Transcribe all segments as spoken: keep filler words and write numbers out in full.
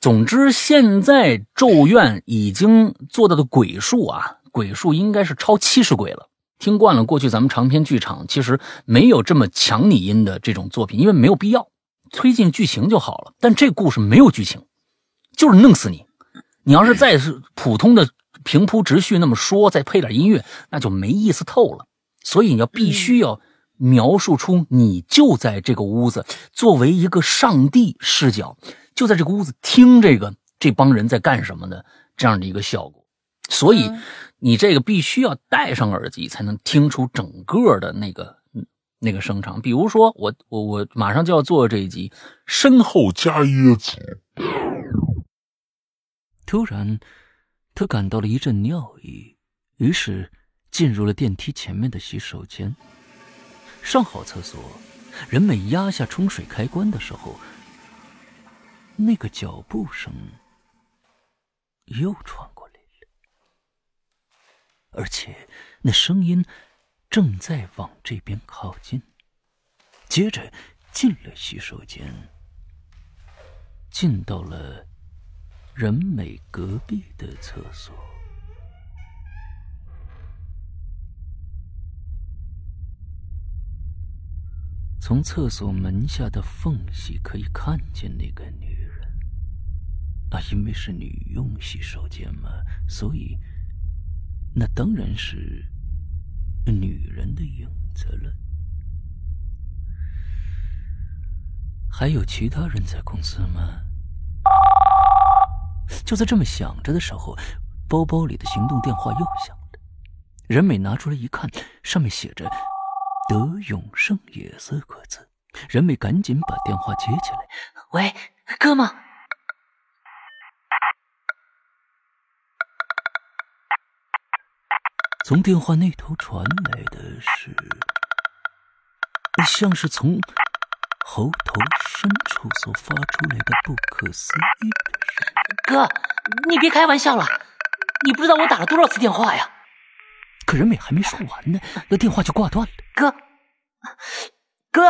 总之，现在咒怨已经做到的鬼数啊，鬼数应该是超七十鬼了。听惯了过去咱们长篇剧场，其实没有这么强拟音的这种作品，因为没有必要，推进剧情就好了。但这故事没有剧情，就是弄死你。你要是再是普通的平铺直叙那么说，再配点音乐，那就没意思透了。所以你要必须要描述出你就在这个屋子，作为一个上帝视角，就在这个屋子听这个这帮人在干什么的这样的一个效果。所以你这个必须要戴上耳机才能听出整个的那个那个声场。比如说我我我马上就要做这一集身后加椰子。 突然他感到了一阵尿意，于是进入了电梯前面的洗手间。上好厕所，人们压下冲水开关的时候，那个脚步声又传过来了，而且那声音正在往这边靠近。接着进了洗手间，进到了人美隔壁的厕所。从厕所门下的缝隙可以看见那个女人啊，因为是女用洗手间嘛，所以那当然是女人的影子了。还有其他人在公司吗？就在这么想着的时候，包包里的行动电话又响了。任美拿出来一看，上面写着德永胜也四个字。任美赶紧把电话接起来。 喂，哥吗？ 从电话那头传来的是像是从喉头深处所发出来的不可思议的声音。 哥，你别开玩笑了，你不知道我打了多少次电话呀。 可任美还没说完呢，那电话就挂断了。 哥哥，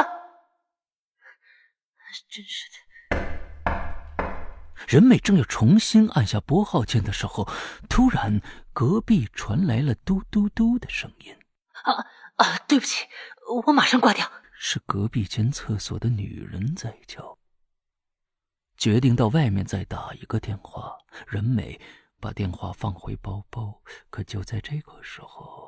真是的。 任美正要重新按下拨号键的时候，突然隔壁传来了嘟嘟嘟的声音。 啊啊，对不起，我马上挂掉。 是隔壁间厕所的女人在叫。决定到外面再打一个电话，任美把电话放回包包。可就在这个时候，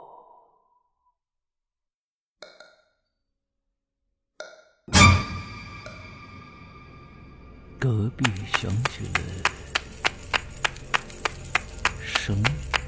隔壁响起了声。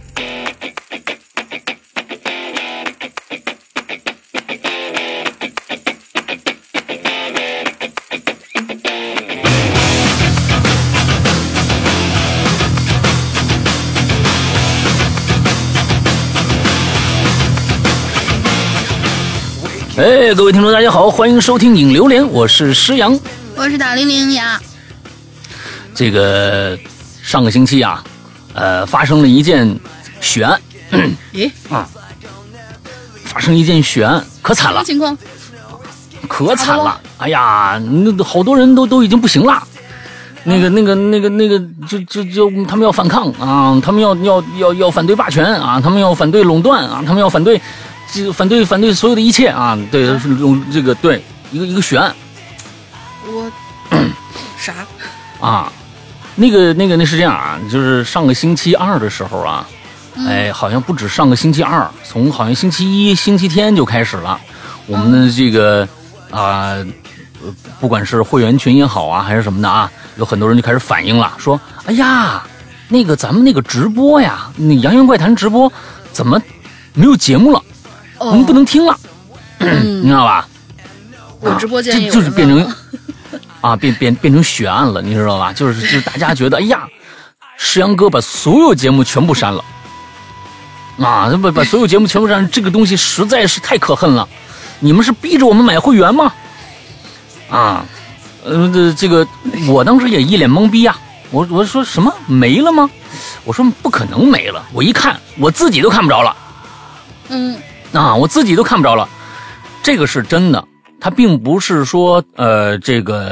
哎，各位听众大家好，欢迎收听影榴莲，我是施阳， 我是打零零呀。 这个上个星期啊，呃，发生了一件血案。 咦？ 啊，发生一件血案，可惨了。 什么情况？ 可惨了！哎呀，那好多人都都已经不行了。那个、那个、那个、那个，就就就他们要反抗啊，他们要要要要反对霸权啊，他们要反对垄断啊，他们要反对。这个反对反对所有的一切啊！对，用这个对一个一个血案， 我啥啊？那个那个那是这样啊，就是上个星期二的时候啊，嗯、哎，好像不止上个星期二，从好像星期一、星期天就开始了。我们的这个啊、呃，不管是会员群也好啊，还是什么的啊，有很多人就开始反映了，说：“哎呀，那个咱们那个直播呀，那《洋洋怪谈》直播怎么没有节目了？”我们不能听了，嗯、你知道吧？ 我直播间也有、 啊、就就是变成啊，变变变成血案了，你知道吧？就是就是大家觉得，哎呀，石阳哥把所有节目全部删了，啊，把把所有节目全部删，这个东西实在是太可恨了。你们是逼着我们买会员吗？啊，呃，这这个我当时也一脸懵逼啊，我我说什么没了吗？我说不可能没了，我一看我自己都看不着了， 嗯。 啊，我自己都看不着了，这个是真的。它并不是说，呃，这个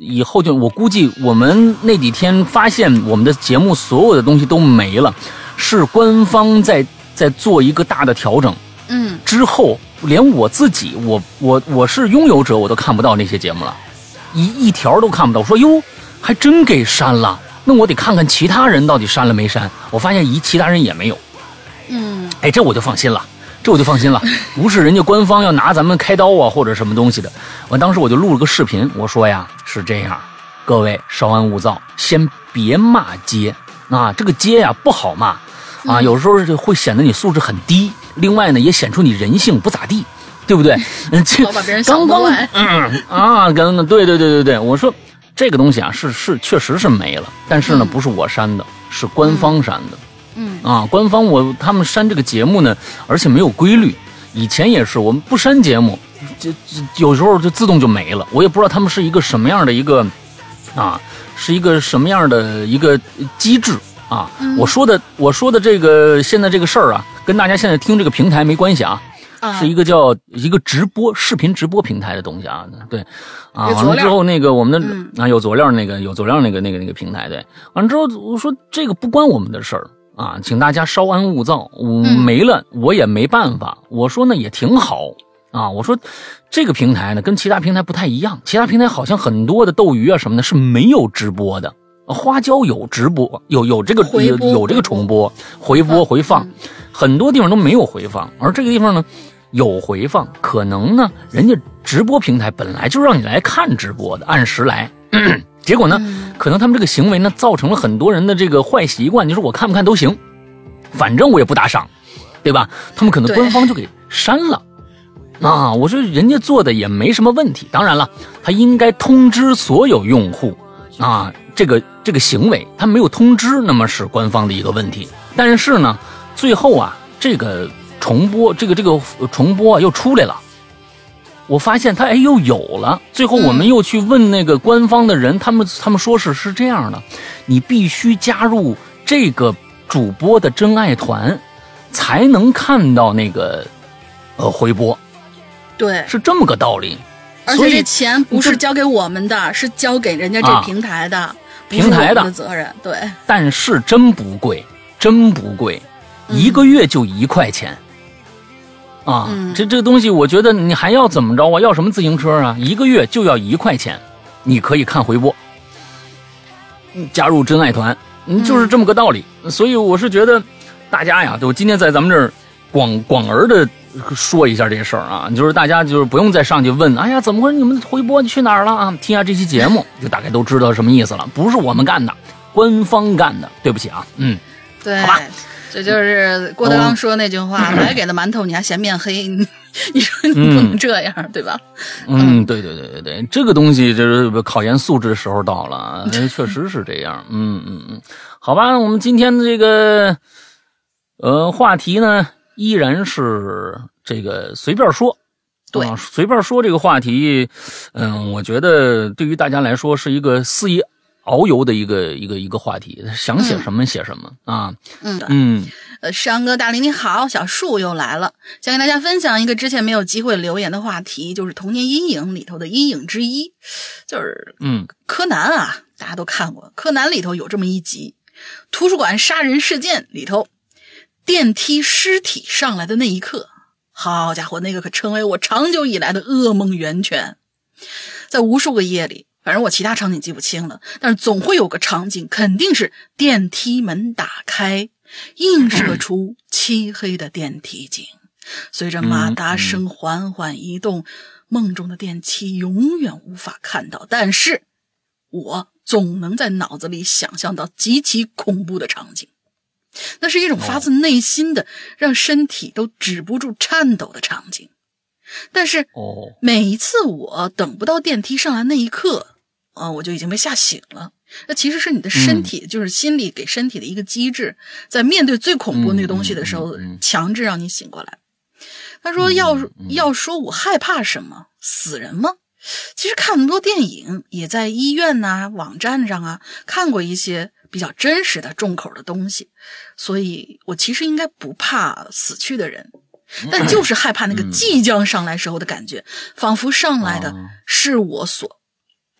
以后就我估计我们那几天发现我们的节目所有的东西都没了，是官方在在做一个大的调整。 嗯， 之后连我自己，我我我是拥有者，我都看不到那些节目了，一一条都看不到。我说哟，还真给删了，那我得看看其他人到底删了没删。我发现一其他人也没有。 嗯， 哎，这我就放心了。这我就放心了，不是人家官方要拿咱们开刀啊或者什么东西的。我当时我就录了个视频，我说呀是这样，各位稍安勿躁，先别骂街啊，这个街呀不好骂啊，有时候会显得你素质很低，另外呢也显出你人性不咋地，对不对？嗯，这老把别人想不坏。 嗯啊，刚刚对对对对对，我说这个东西啊是是确实是没了，但是呢、嗯、不是我删的，是官方删的。 嗯啊，官方我他们删这个节目呢，而且没有规律。以前也是，我们不删节目，这有时候就自动就没了。我也不知道他们是一个什么样的一个啊，是一个什么样的一个机制啊。 嗯、 我说的我说的这个现在这个事儿啊，跟大家现在听这个平台没关系啊。 啊是一个叫一个直播视频直播平台的东西啊，对，啊，完了之后那个我们的、 嗯、 啊有佐料那个有佐料那个那个那个平台，对，完了之后我说这个不关我们的事儿。啊，请大家稍安勿躁，我没了、嗯、我也没办法。我说呢也挺好啊，我说这个平台呢跟其他平台不太一样，其他平台好像很多的斗鱼啊什么的是没有直播的，花椒有直播，有有这个有有这个重播、回播、回放， 嗯、 很多地方都没有回放，而这个地方呢有回放，可能呢人家直播平台本来就让你来看直播的，按时来。结果呢、嗯、可能他们这个行为呢造成了很多人的这个坏习惯，就是我看不看都行，反正我也不打赏，对吧？他们可能官方就给删了啊。我说人家做的也没什么问题，当然了，他应该通知所有用户啊，这个这个行为他没有通知，那么是官方的一个问题。但是呢，最后啊，这个重播，这个这个重播啊又出来了。我发现他哎又有了，最后我们又去问那个官方的人，嗯、他们他们说是是这样的，你必须加入这个主播的真爱团，才能看到那个呃回播， 对， 是这么个道理。 而且这钱不是交给我们的，是交给人家这平台的，啊、 平台的责任。对， 但是真不贵，真不贵， 嗯、 一个月就一块钱。啊， 嗯、 这这个东西，我觉得你还要怎么着啊？要什么自行车啊？一个月就要一块钱，你可以看回播，加入真爱团，嗯，就是这么个道理。嗯、所以我是觉得，大家呀，我今天在咱们这儿广广而的说一下这事儿啊，就是大家就是不用再上去问，哎呀，怎么回事？你们回播去哪儿了啊？听下这期节目，就大概都知道什么意思了。不是我们干的，官方干的，对不起啊，嗯， 对， 好吧。 这就是郭德纲说那句话，嗯、白给的馒头你还嫌面黑，你你说你不能这样，嗯、对吧？ 嗯，对对对对对，这个东西就是考验素质的时候到了，确实是这样。嗯嗯嗯，好吧，我们今天的这个呃话题呢，依然是这个随便说。 对、 啊，随便说这个话题，嗯，我觉得对于大家来说是一个肆意遨游的一个一个一个话题，想写什么写什么、嗯、啊。 嗯嗯， 呃，山哥大林你好，小树又来了，想给大家分享一个之前没有机会留言的话题，就是童年阴影里头的阴影之一，就是嗯， 柯南啊，大家都看过，柯南里头有这么一集，图书馆杀人事件里头，电梯尸体上来的那一刻，好家伙，那个可成为我长久以来的噩梦源泉，在无数个夜里。反正我其他场景记不清了，但是总会有个场景肯定是电梯门打开，映射出漆黑的电梯井，随着马达声缓缓移动，梦中的电梯永远无法看到，但是我总能在脑子里想象到极其恐怖的场景。那是一种发自内心的让身体都止不住颤抖的场景。但是每一次我等不到电梯上来那一刻啊，我就已经被吓醒了。那其实是你的身体、嗯、就是心理给身体的一个机制，在面对最恐怖那个东西的时候、嗯、强制让你醒过来。他说要、嗯、要说我害怕什么，死人吗？其实看那么多电影，也在医院呐、啊、网站上啊看过一些比较真实的重口的东西，所以我其实应该不怕死去的人，但就是害怕那个即将上来时候的感觉，仿佛上来的是我所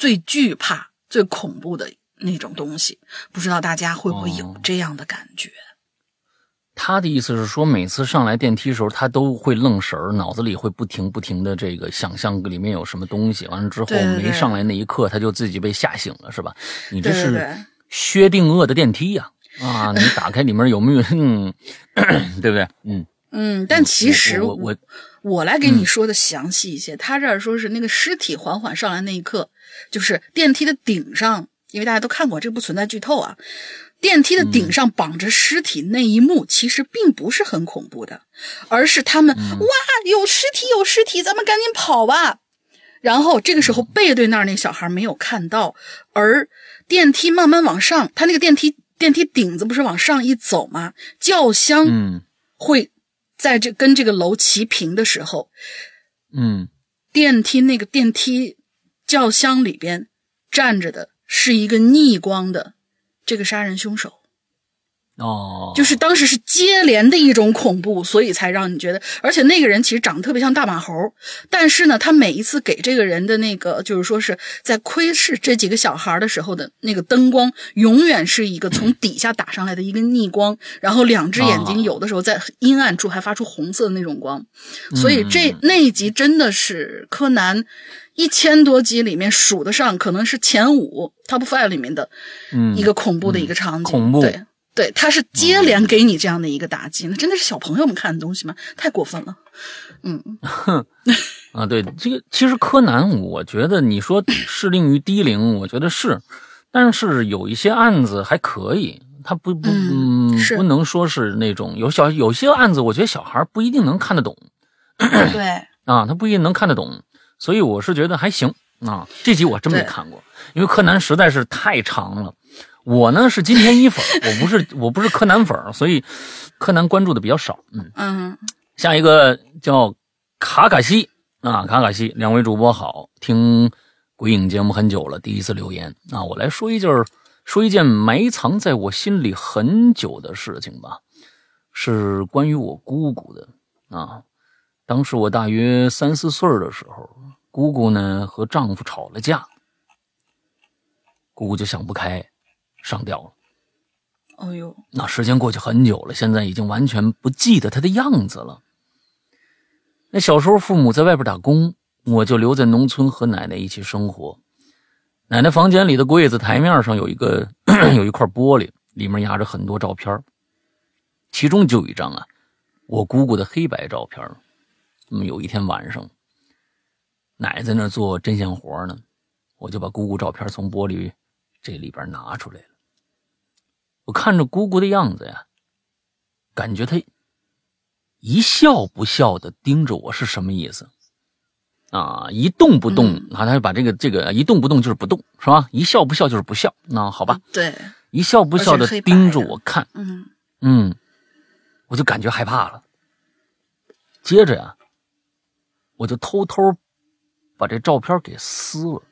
最惧怕、最恐怖的那种东西。不知道大家会不会有这样的感觉？哦， 他的意思是说，每次上来电梯的时候，他都会愣神儿，脑子里会不停不停的这个想象里面有什么东西。完了之后， 对对对没上来那一刻，他就自己被吓醒了，是吧？你这对对对是薛定谔的电梯呀！啊, 啊，你打开里面有没有？嗯，对不对？嗯嗯，但其实我我我我, 我来给你说的详细一些。嗯、他这儿说是那个尸体缓缓上来那一刻，就是电梯的顶上，因为大家都看过，这个不存在剧透啊。电梯的顶上绑着尸体那一幕，其实并不是很恐怖的，而是他们、嗯、哇，有尸体，有尸体，咱们赶紧跑吧。然后这个时候背对那儿那小孩没有看到，而电梯慢慢往上，他那个电梯电梯顶子不是往上一走吗？轿厢会在这跟这个楼齐平的时候， 嗯， 电梯那个电梯轿厢里边站着的是一个逆光的这个杀人凶手。 哦， 就是当时是接连的一种恐怖，所以才让你觉得，而且那个人其实长得特别像大马猴，但是呢，他每一次给这个人的那个，就是说是在窥视这几个小孩的时候的那个灯光，永远是一个从底下打上来的一个逆光，然后两只眼睛有的时候在阴暗处还发出红色的那种光，所以这那一集真的是柯南一千多集里面数得上，可能是前五 top five 里面的一个恐怖的一个场景， 恐怖， 对。对，他是接连给你这样的一个打击，那真的是小朋友们看的东西吗？太过分了。嗯， 啊，对，这个其实柯南，我觉得你说适龄于低龄，我觉得是，但是有一些案子还可以，他不不嗯，不能说是那种有小有些案子，我觉得小孩不一定能看得懂。 对啊，他不一定能看得懂，所以我是觉得还行啊。这集我真没看过，因为柯南实在是太长了。我呢是金田一粉，我不是我不是柯南粉，所以柯南关注的比较少。嗯嗯， 下一个叫卡卡西啊，卡卡西，两位主播好，听鬼影节目很久了，第一次留言啊，我来说一件说一件埋藏在我心里很久的事情吧，是关于我姑姑的啊。当时我大约三四岁的时候，姑姑呢和丈夫吵了架，姑姑就想不开。上吊了。 哦呦， 那时间过去很久了，现在已经完全不记得他的样子了。那小时候父母在外边打工，我就留在农村和奶奶一起生活。奶奶房间里的柜子台面上有一个有一块玻璃，里面压着很多照片，其中就有一张啊，我姑姑的黑白照片。那么有一天晚上，奶奶在那做针线活呢，我就把姑姑照片从玻璃这里边拿出来了。我看着姑姑的样子呀，感觉她一笑不笑的盯着我是什么意思啊？一动不动、嗯、啊，他就把这个这个一动不动就是不动，是吧？一笑不笑就是不笑，那好吧？ 对， 一笑不笑的盯着我看， 嗯嗯，我就感觉害怕了。接着呀，我就偷偷把这照片给撕了，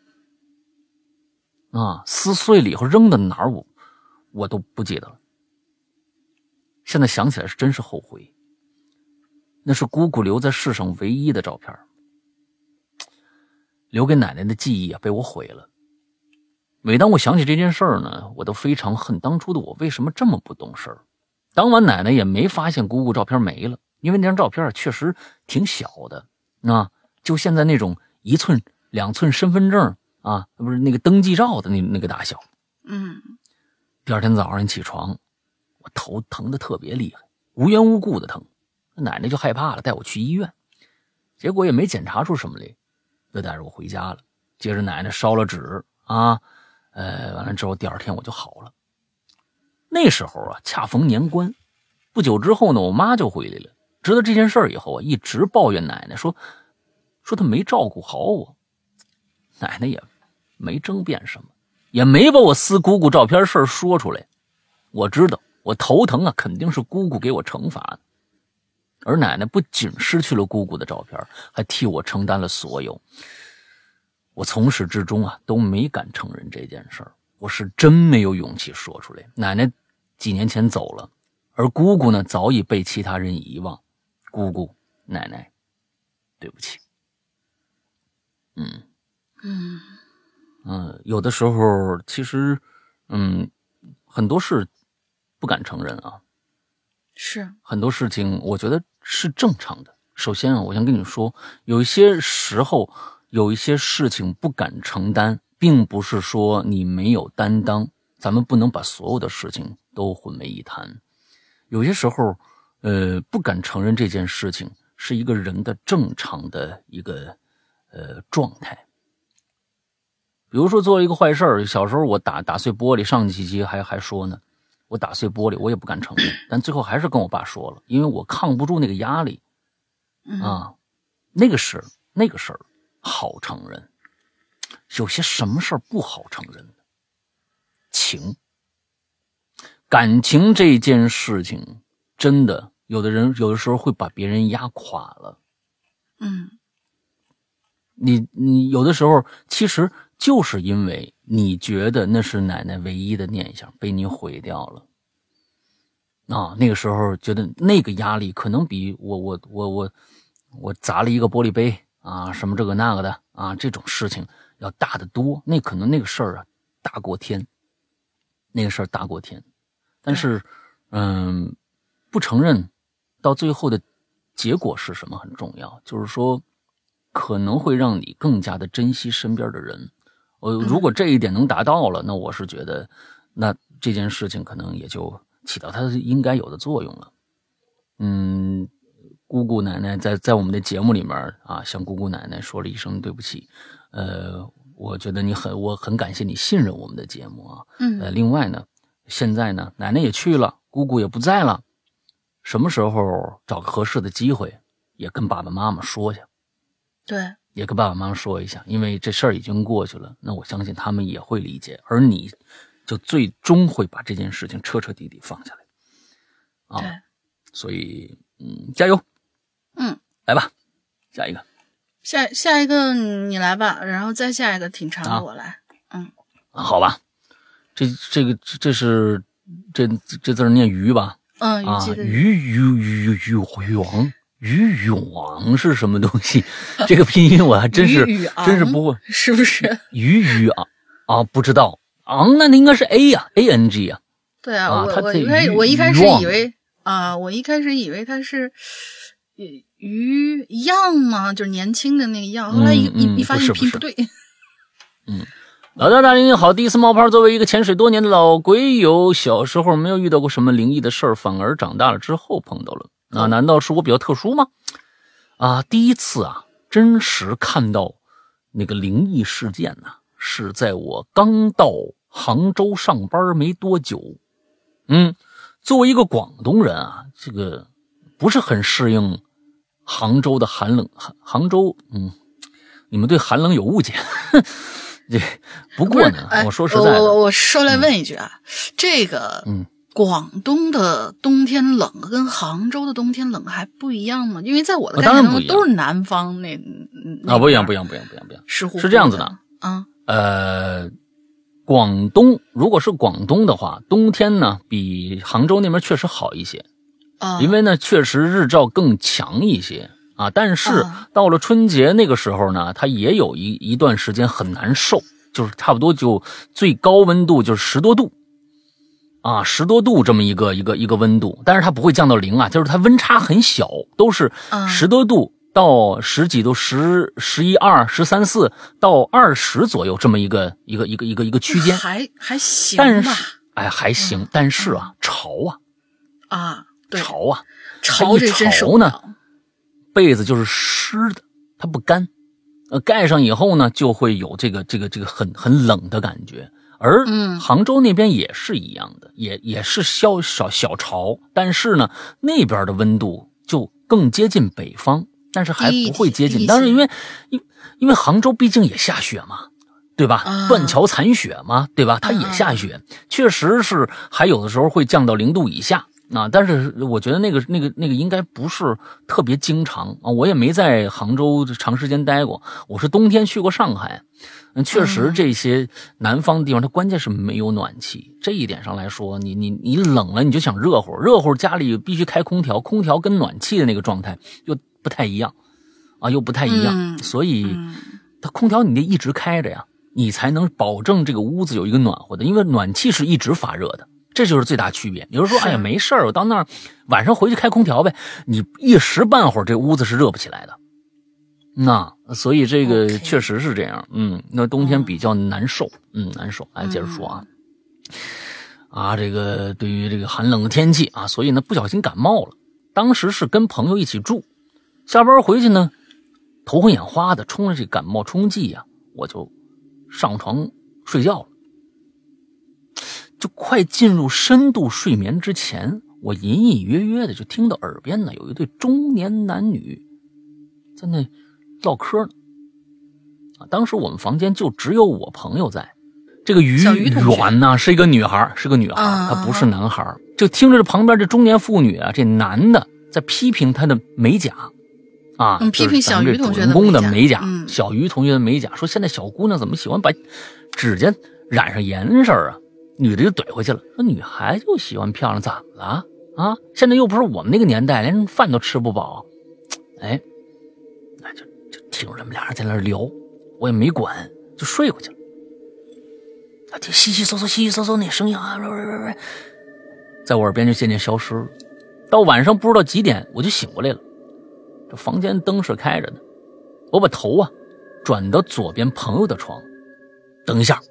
啊，撕碎了以后扔到哪儿我。我都不记得了，现在想起来是真是后悔。那是姑姑留在世上唯一的照片，留给奶奶的记忆啊，被我毁了。每当我想起这件事儿呢，我都非常恨当初的我为什么这么不懂事儿。当晚奶奶也没发现姑姑照片没了，因为那张照片确实挺小的，啊，就现在那种一寸两寸身份证啊，不是那个登记照的那那个大小。 嗯。 第二天早上起床，我头疼得特别厉害，无缘无故的疼，奶奶就害怕了，带我去医院，结果也没检查出什么来，就带着我回家了。接着奶奶烧了纸啊，呃，完了之后第二天我就好了。那时候啊，恰逢年关，不久之后呢，我妈就回来了。知道这件事以后啊，一直抱怨奶奶说，说她没照顾好我。奶奶也没争辩什么。也没把我撕姑姑照片事儿说出来，我知道我头疼啊，肯定是姑姑给我惩罚的。而奶奶不仅失去了姑姑的照片，还替我承担了所有。我从始至终啊都没敢承认这件事儿，我是真没有勇气说出来。奶奶几年前走了，而姑姑呢早已被其他人遗忘。姑姑，奶奶，对不起。嗯嗯。 嗯，有的时候其实，嗯，很多事不敢承认啊。 是很多事情，我觉得是正常的。首先啊，我想跟你说，有一些时候，有一些事情不敢承担，并不是说你没有担当。咱们不能把所有的事情都混为一谈。有些时候，呃，不敢承认这件事情，是一个人的正常的一个呃状态。比如说做了一个坏事儿，小时候我打打碎玻璃，上几集还还说呢，我打碎玻璃，我也不敢承认，但最后还是跟我爸说了，因为我抗不住那个压力啊。那个事那个事儿好承认，有些什么事儿不好承认的，情感情这件事情，真的有的人有的时候会把别人压垮了。 嗯， 你你有的时候其实就是因为你觉得那是奶奶唯一的念想被你毁掉了啊，那个时候觉得那个压力可能比我我我我我砸了一个玻璃杯啊，什么这个那个的啊，这种事情要大得多。那可能那个事儿啊大过天，那个事儿大过天。但是嗯，不承认到最后的结果是什么很重要，就是说可能会让你更加的珍惜身边的人。呃，如果这一点能达到了，那我是觉得那这件事情可能也就起到它应该有的作用了。嗯，姑姑奶奶在在我们的节目里面啊，向姑姑奶奶说了一声对不起。呃，我觉得你很我很感谢你信任我们的节目啊。 嗯， 呃，另外呢，现在呢，奶奶也去了，姑姑也不在了，什么时候找个合适的机会，也跟爸爸妈妈说下。 对， 也跟爸爸妈妈说一下，因为这事儿已经过去了，那我相信他们也会理解，而你就最终会把这件事情彻彻底底放下来啊。 对， 所以嗯，加油， 嗯， 来吧，下一个， 下下一个你来吧，然后再下一个挺长的我来，啊、嗯， 好吧，这这个这这是这这字念鱼吧？ 嗯， 啊， 鱼鱼鱼鱼鱼鱼王。鱼泳是什么东西？这个拼音我还真是真是不会， 是不是？ 鱼鱼昂啊，不知道昂，那应该是 A 呀、啊、，A N G 啊。 对啊， 啊我我一开我一开始以为啊，我一开始以为它是鱼样嘛，就是年轻的那个样，后来一、 嗯、 一发现拼不对。 嗯，老大大您好，第一次冒泡，作为一个潜水多年的老鬼友，小时候没有遇到过什么灵异的事儿，反而长大了之后碰到了。啊，难道是我比较特殊吗？啊，第一次啊，真实看到那个灵异事件呢、啊，是在我刚到杭州上班没多久。嗯，作为一个广东人啊，这个不是很适应杭州的寒冷。杭杭州，嗯，你们对寒冷有误解。这不过呢，我说实在的， 我我说来问一句啊，嗯、这个， 嗯。 广东的冬天冷跟杭州的冬天冷还不一样吗？因为在我的概念中都是南方那啊，不一样，不一样，不一样，不一样，不一样。 是是这样子的啊。 呃，广东如果是广东的话，冬天呢比杭州那边确实好一些啊， 因为呢确实日照更强一些啊。但是到了春节那个时候呢，它也有一一段时间很难受，就是差不多就最高温度就是十多度。啊，十多度这么一个一个一个温度，但是它不会降到零啊，就是它温差很小，都是十多度到十几度，十十一二、十三四到二十左右这么一个一个一个一个一个区间， 还还行吧， 但是哎还行，嗯、但是啊，潮啊啊，对潮啊， 潮这真潮呢，被子就是湿的，它不干，呃，盖上以后呢，就会有这个这个这个很很冷的感觉。而杭州那边也是一样的，嗯、也也是小小小潮，但是呢，那边的温度就更接近北方，但是还不会接近。但是因为因因为杭州毕竟也下雪嘛，对吧？ 啊、 断桥残雪嘛，对吧？它也下雪，啊、确实是还有的时候会降到零度以下。啊，但是我觉得那个那个那个应该不是特别经常啊，我也没在杭州长时间待过，我是冬天去过上海，嗯，确实这些南方的地方它关键是没有暖气，这一点上来说，你你你冷了你就想热乎，热乎家里必须开空调，空调跟暖气的那个状态又不太一样，啊，又不太一样， 嗯、 所以它空调你得一直开着呀， 你才能保证这个屋子有一个暖和的，因为暖气是一直发热的，这就是最大区别。有人说，哎呀，没事儿，我到那儿晚上回去开空调呗，你一时半会儿这屋子是热不起来的。那所以这个确实是这样，嗯，那冬天比较难受，嗯，难受。来接着说啊，嗯、啊，这个对于这个寒冷的天气啊，所以呢不小心感冒了。当时是跟朋友一起住，下班回去呢，头昏眼花的，冲着这感冒冲剂啊，我就上床睡觉了。就快进入深度睡眠之前，我隐隐约约的就听到耳边呢有一对中年男女在那唠嗑呢。啊，当时我们房间就只有我朋友在。这个于软呢是一个女孩，是个女孩，她不是男孩。就听着这旁边这中年妇女啊，这男的在批评她的美甲啊， 嗯，批评小于同学的美甲， 嗯， 小于同学的美甲，说现在小姑娘怎么喜欢把指甲染上颜色啊？女的就怼回去了，说女孩就喜欢漂亮，怎么了啊？现在又不是我们那个年代，连饭都吃不饱。哎，那就就听着他们俩人在那聊，我也没管，就睡过去了。啊，这稀稀嗦嗦、稀稀嗦嗦那声音啊，在我耳边就渐渐消失了。到晚上不知道几点，我就醒过来了。这房间灯是开着的，我把头啊转到左边朋友的床。等一下，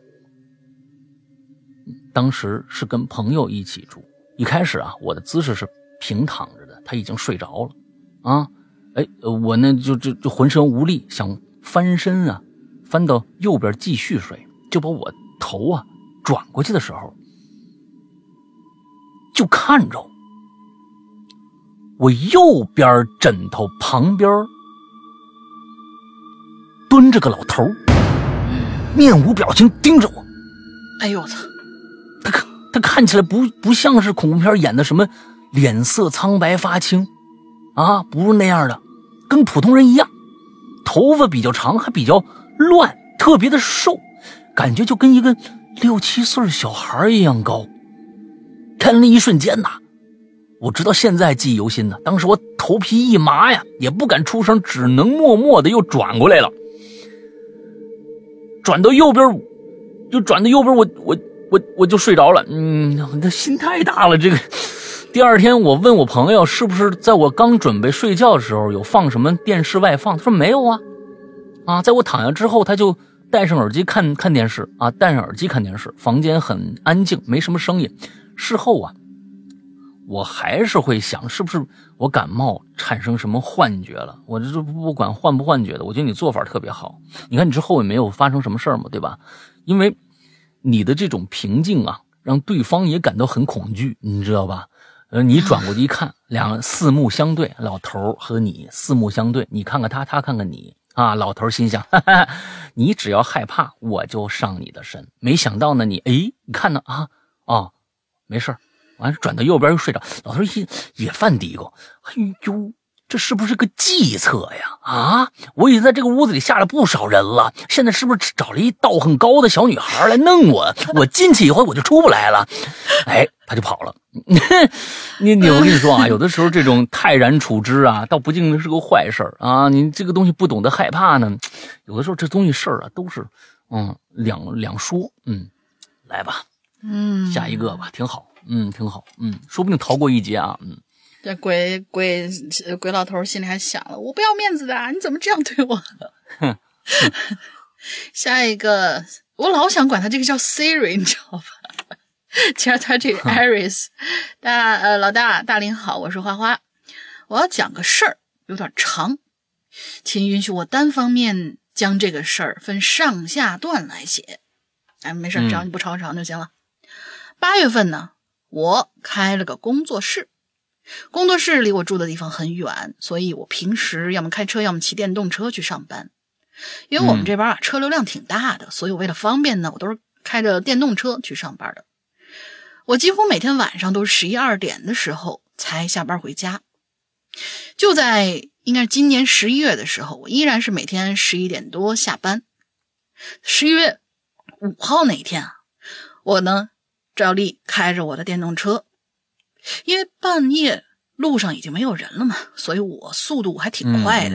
当时是跟朋友一起住。一开始啊，我的姿势是平躺着的，他已经睡着了啊。哎，我呢就就就浑身无力，想翻身啊，翻到右边继续睡，就把我头啊转过去的时候，就看着我右边枕头旁边蹲着个老头，面无表情盯着我。 哎呦我操！ 他看他看起来不不像是恐怖片演的什么脸色苍白发青啊，不是那样的，跟普通人一样，头发比较长，还比较乱，特别的瘦，感觉就跟一个六七岁小孩一样高。看了那一瞬间呐，我直到现在记忆犹新呢。当时我头皮一麻呀，也不敢出声，只能默默的又转过来了。转到右边，就转到右边，我我我我就睡着了。嗯，我的心太大了。这个第二天我问我朋友，是不是在我刚准备睡觉的时候有放什么电视外放？他说没有啊。啊，在我躺下之后，他就戴上耳机看看电视啊，戴上耳机看电视，房间很安静，没什么声音。事后啊，我还是会想，是不是我感冒产生什么幻觉了？我这不管幻不幻觉的，我觉得你做法特别好。你看你之后也没有发生什么事儿嘛，对吧？因为你的这种平静啊，让对方也感到很恐惧，你知道吧？呃，你转过去一看，两个四目相对，老头和你四目相对，你看看他，他看看你啊。老头心想，哈哈，你只要害怕，我就上你的身。没想到呢，你哎，你看呢啊，哦。没事，完转到右边又睡着。老头也也犯嘀咕，哎呦，这是不是个计策呀？啊，我已经在这个屋子里吓了不少人了，现在是不是找了一道很高的小女孩来弄我？我进去以后我就出不来了。哎，他就跑了。你你我跟你说啊，有的时候这种泰然处之啊，倒不尽是个坏事啊。你这个东西不懂得害怕呢，有的时候这东西事儿啊都是嗯两两说。嗯，来吧。 嗯， 下一个吧，挺好，嗯，挺好，嗯，说不定逃过一劫啊，嗯。 这鬼鬼鬼老头心里还想了，我不要面子的，你怎么这样对我？下一个，我老想管他这个叫 Siri， 你知道吧？其实他这个 Iris， 大呃老大大林好，我是花花，我要讲个事儿，有点长，请允许我单方面将这个事儿分上下段来写。哎，没事，只要你不超长就行了。八月份呢，我开了个工作室，工作室离我住的地方很远，所以我平时要么开车，要么骑电动车去上班。因为我们这边啊、嗯、车流量挺大的，所以我为了方便呢，我都是开着电动车去上班的。我几乎每天晚上都是十一二点的时候才下班回家。就在应该是今年十一月的时候，我依然是每天十一点多下班。十一月五号那一天啊，我呢照例开着我的电动车，因为半夜路上已经没有人了嘛，所以我速度还挺快的。嗯、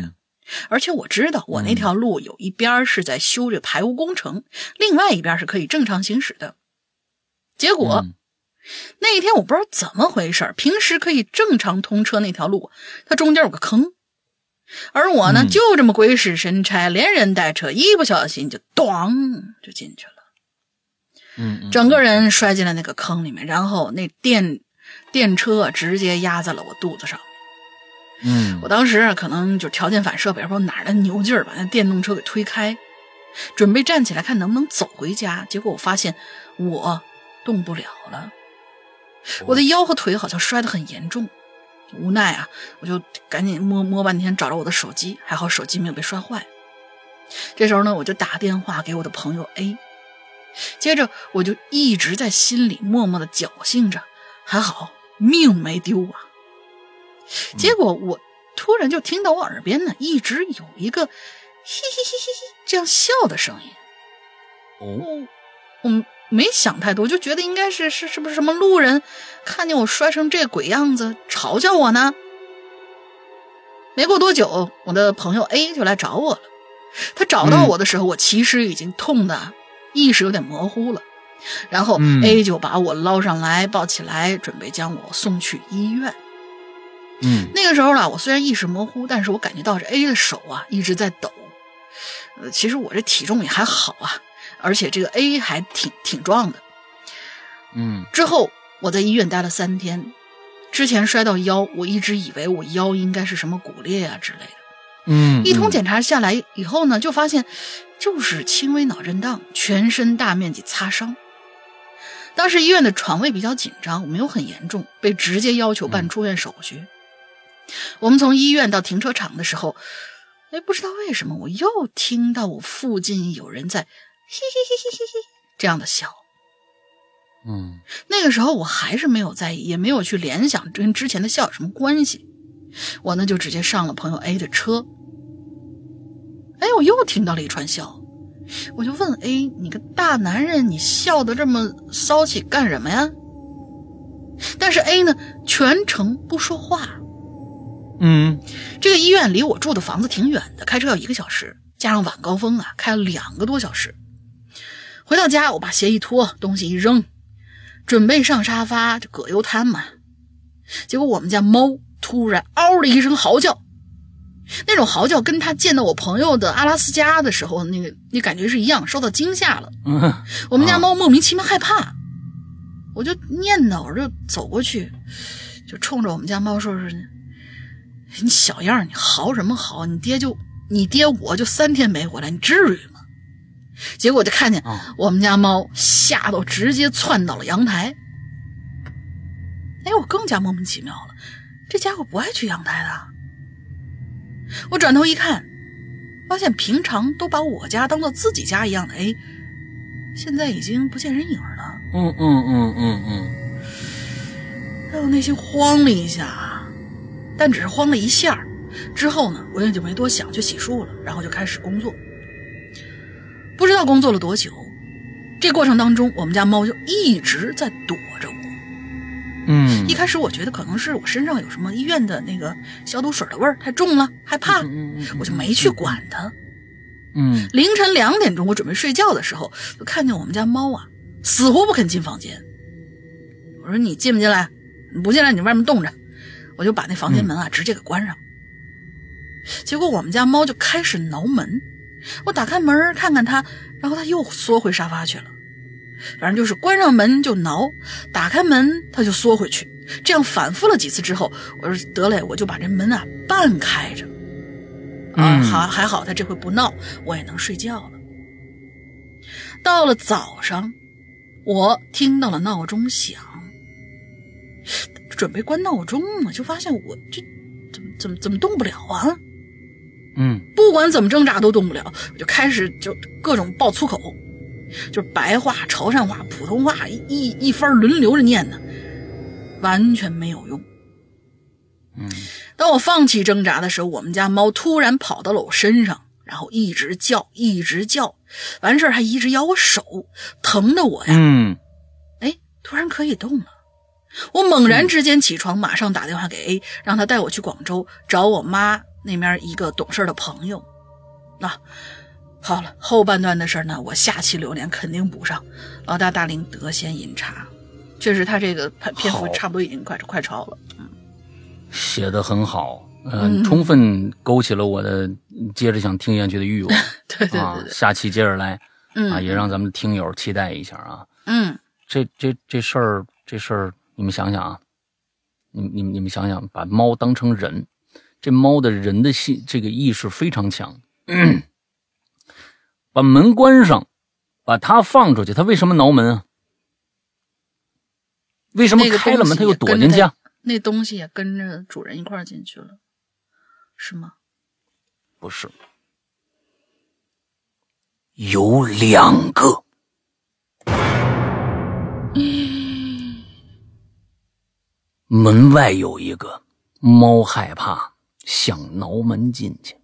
而且我知道我那条路有一边是在修这排污工程，嗯、另外一边是可以正常行驶的。结果、嗯、那一天我不知道怎么回事，平时可以正常通车那条路，它中间有个坑，而我呢、嗯、就这么鬼使神差，连人带车，一不小心就咚就进去了。 嗯, 嗯， 整个人摔进了那个坑里面，然后那电电车直接压在了我肚子上。 嗯， 我当时可能就条件反射，比如说哪儿的牛劲儿把那电动车给推开，准备站起来看能不能走回家，结果我发现我动不了了，我的腰和腿好像摔得很严重。无奈啊，我就赶紧摸摸半天找着我的手机，还好手机没有被摔坏。这时候呢，我就打电话给我的朋友 A， 接着我就一直在心里默默的侥幸着，还好命没丢啊。结果我突然就听到我耳边呢一直有一个嘿嘿嘿嘿嘿这样笑的声音。 哦， 我没想太多，就觉得应该是是是不是什么路人看见我摔成这鬼样子嘲笑我呢。没过多久，我的朋友 A 就来找我了。他找到我的时候、嗯、我其实已经痛的意识有点模糊了，然后 A 就把我捞上来抱起来，准备将我送去医院。 嗯， 那个时候呢，我虽然意识模糊，但是我感觉到这 A 的手啊一直在抖。呃，其实我这体重也还好啊，而且这个 A 还挺挺壮的。 嗯， 之后我在医院待了三天。之前摔到腰，我一直以为我腰应该是什么骨裂啊之类的。 嗯， 一通检查下来以后呢，就发现就是轻微脑震荡，全身大面积擦伤。当时医院的床位比较紧张，我没有很严重，被直接要求办出院手续。嗯、我们从医院到停车场的时候，哎，不知道为什么我又听到我附近有人在嘿嘿嘿嘿嘿嘿这样的笑。 嗯， 那个时候我还是没有在意，也没有去联想跟之前的笑有什么关系。我呢就直接上了朋友 A 的车。哎，我又听到了一串笑，我就问 A， 你个大男人，你笑得这么骚气干什么呀？但是 A 呢全程不说话。 嗯， 这个医院离我住的房子挺远的，开车要一个小时，加上晚高峰啊，开了两个多小时。回到家，我把鞋一脱，东西一扔，准备上沙发就葛优瘫嘛。结果我们家猫突然嗷的一声嚎叫，那种嚎叫跟他见到我朋友的阿拉斯加的时候那个你感觉是一样，受到惊吓了。 嗯， 我们家猫莫名其妙害怕，啊、我就念叨，我就走过去，就冲着我们家猫说是你小样，你嚎什么嚎？你爹就你爹我就三天没回来，你至于吗？结果就看见我们家猫吓到直接窜到了阳台。哎，我更加莫名其妙了，这家伙不爱去阳台的。我转头一看，发现平常都把我家当做自己家一样的 A， 现在已经不见人影了。 嗯嗯嗯嗯嗯。 哎，我内心慌了一下，但只是慌了一下。之后呢，我也就没多想，去洗漱了，然后就开始工作。不知道工作了多久，这过程当中，我们家猫就一直在躲着我。 嗯， 一开始我觉得可能是我身上有什么医院的那个消毒水的味儿太重了，害怕，我就没去管它。 嗯， 凌晨两点钟，我准备睡觉的时候，就看见我们家猫啊，死活不肯进房间。我说你进不进来？你不进来，你外面冻着。我就把那房间门啊、嗯、直接给关上。结果我们家猫就开始挠门。我打开门看看它，然后它又缩回沙发去了。反正就是关上门就挠，打开门它就缩回去，这样反复了几次之后，我说得嘞，我就把这门啊半开着。啊，还还好它这回不闹，我也能睡觉了。到了早上，我听到了闹钟响，准备关闹钟呢，就发现我这怎么怎么怎么动不了啊？ 嗯， 不管怎么挣扎都动不了，我就开始就各种爆粗口，就是白话、潮汕话、普通话一一一番轮流着念呢，完全没有用。 嗯， 当我放弃挣扎的时候，我们家猫突然跑到了我身上，然后一直叫，一直叫，完事儿还一直咬我手，疼的我呀， 嗯， 哎，突然可以动了。我猛然之间起床，马上打电话给 A， 让他带我去广州找我妈那面一个懂事的朋友。那、啊、好了，后半段的事呢，我下期榴莲肯定补上。老大大龄得先饮茶，确实他这个篇幅差不多已经快快超了。嗯， 写得很好，呃、嗯，充分勾起了我的接着想听下去的欲望。 对对对对、 啊，下期接着来。 嗯啊，也让咱们听友期待一下啊。 嗯， 这这这事儿，这事儿，你们想想啊，你你你们想想，把猫当成人，这猫的人的性这个意识非常强。嗯，把门关上，把它放出去，它为什么挠门啊？为什么开了门它又躲进去啊？ 那东西也跟着主人一块儿进去了，是吗？ 不是。有两个，门外有一个，猫害怕，想挠门进去。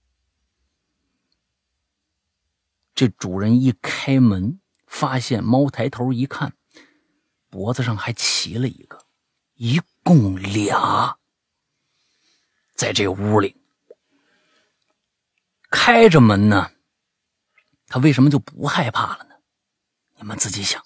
这主人一开门，发现猫抬头一看，脖子上还骑了一个，一共俩，在这屋里开着门呢。他为什么就不害怕了呢？你们自己想。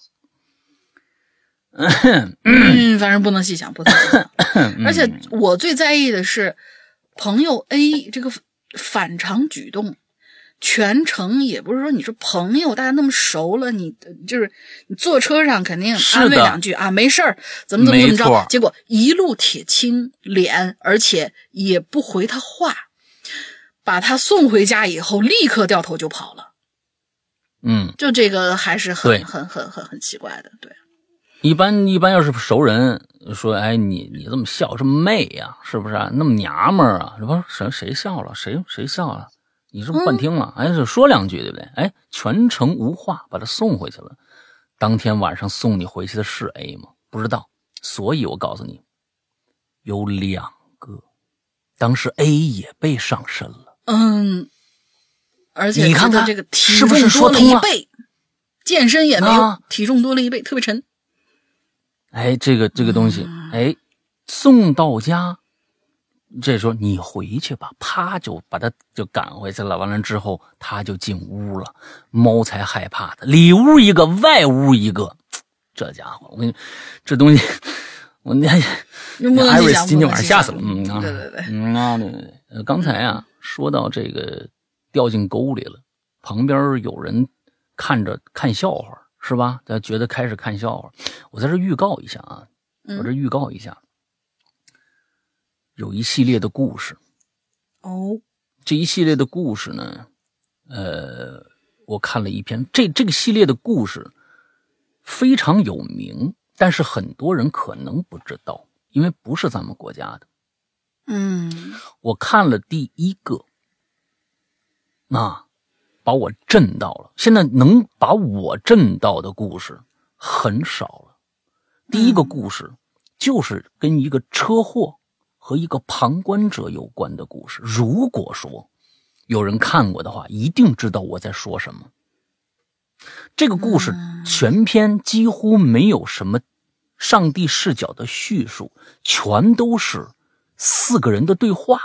嗯，反正不能细想，不能细想。而且我最在意的是，朋友 A 这个反常举动，全程也不是说你是朋友，大家那么熟了，你就是你坐车上肯定安慰两句啊，没事儿，怎么怎么怎么着，结果一路铁青脸，而且也不回他话，把他送回家以后，立刻掉头就跑了。 嗯， 就这个还是很很很很很奇怪的，对。 一般一般要是熟人说，哎，你你这么笑这么媚呀、啊，是不是、啊、那么娘们儿啊？什么谁谁笑了？谁谁笑了？你是不是幻听了？嗯、哎，说两句对不对？哎，全程无话，把他送回去了。当天晚上送你回去的是 A 吗？不知道。所以我告诉你，有两个。当时 A 也被上身了。 嗯。而且你看看这个体重多了一倍，健身也没有、 啊， 体重多了一倍，特别沉。 哎，这个这个东西，嗯、哎，送到家，这时候你回去吧，啪就把他就赶回去了。完了之后，他就进屋了，猫才害怕的，里屋一个，外屋一个，这家伙，我跟你，这东西，我那艾瑞斯今天晚上吓死了，嗯啊， 对对对， 嗯啊，对对对，呃，刚才啊说到这个。掉进沟里了，旁边有人看着看笑话，是吧？他觉得开始看笑话。我在这预告一下啊，我这预告一下，嗯、有一系列的故事。 哦， 这一系列的故事呢，呃，我看了一篇，这这个系列的故事非常有名，但是很多人可能不知道，因为不是咱们国家的。 嗯， 我看了第一个。啊，把我震到了。现在能把我震到的故事很少了。第一个故事就是跟一个车祸和一个旁观者有关的故事。如果说有人看过的话，一定知道我在说什么。这个故事全篇几乎没有什么上帝视角的叙述，全都是四个人的对话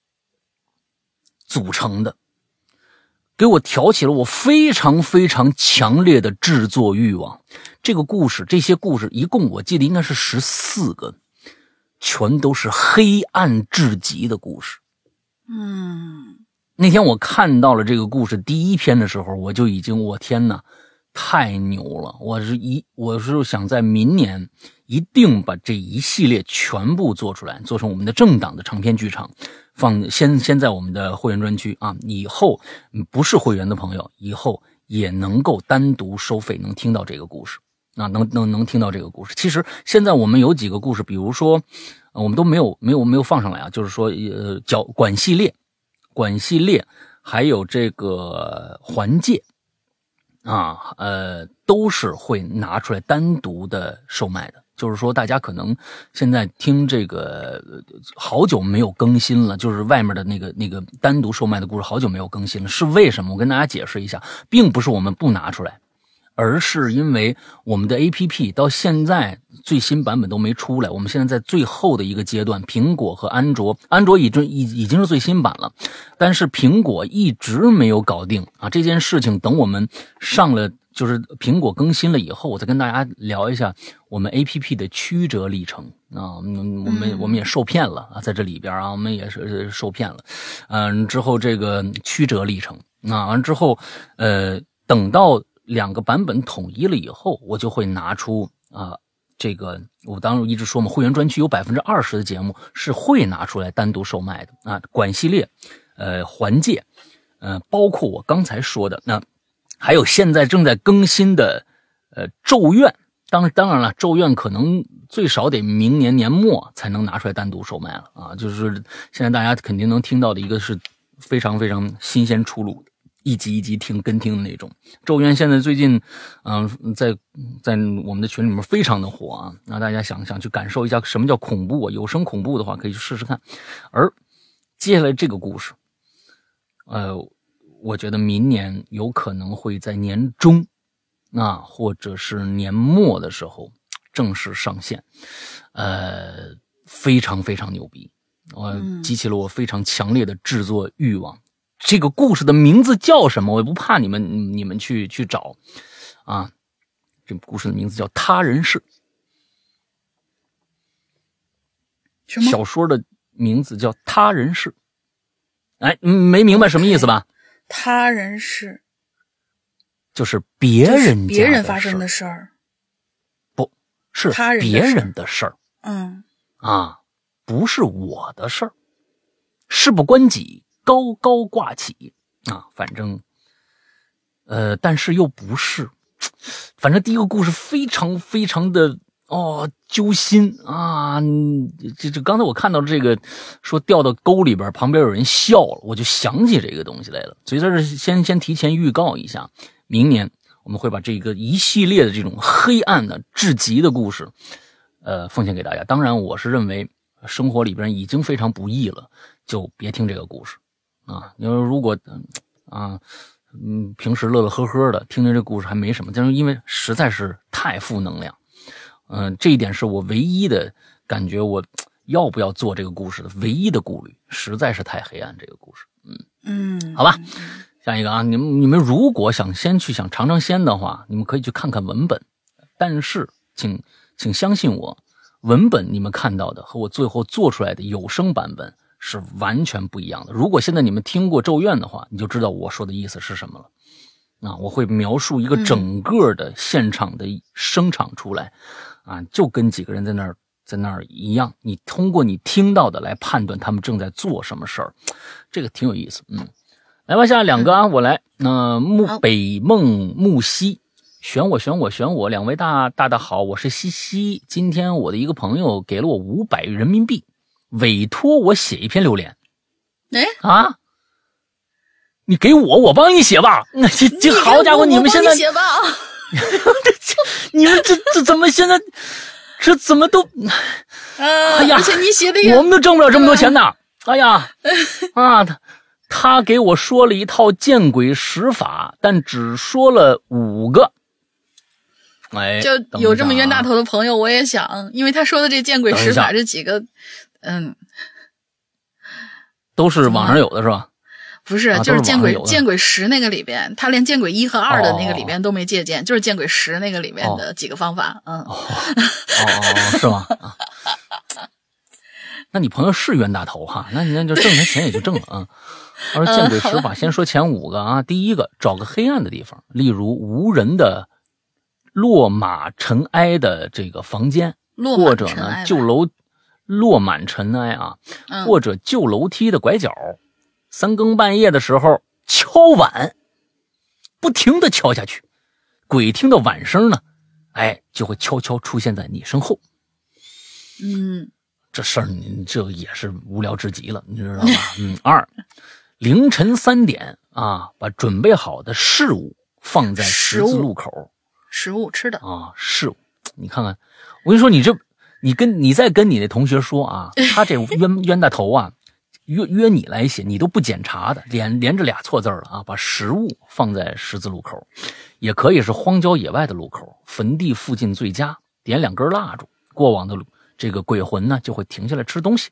组成的。给我挑起了我非常非常强烈的制作欲望。这个故事，这些故事一共我记得应该是十四个，全都是黑暗至极的故事。 嗯， 那天我看到了这个故事第一篇的时候，我就已经，我天哪，太牛了！我是一，我是想在明年一定把这一系列全部做出来，做成我们的正档的长篇剧场。放先先在我们的会员专区啊，以后不是会员的朋友，以后也能够单独收费，能听到这个故事啊，能能能听到这个故事。其实现在我们有几个故事，比如说，呃、我们都没有没有没有放上来啊，就是说呃，角管系列、管系列，还有这个环界啊，呃，都是会拿出来单独的售卖的。就是说大家可能现在听这个好久没有更新了，就是外面的那个那个单独售卖的故事好久没有更新了，是为什么？我跟大家解释一下，并不是我们不拿出来而是因为我们的 A P P 到现在最新版本都没出来，我们现在在最后的一个阶段，苹果和安卓，安卓已经已已经是最新版了，但是苹果一直没有搞定啊这件事情。等我们上了就是苹果更新了以后，我再跟大家聊一下我们 A P P 的曲折历程啊。我们我们也受骗了啊，在这里边啊，我们也是受骗了。嗯，之后这个曲折历程啊，完之后呃，等到两个版本统一了以后，我就会拿出啊，这个我当时一直说嘛，会员专区有 百分之二十 的节目是会拿出来单独售卖的啊，管系列、呃环界、呃包括我刚才说的那还有现在正在更新的呃咒怨，当当然了，咒怨可能最少得明年年末才能拿出来单独售卖了啊，就是现在大家肯定能听到的一个是非常非常新鲜出炉的。一集一集听跟听的那种。咒怨现在最近嗯、呃、在在我们的群里面非常的火啊，那大家想想去感受一下什么叫恐怖啊，有声恐怖的话可以去试试看。而接下来这个故事呃我觉得明年有可能会在年中啊或者是年末的时候正式上线，呃非常非常牛逼，呃激起了我非常强烈的制作欲望。这个故事的名字叫什么？我也不怕你们你们去去找啊。这个故事的名字叫《他人事》， 什么？ 小说的名字叫《他人事》。哎，没明白什么意思吧？ Okay, 他人事就是别人家别人发生的事儿， 不是别人的事儿。 嗯啊，不是我的事儿，事不关己。高高挂起啊，反正呃但是又不是，反正第一个故事非常非常的哦揪心啊。这这刚才我看到这个说掉到沟里边，旁边有人笑了，我就想起这个东西来了。所以这是先先提前预告一下，明年我们会把这个一系列的这种黑暗的至极的故事呃奉献给大家。当然我是认为生活里边已经非常不易了，就别听这个故事啊，因为如果啊，嗯，平时乐乐呵呵的听听这故事还没什么，但是因为实在是太负能量，嗯、呃，这一点是我唯一的感觉，我要不要做这个故事的唯一的顾虑，实在是太黑暗这个故事，嗯嗯， 好吧，下一个啊，你们你们如果想先去想尝尝鲜的话，你们可以去看看文本，但是请请相信我，文本你们看到的和我最后做出来的有声版本是完全不一样的。如果现在你们听过咒怨的话，你就知道我说的意思是什么了。啊，我会描述一个整个的现场的声场出来，嗯、啊，就跟几个人在那儿在那儿一样。你通过你听到的来判断他们正在做什么事儿，这个挺有意思。嗯，来吧，下来两个啊，我来。呃，木北梦木西，选我选我选我，两位大大大好，我是西西。今天我的一个朋友给了我五百人民币。委托我写一篇榴莲， 哎啊，你给我，我帮你写吧。那这这好家伙，你们现在写吧， 你们这这怎么现在这怎么都， 呃、 哎呀， 而且你写的也， 我们都挣不了这么多钱呢。哎呀，啊，他他给我说了一套见鬼十法，但只说了五个。哎， 就有这么冤大头的朋友，我也想，因为他说的这见鬼十法这几个。嗯， 都是网上有的是吧？ 不是， 啊、 就是见鬼见鬼十那个里边，他连见鬼一和二的那个里边都没借鉴，哦、就是见鬼十那个里面的几个方法。 哦、嗯，哦哦，是吗？啊、那你朋友是冤大头哈，那你那就挣他钱也就挣了啊。而见鬼十法，先说前五个啊。第一个，找个黑暗的地方，例如无人的落马尘埃的这个房间，或者呢旧楼。落满尘埃啊，或者旧楼梯的拐角，嗯、三更半夜的时候敲碗，不停地敲下去，鬼听到碗声呢，哎，就会悄悄出现在你身后。 嗯， 这事儿你这也是无聊至极了，你知道吧？嗯，二，凌晨三点啊，把准备好的事物放在十字路口， 食物吃的啊，事物，你看看，我跟你说，你这。你跟你再跟你的同学说啊，他这冤冤大头啊，约约你来写，你都不检查的，连连着俩错字了啊，把食物放在十字路口， 也可以是荒郊野外的路口，坟地附近最佳。点两根蜡烛，过往的这个鬼魂呢就会停下来吃东西。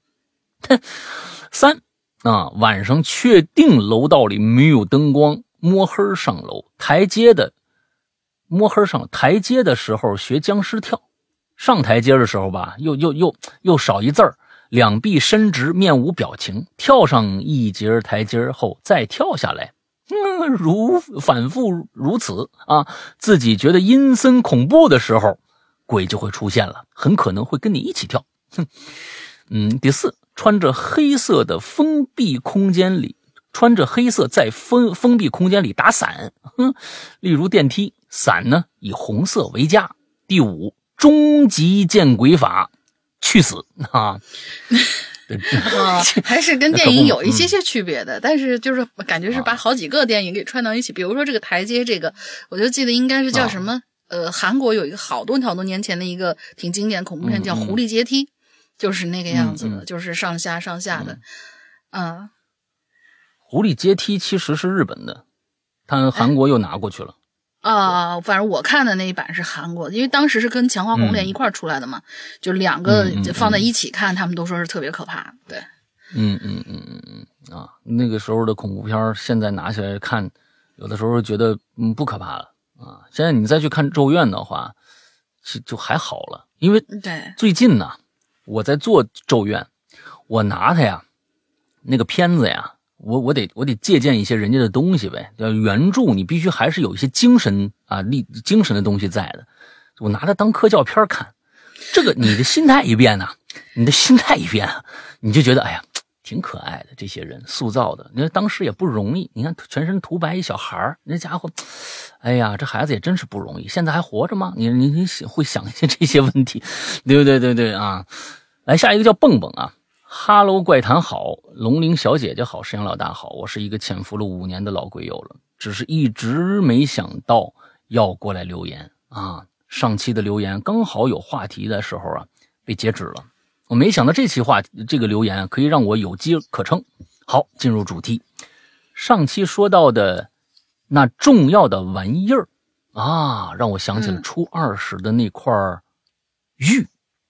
三啊，晚上确定楼道里没有灯光，摸黑上楼，台阶的摸黑上台阶的时候学僵尸跳，上台阶的时候吧，又又又又少一字儿，两臂伸直，面无表情，跳上一节台阶后再跳下来。嗯，如反复如此啊，自己觉得阴森恐怖的时候，鬼就会出现了，很可能会跟你一起跳。哼，嗯，第四，穿着黑色的封闭空间里，穿着黑色在封封闭空间里打伞，哼，例如电梯，伞呢以红色为佳。第五，终极见鬼法，去死啊！ 啊，还是跟电影有一些些区别的，但是就是感觉是把好几个电影给串到一起。比如说这个台阶，这个我就记得应该是叫什么？呃，韩国有一个好多好多年前的一个挺经典恐怖片，叫《狐狸阶梯》，就是那个样子的，就是上下上下的。嗯， 狐狸阶梯其实是日本的，但韩国又拿过去了。 啊，反正我看的那一版是韩国的，因为当时是跟强化红莲一块出来的嘛，就两个放在一起看，他们都说是特别可怕。对， 嗯嗯嗯嗯嗯啊，那个时候的恐怖片，现在拿起来看，有的时候觉得嗯不可怕了啊。现在你再去看《咒怨》的话，其就还好了，因为对最近呢，我在做《咒怨》，我拿它呀，那个片子呀。我我得我得借鉴一些人家的东西呗，要原著你必须还是有一些精神啊力精神的东西在的。我拿它当科教片看，这个你的心态一变呢、啊，你的心态一变啊，你就觉得哎呀挺可爱的，这些人塑造的，你看当时也不容易，你看全身涂白一小孩那家伙，哎呀这孩子也真是不容易，现在还活着吗？你你你会想一些这些问题，对对对对啊。来下一个叫蹦蹦啊。哈喽怪谈好，龙鳞小姐姐好，石阳老大好，我是一个潜伏了五年的老鬼友了，只是一直没想到要过来留言啊。上期的留言刚好有话题的时候啊，被截止了。我没想到这期话这个留言可以让我有机可乘。好，进入主题。上期说到的那重要的玩意儿啊，让我想起了初二时的那块玉。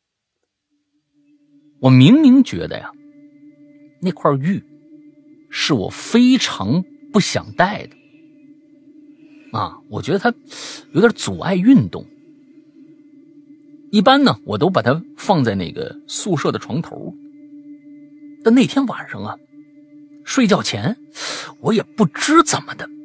我明明觉得呀，那块玉是我非常不想带的啊，我觉得它有点阻碍运动。一般呢，我都把它放在那个宿舍的床头。但那天晚上啊，睡觉前我也不知怎么的，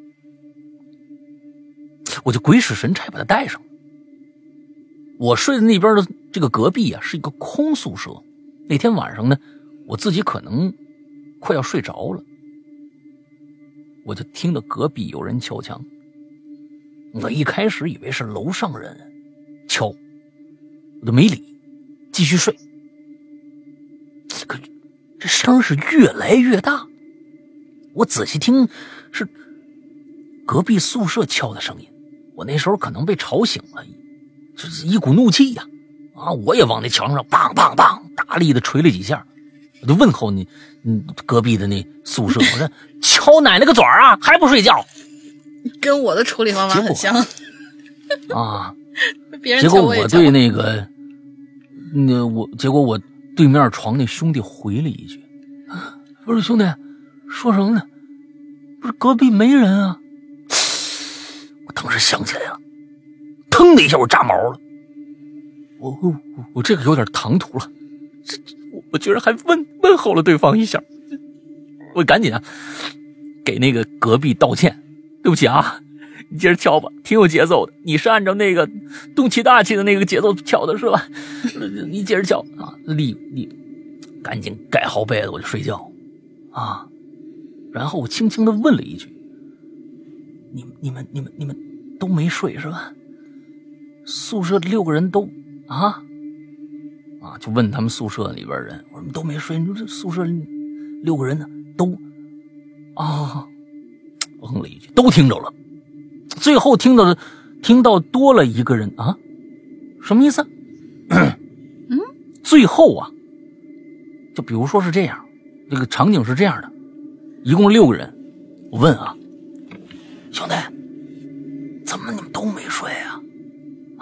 我就鬼使神差把它带上。我睡的那边的这个隔壁啊，是一个空宿舍。那天晚上呢，我自己可能快要睡着了，我就听到隔壁有人敲墙。我一开始以为是楼上人敲，我都没理，继续睡。可这声是越来越大，我仔细听是隔壁宿舍敲的声音。我那时候可能被吵醒了，就是一股怒气呀、啊！啊，我也往那墙上梆梆梆大力的捶了几下，我就问候你，嗯，隔壁的那宿舍，我说敲奶奶个嘴儿啊，还不睡觉？ 跟我的处理方法很像啊。 别人结果我对那个，那我结果我对面床那兄弟回了一句：“不是兄弟，说什么呢？不是隔壁没人啊？”我当时想起来了，腾的一下我炸毛了。我我我这个有点唐突了，这我我居然还问问候了对方一下，我赶紧啊给那个隔壁道歉，对不起啊，你接着敲吧，挺有节奏的，你是按照那个动气大气的那个节奏敲的是吧？你接着敲啊，立立，赶紧盖好被子我就睡觉啊，然后我轻轻的问了一句：“你你们你们你们都没睡是吧？宿舍六个人都。”啊啊！就问他们宿舍里边人，我说都没睡，你说这宿舍六个人呢，都啊，我哼了一句，都听着了。最后听到的，听到多了一个人啊，什么意思？嗯，最后啊，就比如说是这样，这个场景是这样的，一共六个人，我问啊，兄弟，怎么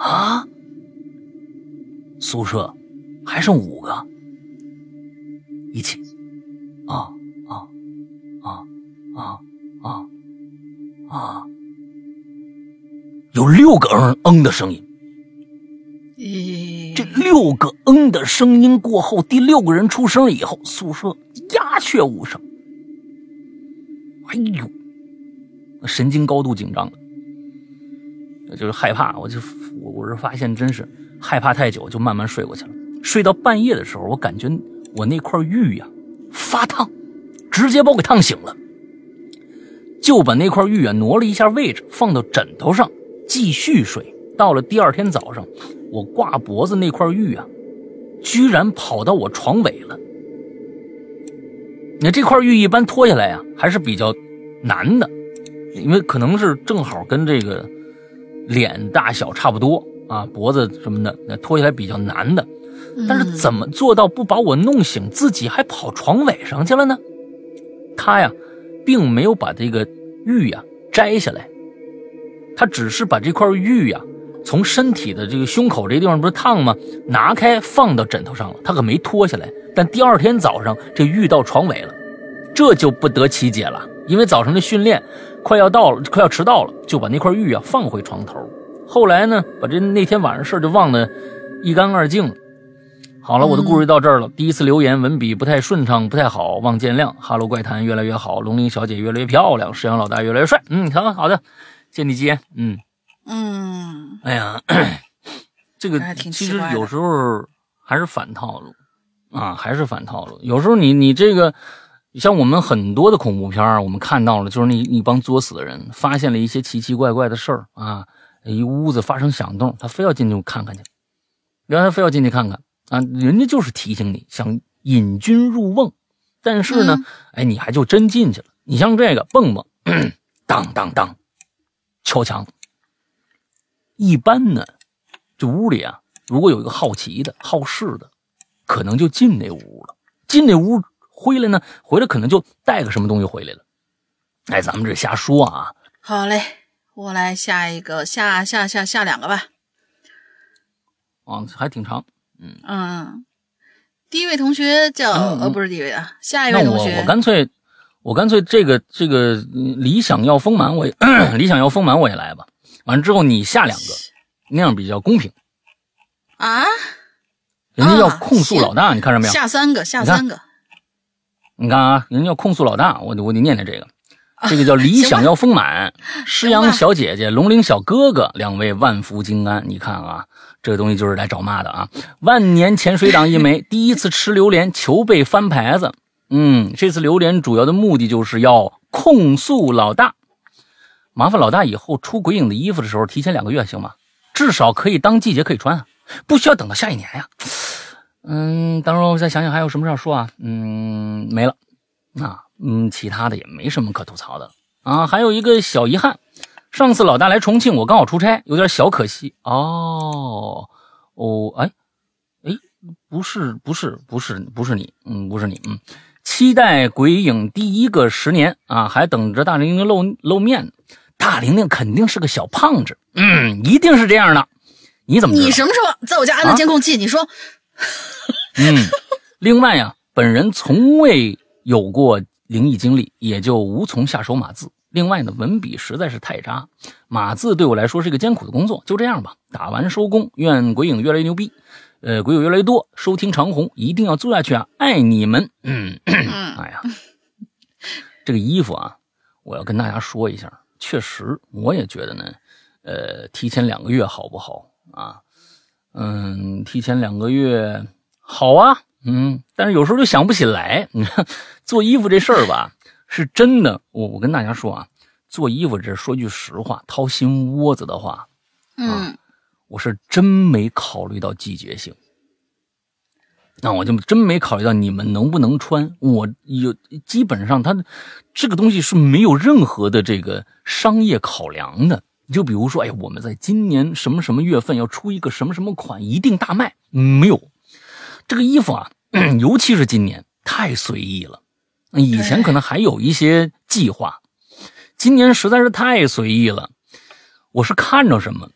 啊，宿舍还剩五个，一起，啊啊啊啊啊啊，有六个嗯嗯的声音。这六个嗯的声音过后，第六个人出声以后，宿舍鸦雀无声。哎呦，神经高度紧张的，就是害怕。我就我我是发现真是害怕太久，就慢慢睡过去了。睡到半夜的时候，我感觉我那块玉呀发烫，直接把我给烫醒了。就把那块玉啊挪了一下位置，放到枕头上继续睡。到了第二天早上，我挂脖子那块玉啊，居然跑到我床尾了。那这块玉一般脱下来啊，还是比较难的，因为可能是正好跟这个脸大小差不多啊，脖子什么的，那脱下来比较难的。但是怎么做到不把我弄醒，自己还跑床尾上去了呢？他呀，并没有把这个玉呀摘下来，他只是把这块玉呀从身体的这个胸口这个地方不是烫吗？拿开放到枕头上了，他可没脱下来。但第二天早上这玉到床尾了，这就不得其解了。因为早上的训练快要到了，快要迟到了，就把那块玉啊放回床头。后来呢，把这那天晚上事就忘得一干二净了。好了，我的故事到这儿了。嗯、第一次留言文笔不太顺畅，不太好，望见谅。哈喽怪谈越来越好，龙鳞小姐越来越漂亮，石阳老大越来越帅。嗯，好好的，谢你接。嗯嗯， 哎呀，这个其实有时候还是反套路啊，还是反套路。有时候你你这个像我们很多的恐怖片，我们看到了就是那一帮作死的人发现了一些奇奇怪怪的事儿啊，一屋子发生响动，他非要进去看看去，然后他非要进去看看。啊，人家就是提醒你，想引君入瓮，但是呢，嗯、哎，你还就真进去了。你像这个蹦蹦，当当当，敲墙。一般呢，这屋里啊，如果有一个好奇的、好事的，可能就进那屋了。进那屋回来呢，回来可能就带个什么东西回来了。哎，咱们这瞎说啊。 好嘞，我来下一个，下下下下两个吧。 啊，还挺长。 嗯嗯，第一位同学叫、嗯、呃不是第一位啊，下一位同学。 我我干脆我干脆这个这个理想要丰满，我也理想要丰满我也来吧。完了之后你下两个，那样比较公平啊。 人家要控诉老大，啊、你看着没有？ 下三个，下三个。 你看啊，人家要控诉老大，我得我得念念这个。这个叫理想要丰满，诗阳小姐姐、龙鳞小哥哥两位万福金安。你看啊，这个东西就是来找骂的啊！万年潜水党一枚，第一次吃榴莲求被翻牌子。嗯，这次榴莲主要的目的就是要控诉老大，麻烦老大以后出鬼影的衣服的时候提前两个月行吗？至少可以当季节可以穿啊，不需要等到下一年呀。嗯，当然我再想想还有什么事要说啊。嗯，没了啊。嗯，其他的也没什么可吐槽的啊。还有一个小遗憾，上次老大来重庆，我刚好出差，有点小可惜。哦哦，哎哎，不是不是不是不是你，嗯，不是你，嗯，期待鬼影第一个十年啊，还等着大玲玲露露面。大玲玲肯定是个小胖子，嗯，一定是这样的。你怎么知道？ 你什么时候在我家安了监控器？啊、你说？ 嗯，另外呀、啊，本人从未有过灵异经历，也就无从下手码字。另外呢，文笔实在是太渣，码字对我来说是一个艰苦的工作。就这样吧，打完收工。愿鬼影越来越牛逼，呃，鬼友越来越多，收听长虹一定要做下去啊！爱你们。嗯，哎呀，这个衣服啊，我要跟大家说一下，确实我也觉得呢，呃，提前两个月好不好啊？嗯，提前两个月好啊。嗯，但是有时候就想不起来。你看做衣服这事儿吧，是真的。我我跟大家说啊，做衣服这说句实话，掏心窝子的话， 嗯、 啊，我是真没考虑到季节性。那我就真没考虑到你们能不能穿。我有基本上它这个东西是没有任何的这个商业考量的。就比如说，哎，我们在今年什么什么月份要出一个什么什么款，一定大卖，没有。这个衣服啊，尤其是今年太随意了，以前可能还有一些计划，今年实在是太随意了。我是看着什么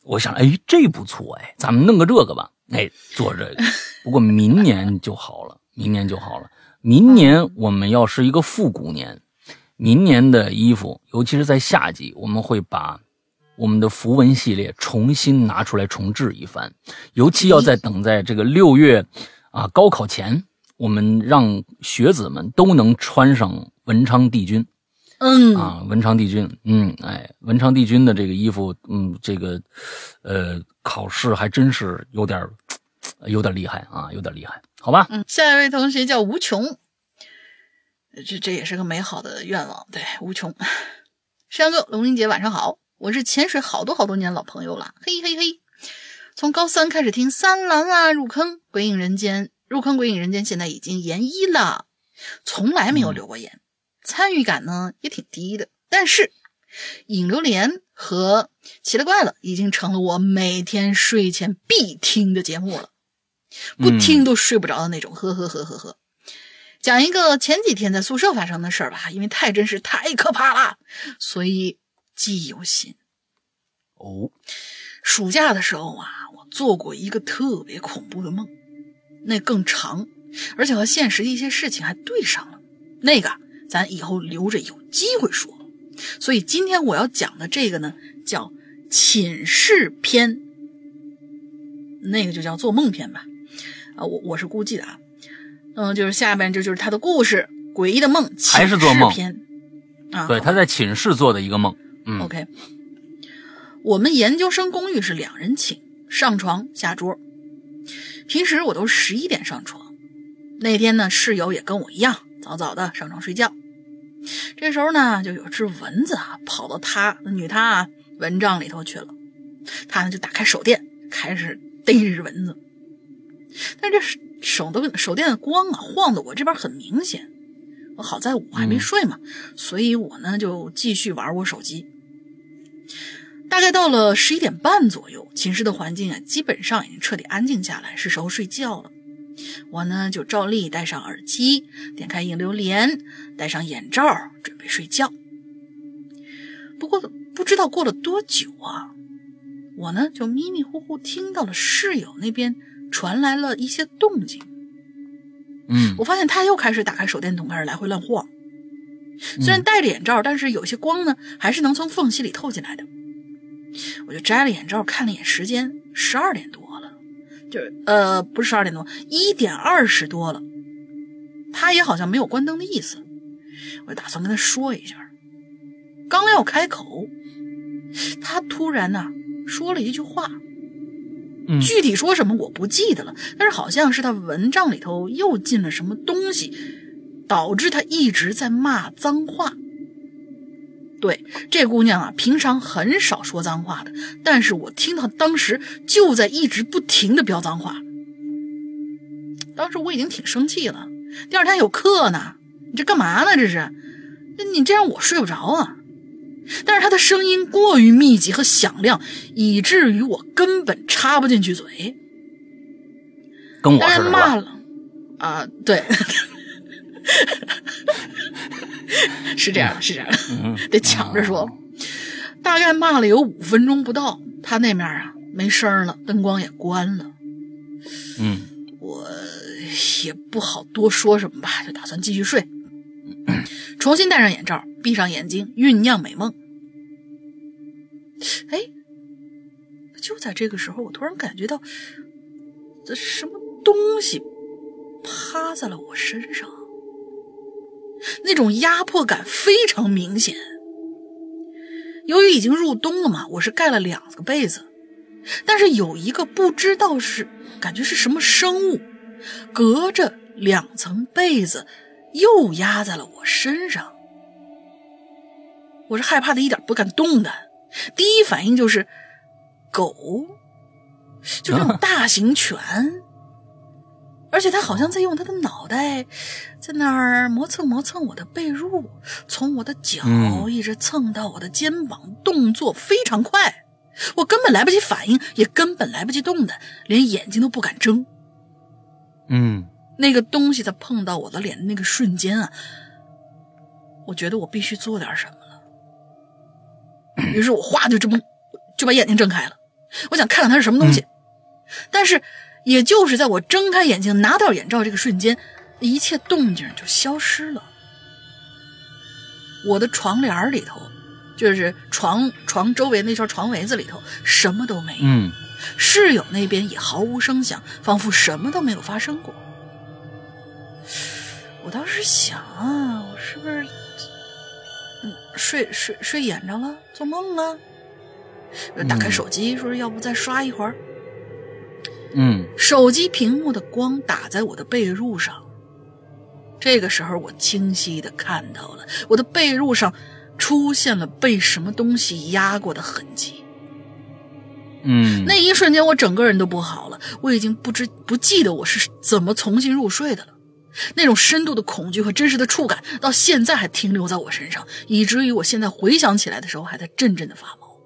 我想，哎，这不错，哎，咱们弄个这个吧，哎，做这个。不过明年就好了，明年就好了。明年我们要是一个复古年，明年的衣服，尤其是在夏季，我们会把我们的符文系列重新拿出来重置一番，尤其要在等在这个六月啊高考前，我们让学子们都能穿上文昌帝君。 嗯啊，文昌帝君，嗯，哎，文昌帝君的这个衣服，嗯，这个，呃，考试还真是有点，有点厉害啊，有点厉害，好吧？ 嗯，下一位同学叫无穷，这这也是个美好的愿望，对，无穷。山哥，龙玲姐晚上好，我是潜水好多好多年老朋友了，嘿嘿嘿，从高三开始听三郎啊，入坑鬼影人间，入坑鬼影人间，现在已经研一了，从来没有留过言。嗯，参与感呢也挺低的，但是影榴莲和奇了怪了已经成了我每天睡前必听的节目了，不听都睡不着的那种，呵呵呵呵呵。讲一个前几天在宿舍发生的事儿吧，因为太真实太可怕了，所以记忆犹新。 哦， 暑假的时候啊，我做过一个特别恐怖的梦，那更长，而且和现实的一些事情还对上了，那个咱以后留着有机会说。所以今天我要讲的这个呢，叫寝室篇，那个就叫做梦篇吧。啊，我我是估计的啊。嗯，就是下边这就是他的故事，诡异的梦， 还是做梦篇啊？ 对，他在寝室做的一个梦。嗯 ，OK。我们研究生公寓是两人寝，上床下桌。平时我都十一点上床，那天呢，室友也跟我一样，早早的上床睡觉。这时候呢，就有只蚊子啊跑到他女他啊蚊帐里头去了，他呢就打开手电开始逮这只蚊子，但这手的手电的光啊晃得我这边很明显。我好在我还没睡嘛，嗯、所以我呢就继续玩我手机。大概到了十一点半左右，寝室的环境啊基本上已经彻底安静下来，是时候睡觉了。我呢就照例戴上耳机，点开影榴莲，戴上眼罩，准备睡觉。不过不知道过了多久啊，我呢就迷迷糊糊听到了室友那边传来了一些动静。 嗯， 我发现他又开始打开手电筒，开始来回乱晃。虽然戴着眼罩，但是有些光呢还是能从缝隙里透进来的。我就摘了眼罩，看了一眼时间，十二点多了，就是呃不是十二点多，一点二十多了。他也好像没有关灯的意思，我就打算跟他说一下。刚要开口，他突然呢、啊、说了一句话， 嗯， 具体说什么我不记得了，但是好像是他蚊帐里头又进了什么东西，导致他一直在骂脏话。对，这姑娘啊，平常很少说脏话的，但是我听到当时就在一直不停的飙脏话。当时我已经挺生气了，第二天有课呢，你这干嘛呢？这是，你这样我睡不着啊。但是她的声音过于密集和响亮，以至于我根本插不进去嘴。 跟我似的。 当然骂了啊、呃，对。是这样，是这样， 嗯、 得抢着说。大概骂了有五分钟不到，他那面啊没声了，灯光也关了。 嗯， 我也不好多说什么吧，就打算继续睡。重新戴上眼罩，闭上眼睛，酝酿美梦。哎，就在这个时候，我突然感觉到这什么东西趴在了我身上。那种压迫感非常明显。由于已经入冬了嘛，我是盖了两个被子，但是有一个不知道是感觉是什么生物，隔着两层被子又压在了我身上。我是害怕的一点不敢动的，第一反应就是狗，就这种大型犬。而且他好像在用他的脑袋在那儿磨蹭磨蹭我的被褥，从我的脚一直蹭到我的肩膀，嗯、动作非常快，我根本来不及反应，也根本来不及动的，连眼睛都不敢睁。 嗯， 那个东西在碰到我的脸的那个瞬间啊，我觉得我必须做点什么了。于是我哗就这么就把眼睛睁开了， 我想看看它是什么东西。嗯、但是也就是在我睁开眼睛拿掉眼罩这个瞬间，一切动静就消失了。我的床帘里头，就是床床周围那圈床围子里头什么都没有。 嗯， 室友那边也毫无声响，仿佛什么都没有发生过。我当时想啊，我是不是嗯睡睡睡眼着了，做梦了？打开手机，说是要不再刷一会儿。 嗯， 手机屏幕的光打在我的被褥上，这个时候我清晰地看到了我的被褥上出现了被什么东西压过的痕迹。 嗯， 那一瞬间我整个人都不好了，我已经不知不记得我是怎么重新入睡的了。那种深度的恐惧和真实的触感到现在还停留在我身上，以至于我现在回想起来的时候还在阵阵的发毛。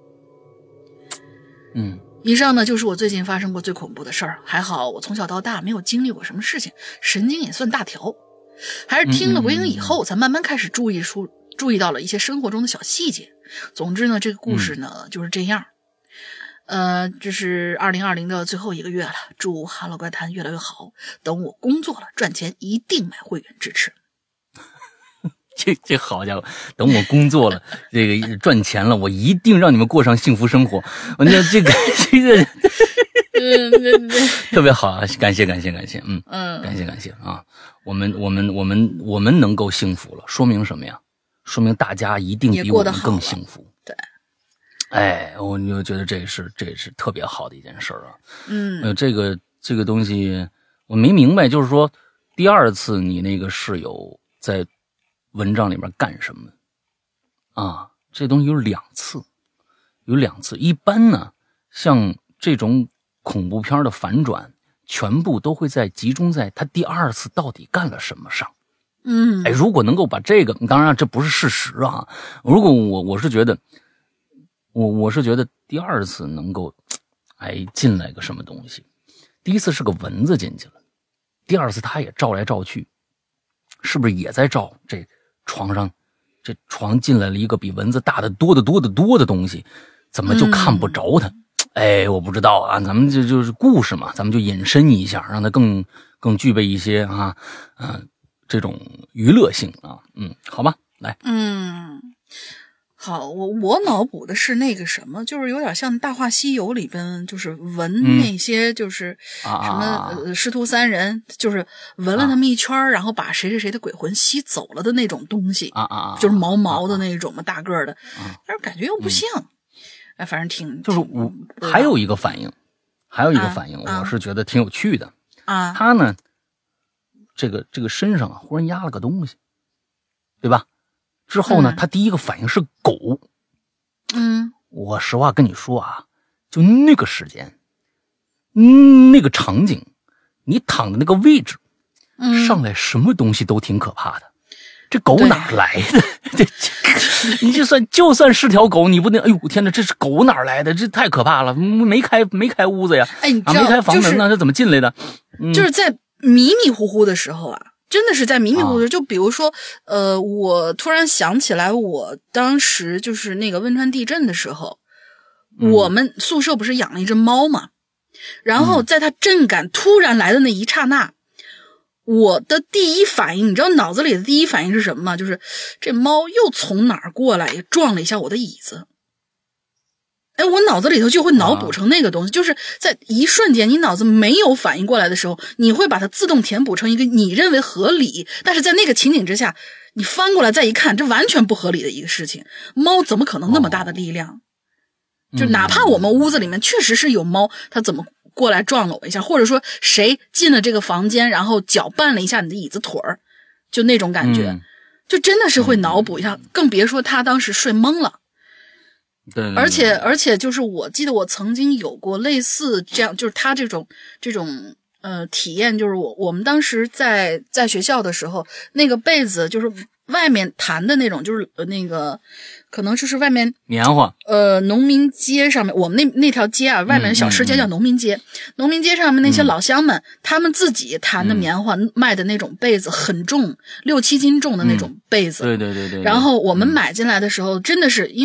嗯， 以上呢就是我最近发生过最恐怖的事儿。还好我从小到大没有经历过什么事情，神经也算大条。还是听了鬼影以后才慢慢开始注意出注意到了一些生活中的小细节。总之呢，这个故事呢、嗯、就是这样。呃，这是二零二零的最后一个月了，祝哈喽怪谈越来越好。等我工作了赚钱，一定买会员支持。 这这好家伙，等我工作了，这个赚钱了，我一定让你们过上幸福生活。我那这个这个， 嗯，对对， 特别好啊！感谢感谢感谢，嗯嗯， 感谢感谢啊！我们我们我们我们能够幸福了，说明什么呀？说明大家一定比我们更幸福。 对。 哎，我就觉得这是这是特别好的一件事儿啊。 嗯， 呃，这个这个东西我没明白，就是说第二次你那个室友在文章里面干什么啊？这东西有两次，有两次。一般呢，像这种恐怖片的反转，全部都会在集中在他第二次到底干了什么上。 嗯， 哎，如果能够把这个，当然这不是事实啊。如果我我是觉得。我我是觉得第二次能够，哎，进来个什么东西。第一次是个蚊子进去了，第二次他也照来照去，是不是也在照这床上？这床进来了一个比蚊子大得多得多得多的东西，怎么就看不着它？嗯、哎，我不知道啊，咱们就就是故事嘛，咱们就引申一下，让它更更具备一些啊，嗯、呃，这种娱乐性啊，嗯，好吧，来， 嗯。好，我我脑补的是那个什么，就是有点像《大话西游》里边，就是闻那些就是什么、 啊、 呃师徒三人，就是闻了他们一圈、啊，然后把谁谁谁的鬼魂吸走了的那种东西啊啊， 就是毛毛的那种嘛，大个的， 啊、 但是感觉又不像，哎、嗯，反正挺就是我还有一个反应，还有一个反应， 啊、 我是觉得挺有趣的啊， 他呢，这个这个身上啊忽然压了个东西，对吧？之后呢、嗯，他第一个反应是狗。 嗯， 我实话跟你说啊，就那个时间，嗯，那个场景，你躺的那个位置， 嗯， 上来什么东西都挺可怕的。这狗哪来的？这这，你就算就算是条狗，你不能，哎呦天哪，这是狗哪来的？这太可怕了！没开没开屋子呀， 哎，你知道、 啊、没开房门， 就是、 那这怎么进来的？嗯、 就是在迷迷糊糊的时候啊。真的是在迷迷糊糊，就比如说，呃，我突然想起来，我当时就是那个汶川地震的时候， 嗯、 我们宿舍不是养了一只猫嘛，然后在它震感突然来的那一刹那，嗯、我的第一反应，你知道脑子里的第一反应是什么吗？就是这猫又从哪儿过来，也撞了一下我的椅子。哎，我脑子里头就会脑补成那个东西、啊，就是在一瞬间，你脑子没有反应过来的时候，你会把它自动填补成一个你认为合理，但是在那个情景之下，你翻过来再一看，这完全不合理的一个事情。猫怎么可能那么大的力量？哦、就哪怕我们屋子里面确实是有猫，它怎么过来撞了我一下，或者说谁进了这个房间，然后搅拌了一下你的椅子腿儿，就那种感觉、嗯，就真的是会脑补一下，嗯、更别说他当时睡懵了。 对，对，对， 而且而且就是我记得我曾经有过类似这样，就是他这种这种呃体验，就是我我们当时在在学校的时候，那个被子就是外面弹的那种，就是那个可能就是外面棉花， 呃农民街上面，我们那那条街啊，外面的小吃街叫农民街，嗯嗯、农民街上面那些老乡们，嗯、他们自己弹的棉花、嗯、卖的那种被子很重，六七斤重的那种被子， 嗯、对，对对对对。 然后我们买进来的时候，真的是因为。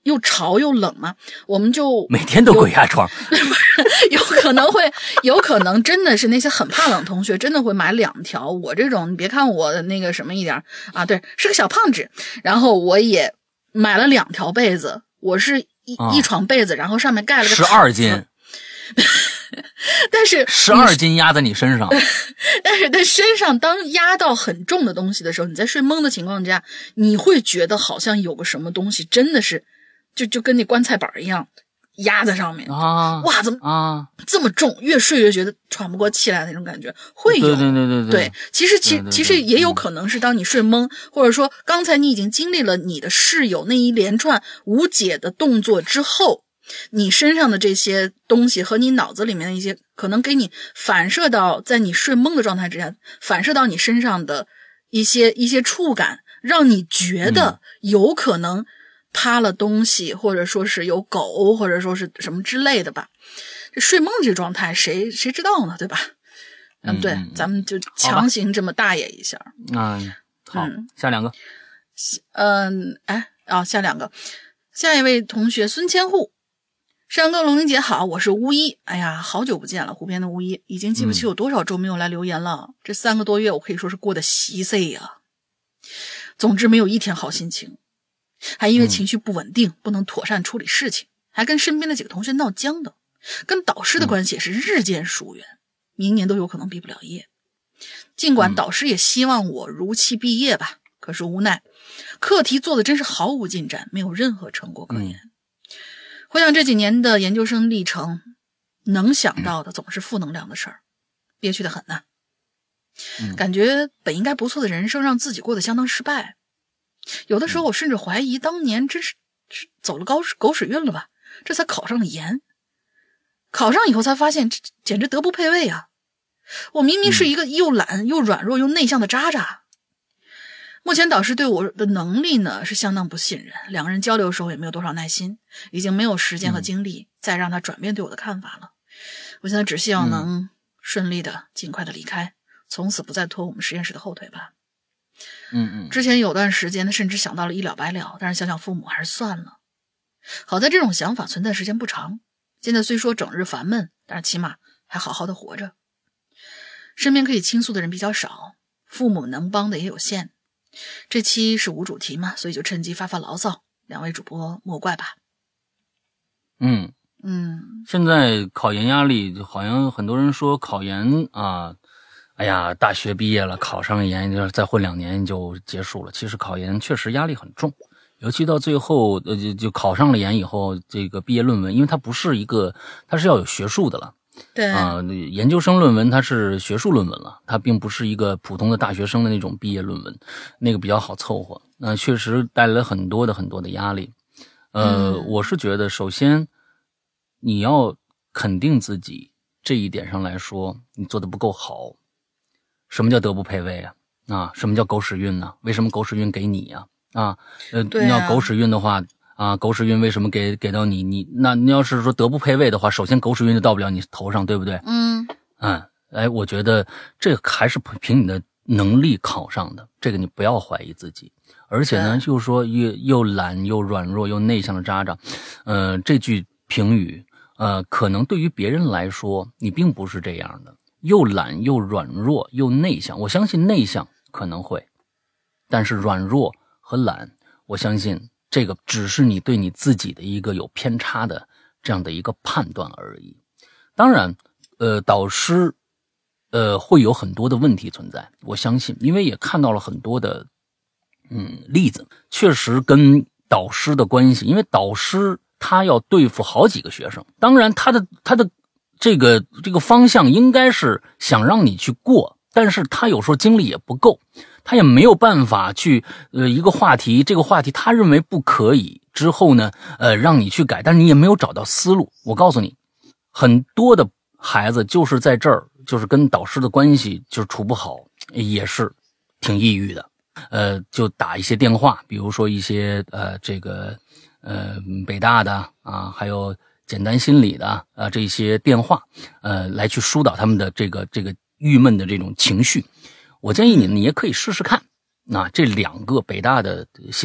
又潮又冷嘛，我们就每天都鬼压床， 有可能会，有可能真的是那些很怕冷同学，真的会买两条。我这种，你别看我那个什么一点啊，对，是个小胖子，然后我也买了两条被子，我是一、啊、一床被子，然后上面盖了个十二斤， 但是十二斤压在你身上， 但是在身上当压到很重的东西的时候，你在睡懵的情况下，你会觉得好像有个什么东西真的是。就就跟那棺材板一样压在上面啊！ 哇，怎么啊这么重？越睡越觉得喘不过气来那种感觉，会有。 对对对对对。 对，其实其对对对其实也有可能是当你睡懵，或者说刚才你已经经历了你的室友那一连串无解的动作之后，你身上的这些东西和你脑子里面的一些可能给你反射到在你睡懵的状态之下，反射到你身上的一些一些触感，让你觉得有可能。塌了东西，或者说是有狗，或者说是什么之类的吧。这睡懵这状态，谁谁知道呢？对吧？嗯，对， 嗯咱们就强行这么大爷一下。 嗯，好， 嗯、 下两个。 嗯，哎，啊，下两个。下一位同学孙千户，山哥龙玲姐好，我是巫医。哎呀，好久不见了，湖边的巫医，已经记不清有多少周没有来留言了。嗯、这三个多月，我可以说是过得稀碎呀。总之，没有一天好心情。还因为情绪不稳定、嗯、不能妥善处理事情，还跟身边的几个同学闹僵的，跟导师的关系也是日渐疏远、嗯、明年都有可能毕不了业。尽管导师也希望我如期毕业吧、嗯、可是无奈课题做的真是毫无进展，没有任何成果可言、嗯、回想这几年的研究生历程，能想到的总是负能量的事儿、嗯、憋屈得很呐、嗯、感觉本应该不错的人生让自己过得相当失败。有的时候我甚至怀疑当年真是是走了高狗屎运了吧，这才考上了研。考上以后才发现这简直德不配位啊，我明明是一个又懒又软弱又内向的渣渣。目前导师对我的能力呢是相当不信任，两个人交流的时候也没有多少耐心，已经没有时间和精力再让他转变对我的看法了。我现在只希望能顺利的尽快的离开，从此不再拖我们实验室的后腿吧。 嗯嗯， 之前有段时间呢，甚至想到了一了百了，但是想想父母还是算了。好在这种想法存在时间不长，现在虽说整日烦闷，但是起码还好好的活着。身边可以倾诉的人比较少，父母能帮的也有限。这期是无主题嘛，所以就趁机发发牢骚，两位主播莫怪吧。 嗯嗯， 现在考研压力，好像很多人说考研啊。哎呀，大学毕业了，考上研就再混两年就结束了。其实考研确实压力很重，尤其到最后，呃，就就考上了研以后，这个毕业论文，因为它不是一个，它是要有学术的了。 对啊、呃，研究生论文它是学术论文了，它并不是一个普通的大学生的那种毕业论文，那个比较好凑合。那、呃、确实带来了很多的很多的压力。呃， 嗯、 我是觉得，首先你要肯定自己，这一点上来说，你做的不够好。什么叫德不配位啊？啊，什么叫狗屎运呢？为什么狗屎运给你呀？啊，呃， 啊、 你要狗屎运的话，啊，狗屎运为什么给给到你？你那你要是说德不配位的话，首先狗屎运就到不了你头上，对不对？ 嗯嗯，哎，我觉得这还是凭你的能力考上的，这个你不要怀疑自己。而且呢，就是说又又懒又软弱又内向的渣渣，呃，这句评语，呃，可能对于别人来说，你并不是这样的。又懒又软弱又内向，我相信内向可能会，但是软弱和懒，我相信这个只是你对你自己的一个有偏差的这样的一个判断而已。当然，呃，导师，呃，会有很多的问题存在，我相信，因为也看到了很多的，嗯，例子，确实跟导师的关系，因为导师他要对付好几个学生，当然他的他的。这个这个方向应该是想让你去过，但是他有时候精力也不够，他也没有办法去呃一个话题，这个话题他认为不可以之后呢，呃让你去改，但是你也没有找到思路。我告诉你，很多的孩子就是在这儿，就是跟导师的关系就是处不好，也是挺抑郁的。呃，就打一些电话，比如说一些呃这个呃北大的啊，还有。简单心理的啊，这些电话，呃，来去疏导他们的这个这个郁闷的这种情绪。我建议你，你也可以试试看。那、啊、这两个北大的心理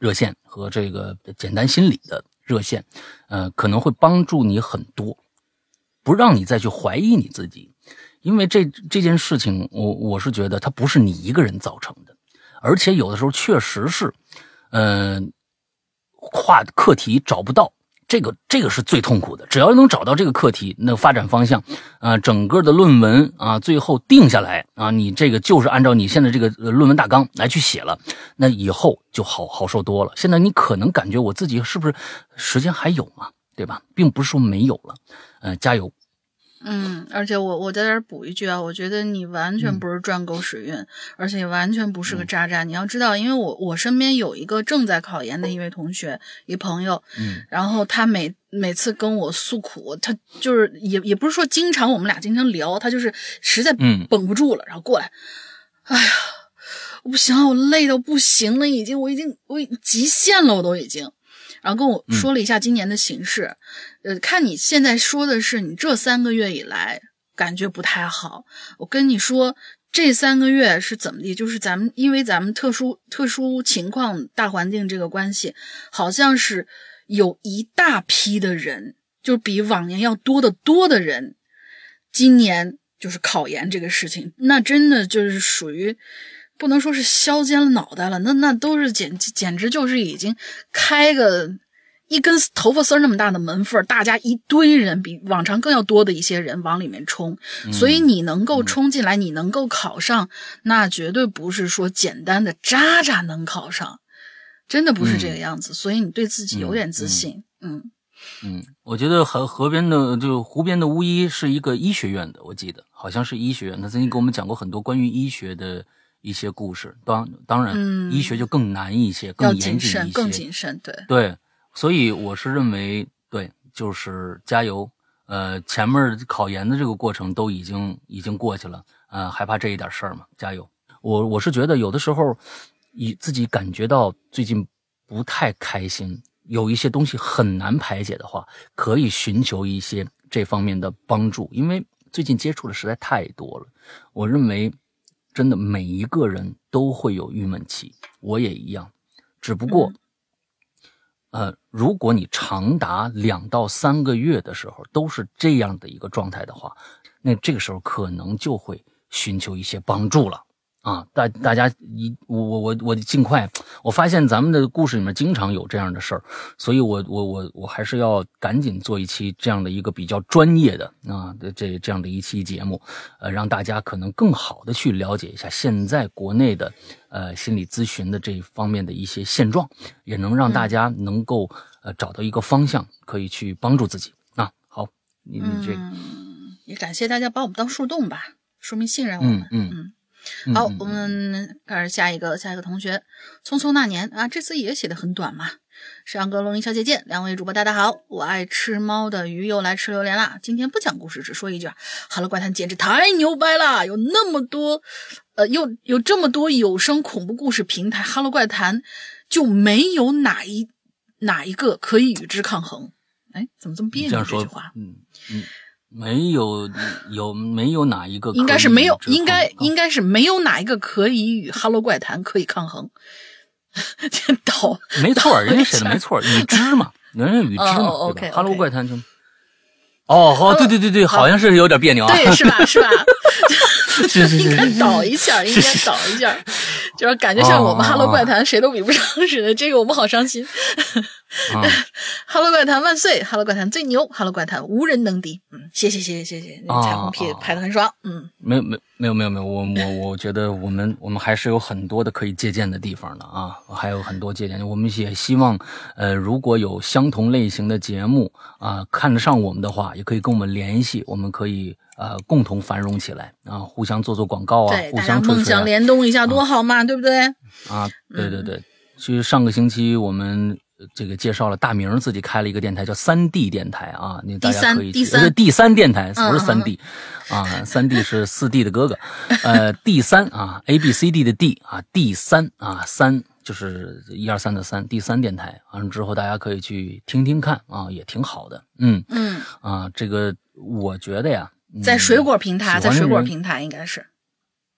热线和这个简单心理的热线，呃，可能会帮助你很多，不让你再去怀疑你自己。因为这这件事情，我我是觉得它不是你一个人造成的，而且有的时候确实是，嗯、呃，跨课题找不到，这个这个是最痛苦的。只要能找到这个课题，那发展方向，啊、呃，整个的论文啊，最后定下来啊，你这个就是按照你现在这个论文大纲来去写了，那以后就好好受多了。现在你可能感觉我自己是不是时间还有嘛，对吧？并不是说没有了，呃，加油。 嗯，而且我我在这儿补一句啊，我觉得你完全不是赚狗屎运，嗯、而且完全不是个渣渣。嗯、你要知道，因为我我身边有一个正在考研的一位同学，一朋友，嗯，然后他每每次跟我诉苦，他就是也也不是说经常我们俩经常聊，他就是实在绷不住了，嗯、然后过来，哎呀，我不行了，我累到不行了，已经，我已经我已经极限了，我都已经。然后跟我说了一下今年的形势，嗯、呃，看你现在说的是你这三个月以来感觉不太好，我跟你说这三个月是怎么地，就是咱们因为咱们特殊特殊情况大环境这个关系，好像是有一大批的人，就比往年要多得多的人，今年就是考研这个事情，那真的就是属于。不能说是削尖了脑袋了，那那都是简简直就是已经开个一根头发丝那么大的门缝，大家一堆人比往常更要多的一些人往里面冲，嗯、所以你能够冲进来，嗯、你能够考上，那绝对不是说简单的渣渣能考上，真的不是这个样子。嗯、所以你对自己有点自信，嗯。嗯嗯，我觉得河河边的就湖边的巫医是一个医学院的，我记得好像是医学院，他曾经给我们讲过很多关于医学的。一些故事，当当然，嗯、医学就更难一些，更严谨一些， 更谨慎，对对，所以我是认为，对，就是加油，呃，前面考研的这个过程都已经已经过去了，呃，害怕这一点事儿嘛，加油。我我是觉得有的时候，以自己感觉到最近不太开心，有一些东西很难排解的话，可以寻求一些这方面的帮助，因为最近接触的实在太多了，我认为。真的每一个人都会有郁闷期，我也一样。只不过，嗯、呃，如果你长达两到三个月的时候都是这样的一个状态的话，那这个时候可能就会寻求一些帮助了啊！大大家一我我我我尽快，我发现咱们的故事里面经常有这样的事儿，所以我我我我还是要赶紧做一期这样的一个比较专业的啊的这这样的一期节目，呃，让大家可能更好的去了解一下现在国内的呃心理咨询的这一方面的一些现状，也能让大家能够呃找到一个方向，可以去帮助自己啊。好，你你这个、 嗯，也感谢大家把我们当树洞吧，说明信任我们， 嗯嗯。 嗯好，我们开始下一个下一个同学。匆匆那年啊，这次也写得很短嘛。上个龙吟小姐姐，两位主播大家好，我爱吃猫的鱼又来吃榴莲啦。今天不讲故事，只说一句啊，哈喽怪谈简直太牛掰了，有那么多呃，有有这么多有声恐怖故事平台，哈喽怪谈就没有哪一哪一个可以与之抗衡。哎，怎么这么别扭这句话？ 嗯嗯。没有有没有哪一个应该是没有，应该应该是没有哪一个可以与哈喽怪谈可以抗衡。倒没错，人家写的没错，与之嘛，人家与之嘛， 哦、 对吧？哈喽怪谈就哦，好，对对对对，好像是有点别扭啊， 对，是吧？是吧？ 是是是， 应该倒一下，应该倒一下，就是感觉像我们哈喽怪谈谁都比不上似的，这个我们好伤心。哈喽怪谈万岁，哈喽怪谈最牛，哈喽怪谈无人能敌。嗯，谢谢谢谢谢谢，那彩虹屁拍得很爽。嗯， 没有没没有没有没有，我我我觉得我们我们还是有很多的可以借鉴的地方的啊，还有很多借鉴。我们也希望，呃，如果有相同类型的节目啊，看得上我们的话，也可以跟我们联系，我们可以呃共同繁荣起来啊，互相做做广告啊， 对， 互相吹吹、啊、 大家梦想联动一下多好嘛，啊、对不对？ 啊，对对对。其实上个星期我们这个介绍了大明自己开了一个电台，叫三 D 电台啊，你大家可以第三第三电台，不是三 D 啊，三 D 是四 D 的哥哥，呃，第三啊 ，A B C D 的 D 啊，第三啊，三就是一二三的三，第三电台，完了之后大家可以去听听看啊，也挺好的，嗯嗯啊，这个我觉得呀， 在水果平台，在水果平台应该是。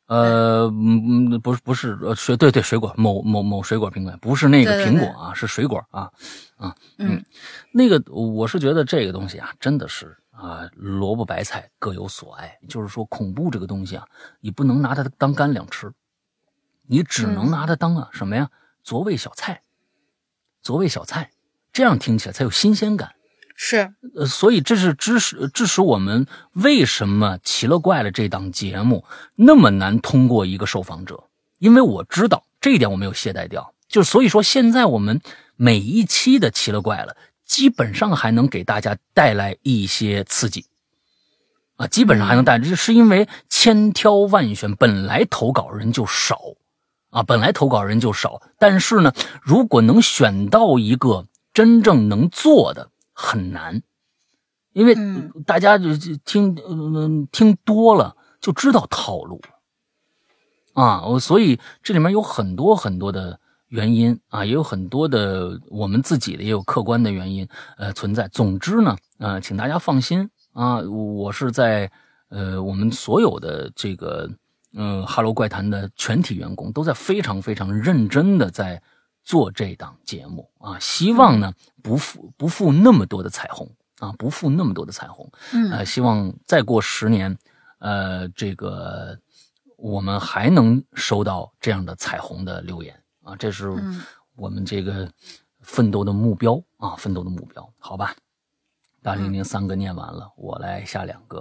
呃，嗯，嗯不是不是呃水，对对，水果，某某某水果品牌，不是那个苹果啊，是水果啊啊嗯，嗯那个我是觉得这个东西啊，真的是啊，萝卜白菜各有所爱，就是说恐怖这个东西啊，你不能拿它当干粮吃，你只能拿它当啊、嗯、什么呀，佐味小菜，佐味小菜，这样听起来才有新鲜感。 是， 呃，所以这是致使致使我们为什么奇了怪了这档节目那么难通过一个受访者，因为我知道这一点我没有懈怠掉，就所以说现在我们每一期的奇了怪了，基本上还能给大家带来一些刺激，啊，基本上还能带来，是因为千挑万选，本来投稿人就少，啊，本来投稿人就少，但是呢，如果能选到一个真正能做的。很难，因为大家就听、嗯、听多了就知道套路了啊，所以这里面有很多很多的原因啊，也有很多的我们自己的也有客观的原因呃存在。总之呢，呃，请大家放心啊，我是在呃我们所有的这个嗯、呃、哈喽怪谈的全体员工都在非常非常认真的在。做这档节目啊，希望呢不负不负那么多的彩虹啊，不负那么多的彩虹。嗯，呃，希望再过十年，呃，这个我们还能收到这样的彩虹的留言啊，这是我们这个奋斗的目标啊，奋斗的目标，好吧？大玲玲三个念完了，我来下两个。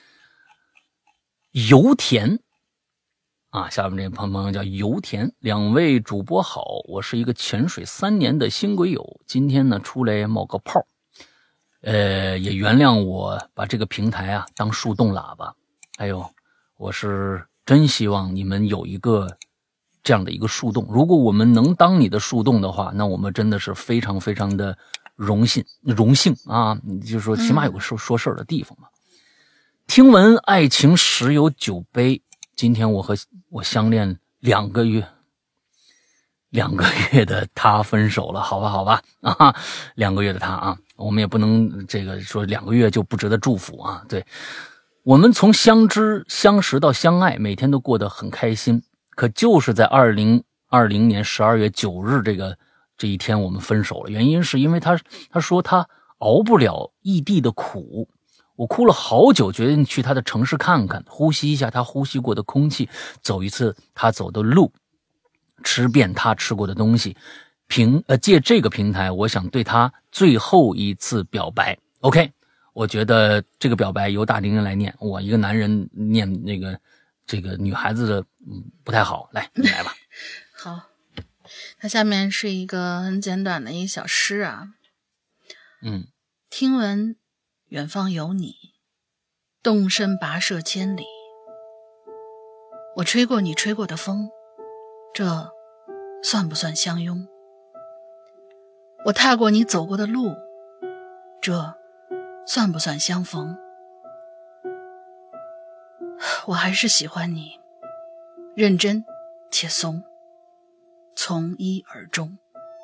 油田。啊，下面这朋友叫油田，两位主播好，我是一个潜水三年的新鬼友，今天呢出来冒个泡，呃，也原谅我把这个平台啊当树洞喇叭，哎呦，我是真希望你们有一个这样的一个树洞，如果我们能当你的树洞的话，那我们真的是非常非常的荣幸荣幸啊，就是说起码有个说、嗯、说事儿的地方嘛。听闻爱情十有九悲。今天我和我相恋两个月，两个月的他分手了，好吧，好吧，啊，两个月的他啊，我们也不能这个说两个月就不值得祝福啊。对，我们从相知、相识到相爱，每天都过得很开心。可就是在二零二零年十二月九日这个这一天，我们分手了。原因是因为他他说他熬不了异地的苦。我哭了好久，决定去他的城市看看，呼吸一下他呼吸过的空气，走一次他走的路，吃遍他吃过的东西。平呃，借这个平台，我想对他最后一次表白。OK， 我觉得这个表白由大玲玲来念，我一个男人念那个这个女孩子的嗯不太好，来你来吧。 好，它下面是一个很简短的一小诗啊。 嗯， 听闻。远方有你，动身跋涉千里。我吹过你吹过的风，这算不算相拥？我踏过你走过的路，这算不算相逢？我还是喜欢你，认真且怂，从一而终。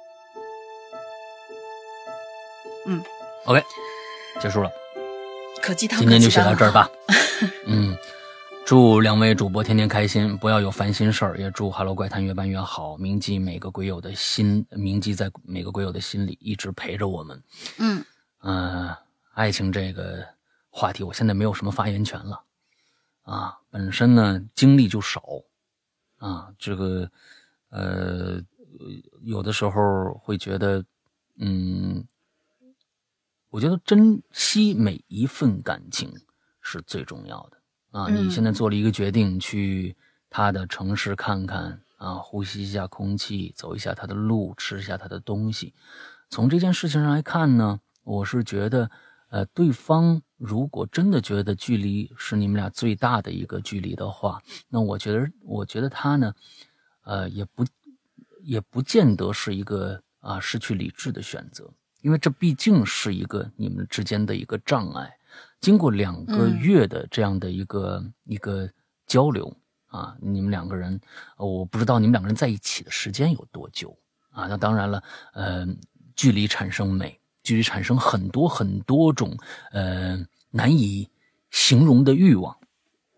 嗯 OK， 结束了， 可鸡汤今天就写到这儿吧。嗯，祝两位主播天天开心，不要有烦心事儿，也祝哈喽怪谈越办越好，铭记每个鬼友的心，铭记在每个鬼友的心里，一直陪着我们。 嗯呃，爱情这个话题，我现在没有什么发言权了啊，本身呢经历就少啊，这个呃有的时候会觉得，嗯。我觉得珍惜每一份感情是最重要的啊！你现在做了一个决定，去他的城市看看啊，呼吸一下空气，走一下他的路，吃一下他的东西。从这件事情上来看呢，我是觉得，呃，对方如果真的觉得距离是你们俩最大的一个距离的话，那我觉得，我觉得他呢，呃，也不也不见得是一个啊失去理智的选择。因为这毕竟是一个你们之间的一个障碍，经过两个月的这样的一个、嗯、一个交流啊，你们两个人，我不知道你们两个人在一起的时间有多久啊？那当然了，呃，距离产生美，距离产生很多很多种呃难以形容的欲望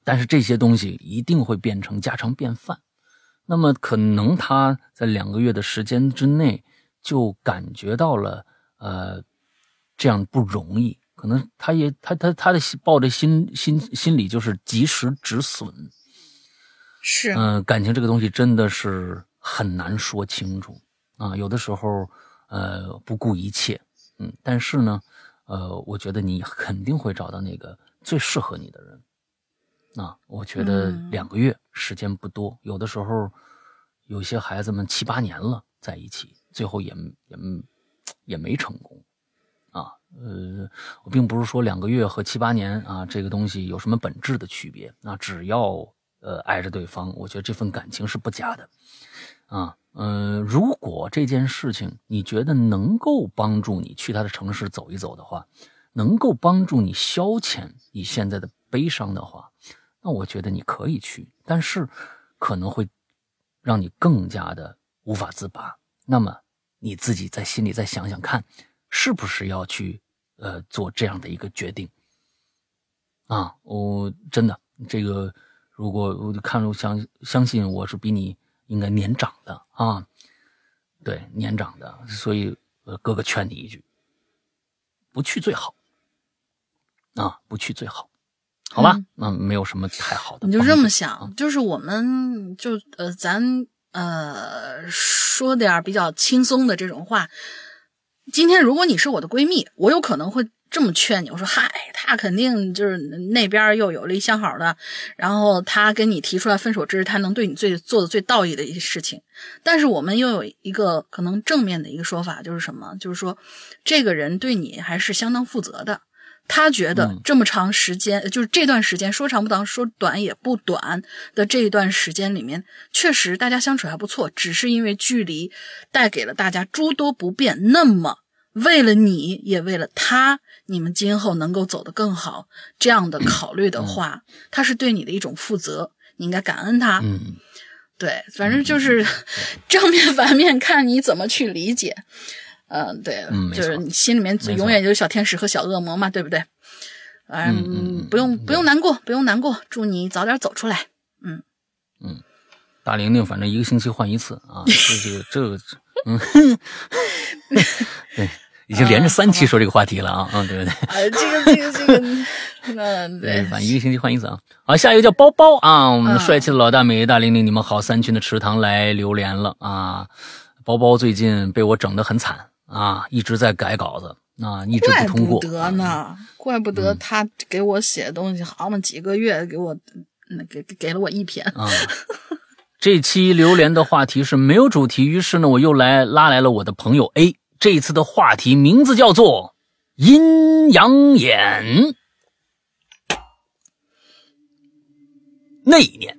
但是这些东西一定会变成家常便饭。那么可能他在两个月的时间之内就感觉到了呃这样不容易，可能他也他他他的抱着心心心理就是及时止损。 是， 嗯、呃，感情这个东西真的是很难说清楚啊，有的时候呃不顾一切，嗯，但是呢，呃，我觉得你肯定会找到那个最适合你的人。啊，我觉得两个月时间不多，嗯、有的时候有些孩子们七八年了在一起，最后也也也没成功。啊，呃，我并不是说两个月和七八年啊这个东西有什么本质的区别，那只要呃爱着对方，我觉得这份感情是不假的。啊，呃，如果这件事情你觉得能够帮助你去他的城市走一走的话，能够帮助你消遣你现在的悲伤的话，那我觉得你可以去，但是可能会让你更加的无法自拔。那么你自己在心里再想想看，是不是要去呃做这样的一个决定啊？我真的这个，如果我看我相相信我是比你应该年长的啊，对，年长的，所以呃哥哥劝你一句，不去最好啊，不去最好。好吧，那、嗯、没有什么太好的。 你就这么想，啊、就是我们就呃，咱呃说点比较轻松的这种话。今天如果你是我的闺蜜，我有可能会这么劝你，我说嗨，他肯定就是那边又有了一相好的，然后他跟你提出来分手，这是他能对你最做的最道义的一些事情。但是我们又有一个可能正面的一个说法，就是什么？就是说这个人对你还是相当负责的。他觉得这么长时间、嗯、就是这段时间说长不长说短也不短的这一段时间里面，确实大家相处还不错，只是因为距离带给了大家诸多不便。那么为了你也为了他，你们今后能够走得更好，这样的考虑的话、嗯、他是对你的一种负责，你应该感恩他。 嗯， 对，反正就是正面反面看你怎么去理解。嗯，对， 嗯， 就是你心里面永远有小天使和小恶魔嘛，对不对？嗯，嗯不用不用难过，不用难过，祝你早点走出来。嗯嗯，大玲玲反正一个星期换一次啊，这个这个嗯，对，已经连着三期说这个话题了啊，啊，对不对？ 啊，这个这个这个，嗯，对， 反正一个星期换一次啊。好，下一个叫包包啊，我们帅气的老大美大玲玲，你们好，三群的池塘来留言了啊。包包最近被我整得很惨。啊，一直在改稿子啊，一直不通过。 怪不得呢，嗯、怪不得他给我写的东西，好嘛，几个月给我，那给给了我一篇。 啊，这期榴莲的话题是没有主题，于是呢，我又来拉来了我的朋友 A。这一次的话题名字叫做阴阳眼。那一年，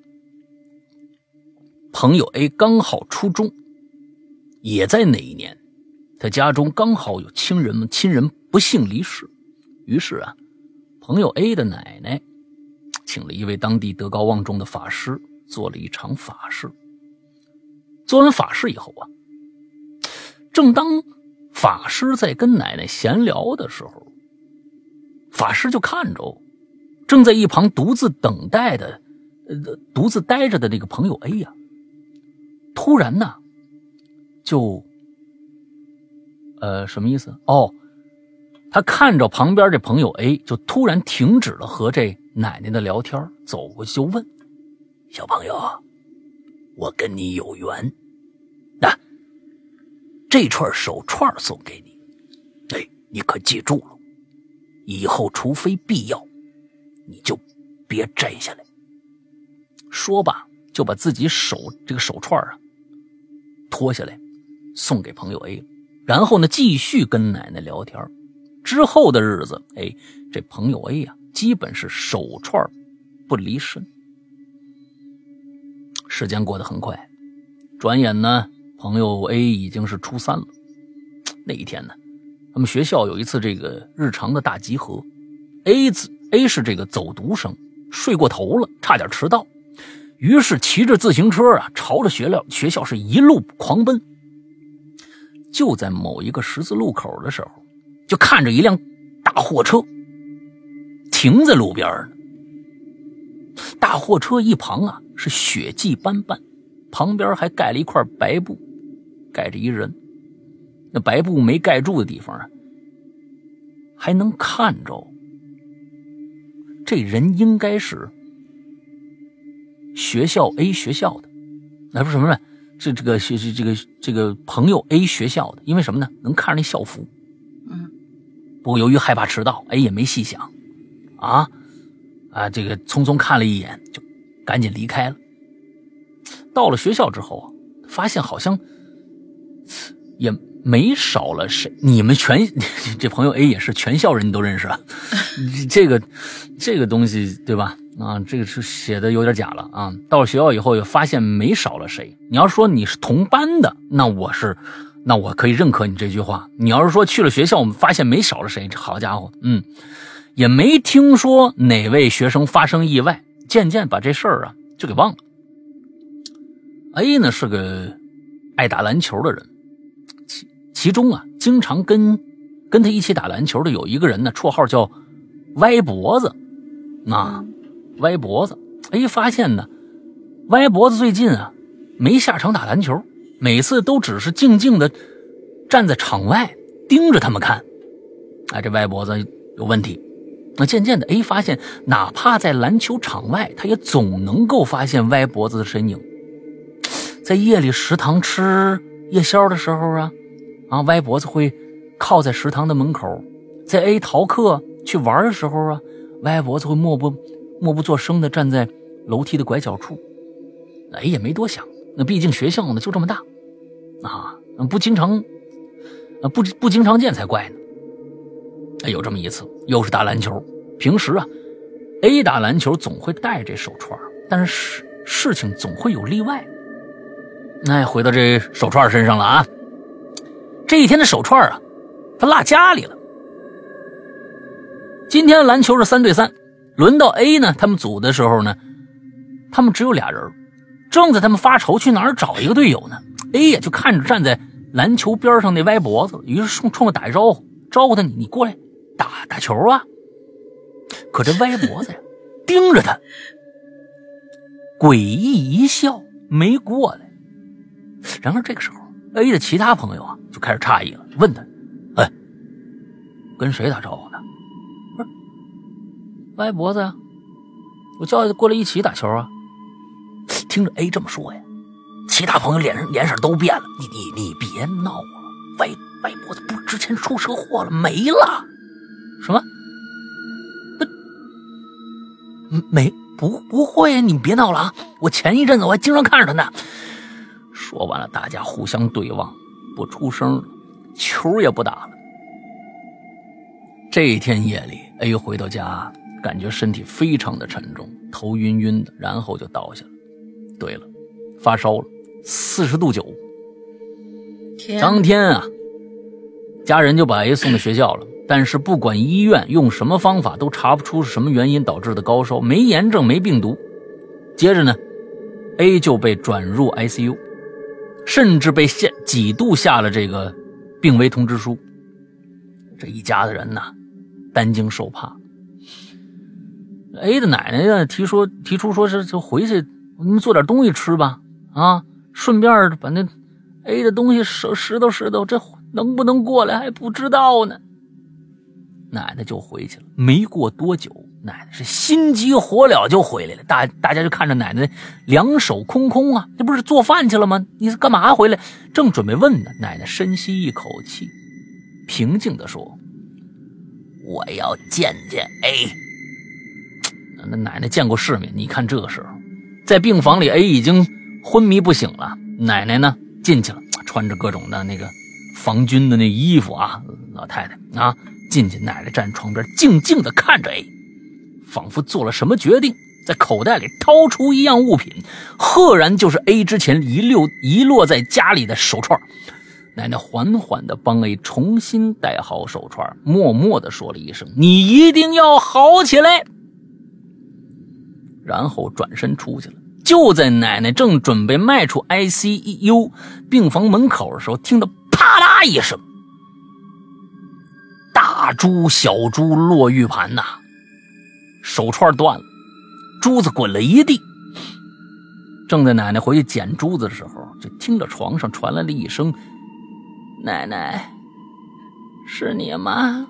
朋友 A 刚好初中，也在那一年。他家中刚好有亲人们亲人不幸离世，于是啊，朋友 A 的奶奶请了一位当地德高望重的法师做了一场法事。做完法事以后啊，正当法师在跟奶奶闲聊的时候，法师就看着正在一旁独自等待的呃独自待着的那个朋友 A 呀、啊，突然呢就呃，什么意思？哦，他看着旁边这朋友 A， 就突然停止了和这奶奶的聊天，走过去就问：“小朋友，我跟你有缘，那、啊、这串手串送给你，哎，你可记住了，以后除非必要，你就别摘下来。”说吧，就把自己手这个手串啊脱下来，送给朋友 A。然后呢，继续跟奶奶聊天。之后的日子，哎，这朋友 A 啊，基本是手串不离身。时间过得很快，转眼呢，朋友 A 已经是初三了。那一天呢，他们学校有一次这个日常的大集合 ，A 子 A 是这个走读生，睡过头了，差点迟到，于是骑着自行车啊，朝着学校学校是一路狂奔。就在某一个十字路口的时候，就看着一辆大货车停在路边呢。 大货车一旁啊是血迹斑斑，旁边还盖了一块白布，盖着一人。那白布没盖住的地方啊，还能看着这人应该是学校 A 学校的，那不是什么呢？这这个这这个这个朋友 A 学校的，因为什么呢？能看着那校服。 嗯， 不过由于害怕迟到 ，A 也没细想，啊啊，这个匆匆看了一眼，就赶紧离开了。到了学校之后啊，发现好像也没少了谁。你们全这朋友 A 也是全校人你都认识啊？这个这个东西对吧？啊，这个是写的有点假了啊！到了学校以后，也发现没少了谁。你要说你是同班的，那我是，那我可以认可你这句话。你要是说去了学校，我们发现没少了谁，这好家伙，嗯，也没听说哪位学生发生意外，渐渐把这事儿啊就给忘了。A 呢是个爱打篮球的人，其其中啊，经常跟跟他一起打篮球的有一个人呢，绰号叫歪脖子，那。歪脖子，哎，发现呢，歪脖子最近啊没下场打篮球，每次都只是静静的站在场外盯着他们看。哎，这歪脖子有问题。那渐渐的 A 发现，哪怕在篮球场外，他也总能够发现歪脖子的身影。在夜里食堂吃夜宵的时候啊，啊，歪脖子会靠在食堂的门口。在 A 逃课去玩的时候啊，歪脖子会默不默不作声地站在楼梯的拐角处。哎，也没多想，那毕竟学校呢就这么大啊，不经常不不经常见才怪呢。哎，有这么一次，又是打篮球。平时啊 A 打篮球总会带这手串，但是事情总会有例外。哎，回到这手串身上了啊。这一天的手串啊，他落家里了。今天篮球是三对三，轮到 A 呢，他们组的时候呢，他们只有俩人，正在他们发愁去哪儿找一个队友呢。A 也就看着站在篮球边上那歪脖子，于是冲冲他打一招呼，招呼他你你过来打打球啊。可这歪脖子呀，盯着他，诡异一笑，没过来。然而这个时候 ，A 的其他朋友啊就开始诧异了，问他：“哎，跟谁打招呼呢？”不是歪脖子呀，我叫他过来一起打球啊。听着 A 这么说呀，其他朋友脸上脸色都变了。你你你别闹了，歪歪脖子不是之前出车祸了没了？什么？不，没不不会，你别闹了啊！我前一阵子我还经常看着他呢。说完了，大家互相对望，不出声了，球也不打了。这一天夜里 ，A 回到家，感觉身体非常的沉重，头晕晕的，然后就倒下了。对了，发烧了，四十度九。当天啊，家人就把 A 送到学校了，但是不管医院用什么方法，都查不出是什么原因导致的高烧，没炎症，没病毒。接着呢 ，A 就被转入 I C U。甚至被下几度下了这个病危通知书。这一家子人呐，担惊受怕。A 的奶奶呢提出提出说是就回去你们做点东西吃吧，啊，顺便把那 A 的东西拾拾掇拾掇，这能不能过来还不知道呢。奶奶就回去了，没过多久，奶奶是心急火燎就回来了。大大家就看着奶奶两手空空啊，这不是做饭去了吗？你是干嘛回来？正准备问呢，奶奶深吸一口气，平静地说：“我要见见 A。”那奶奶见过世面，你看这个时候，在病房里 A 已经昏迷不醒了，奶奶呢进去了，穿着各种的那个防军的那衣服啊，老太太啊。进去，奶奶站床边静静地看着 A， 仿佛做了什么决定，在口袋里掏出一样物品，赫然就是 A 之前遗落遗落在家里的手串。奶奶缓缓地帮 A 重新戴好手串，默默地说了一声：“你一定要好起来。”然后转身出去了。就在奶奶正准备迈出 I C U 病房门口的时候，听到啪啦一声，大珠小珠落玉盘呐，手串断了， 珠子滚了一地。正在奶奶回去捡珠子的时候，就听着床上传来了一声：“奶奶，是你吗？”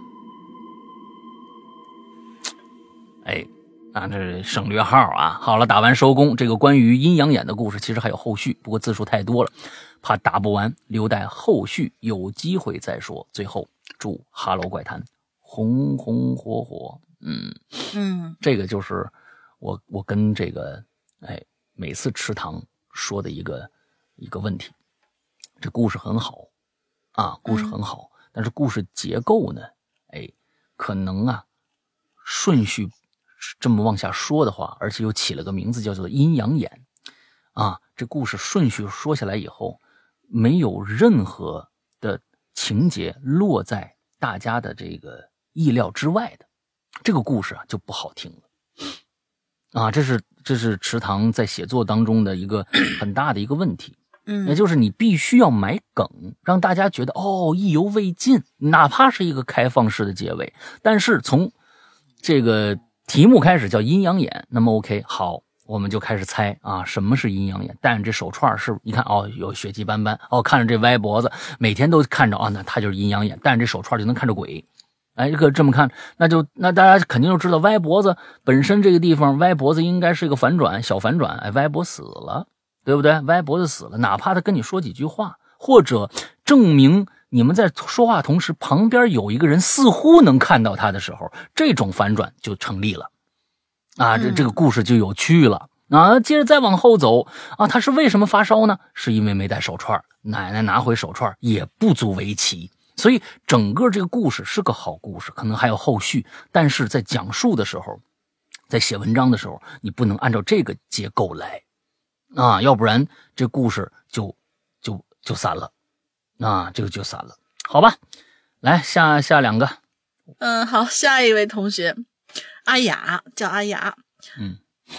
哎，啊，这省略号啊。好了，打完收工。这个关于阴阳眼的故事其实还有后续，不过字数太多了，怕打不完，留待后续有机会再说。最后，祝哈喽怪谈红红火火。嗯嗯， 这个就是我我跟这个哎每次吃糖说的一个一个问题。这故事很好啊，故事很好，嗯、但是故事结构呢，哎，可能啊顺序这么往下说的话，而且又起了个名字叫做阴阳眼啊。这故事顺序说下来以后，没有任何的情节落在大家的这个意料之外的，这个故事啊就不好听了啊。这是这是池塘在写作当中的一个很大的一个问题。 嗯， 也就是你必须要埋梗，让大家觉得哦意犹未尽，哪怕是一个开放式的结尾。但是从这个题目开始叫阴阳眼，那么 OK 好，我们就开始猜啊，什么是阴阳眼？戴着这手串是一看哦有血迹斑斑，哦看着这歪脖子，每天都看着啊，那他就是阴阳眼，戴着这手串就能看着鬼。哎，这个这么看，那就那大家肯定就知道歪脖子本身这个地方，歪脖子应该是一个反转，小反转，哎，歪脖死了。对不对？歪脖子死了，哪怕他跟你说几句话，或者证明你们在说话同时旁边有一个人似乎能看到他的时候，这种反转就成立了啊，这这个故事就有趣了啊。接着再往后走啊，他是为什么发烧呢？是因为没戴手串，奶奶拿回手串也不足为奇。所以整个这个故事是个好故事，可能还有后续，但是在讲述的时候，在写文章的时候，你不能按照这个结构来啊，要不然这故事就就就散了，啊，这个就散了，好吧？来下下两个， 嗯，好，下一位同学，阿雅叫阿雅， 嗯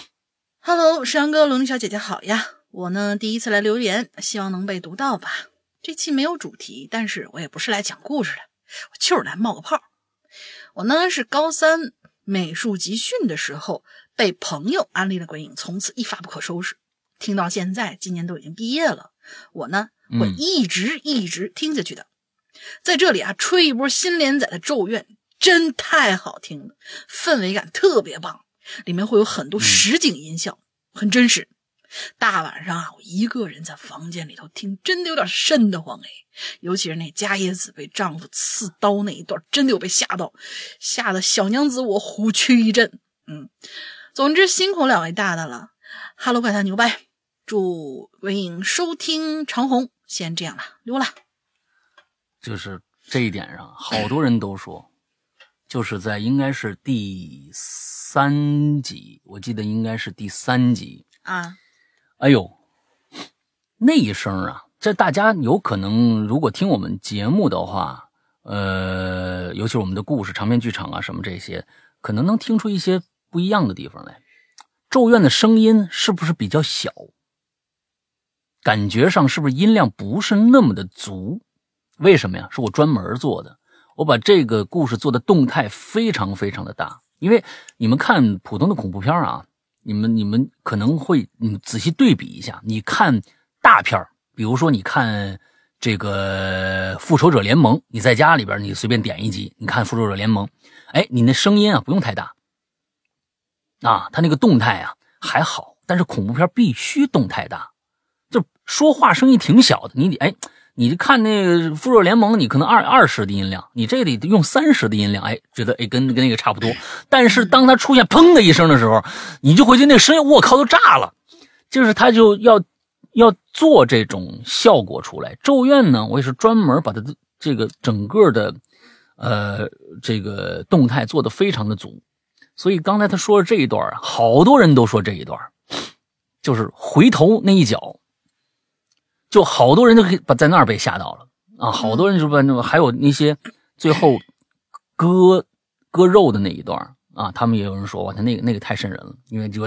，Hello， 石阳哥，龙女小姐姐好呀，我呢第一次来留言，希望能被读到吧。这期没有主题，但是我也不是来讲故事的，我就是来冒个泡。我呢是高三美术集训的时候被朋友安利了鬼影，从此一发不可收拾。听到现在，今年都已经毕业了，我呢会一直一直听下去的。在这里啊，吹一波新连载的《咒怨》，真太好听了，氛围感特别棒，里面会有很多实景音效，很真实。大晚上啊，我一个人在房间里头听，真的有点瘆得慌哎。尤其是那伽椰子被丈夫刺刀那一段，真的有被吓到，吓得小娘子我虎躯一震。嗯，总之辛苦两位大大了。哈喽怪谈牛掰，祝鬼影收听长虹，先这样了，溜了。 就是这一点上，好多人都说，就是在应该是第三集，我记得应该是第三集啊。 哎呦，那一声啊，这大家有可能如果听我们节目的话，呃，尤其是我们的故事、长篇剧场啊什么这些，可能能听出一些不一样的地方来。咒怨的声音是不是比较小？感觉上是不是音量不是那么的足？为什么呀？是我专门做的，我把这个故事做的动态非常非常的大。因为你们看普通的恐怖片啊，你们你们可能会你仔细对比一下，你看大片，比如说你看这个复仇者联盟，你在家里边你随便点一集，你看复仇者联盟，哎，你那声音啊不用太大啊，它那个动态啊还好，但是恐怖片必须动态大，就说话声音挺小的，你得哎，你看那个复仇者联盟，你可能二二十的音量，你这得用三十的音量，哎，觉得哎跟跟那个差不多。但是当它出现砰的一声的时候，你就会觉得那个声音我靠都炸了，就是它就要要做这种效果出来。咒怨呢，我也是专门把它的这个整个的呃这个动态做得非常的足。所以刚才他说的这一段，好多人都说这一段就是回头那一脚，就好多人都把在那儿被吓到了啊！好多人就把那还有那些最后割割肉的那一段啊，他们也有人说哇，他那个那个太瘆人了，因为这个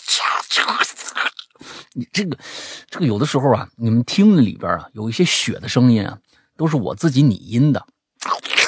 你这个这个有的时候啊，你们听里边啊有一些血的声音啊，都是我自己拟音的。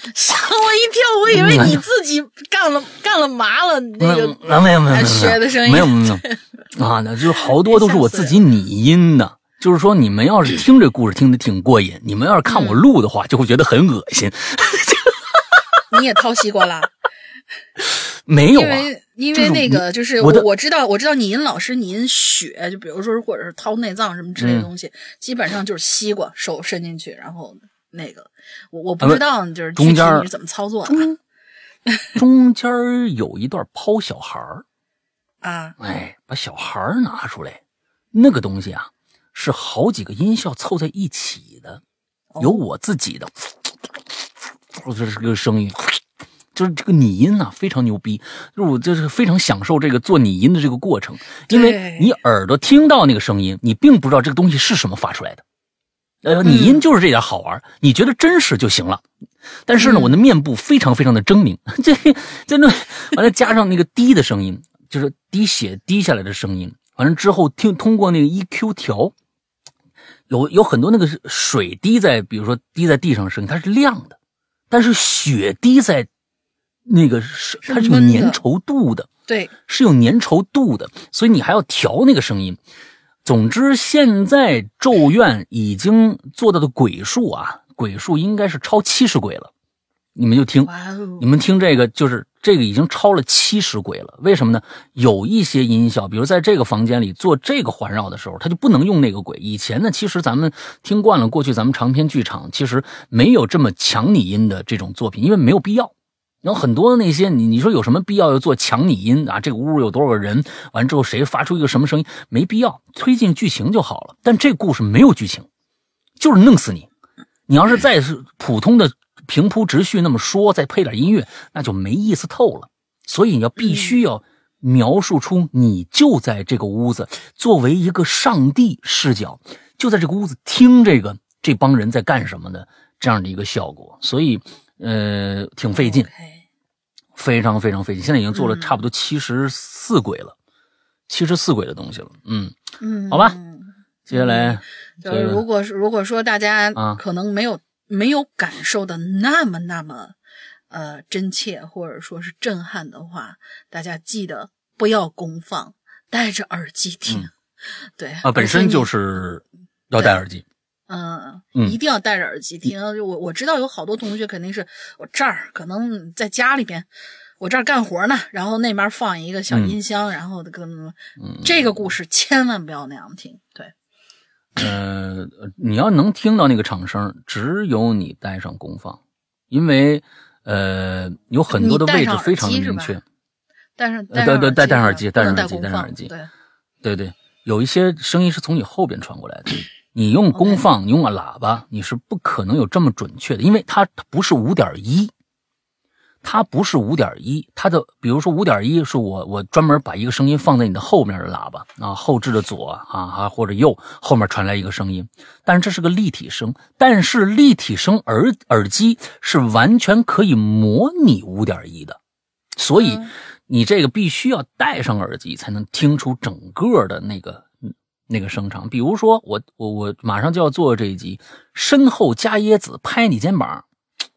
吓我一跳，我以为你自己干了干了嘛了，那个没有没有没有学的声音没有没有啊，那就是好多都是我自己拟音的。就是说，你们要是听这故事听得挺过瘾，你们要是看我录的话，就会觉得很恶心。 你也掏西瓜啦？ 没有啊， 因为因为那个就是我我知道我知道拟音老师拟音血，就比如说或者是掏内脏什么之类的东西，嗯、基本上就是西瓜手伸进去，然后那个我我不知道就是具体你是怎么操作的。 中中间有一段抛小孩儿啊， 哎，把小孩儿拿出来，那个东西啊是好几个音效凑在一起的，有我自己的，或者是个声音。就是这个拟音啊，非常牛逼。就是我就是非常享受这个做拟音的这个过程，因为你耳朵听到那个声音，你并不知道这个东西是什么发出来的。呃，拟音就是这点好玩，嗯、你觉得真实就行了。但是呢，我的面部非常非常的狰狞，这真的完了加上那个滴的声音，就是滴血滴下来的声音。完了之后听通过那个 E Q 调，有有很多那个水滴在，比如说滴在地上的声音，它是亮的，但是血滴在。那个是它是有粘稠度的， 对， 是有粘稠度的，所以你还要调那个声音。总之，现在咒怨已经做到的鬼数啊，鬼数应该是超七十鬼了。你们就听，你们听这个，就是这个已经超了七十鬼了。为什么呢？有一些音效，比如在这个房间里做这个环绕的时候，它就不能用那个鬼。以前呢，其实咱们听惯了，过去咱们长篇剧场其实没有这么强拟音的这种作品，因为没有必要。然后很多那些你你说有什么必要要做强拟音啊？这个屋有多少个人？完之后谁发出一个什么声音？没必要，推进剧情就好了。但这故事没有剧情，就是弄死你。你要是再是普通的平铺直叙那么说，再配点音乐，那就没意思透了。所以你要必须要描述出你就在这个屋子，作为一个上帝视角，就在这个屋子听这个这帮人在干什么的这样的一个效果。所以呃挺费劲。Okay.非常非常费劲，现在已经做了差不多七十四轨了，七十四轨的东西了，嗯嗯，好吧，接下来、 嗯、就是如果如果说大家可能没有、啊、没有感受的那么那么呃真切或者说是震撼的话，大家记得不要公放，戴着耳机听，嗯、对啊，本身就是要戴耳机。 嗯，一定要戴着耳机听。嗯、我我知道有好多同学肯定是我这儿可能在家里边，我这儿干活呢，然后那边放一个小音箱，嗯、然后跟、嗯、这个故事千万不要那样听。对， 呃，你要能听到那个场声，只有你带上功放，因为呃有很多的位置非常的明确。 但是对对戴戴上耳机，戴上耳机，戴上耳机。 对对对，有一些声音是从你后边传过来的。你用功放， okay. 你用喇叭，你是不可能有这么准确的，因为它它不是 五点一， 它不是 五点一， 它的比如说 五点一 是我我专门把一个声音放在你的后面的喇叭啊，后置的左啊或者右后面传来一个声音，但是这是个立体声，但是立体声耳耳机是完全可以模拟 五点一 的，所以你这个必须要戴上耳机才能听出整个的那个那个声场。比如说我我我马上就要做这一集，身后加椰子拍你肩膀，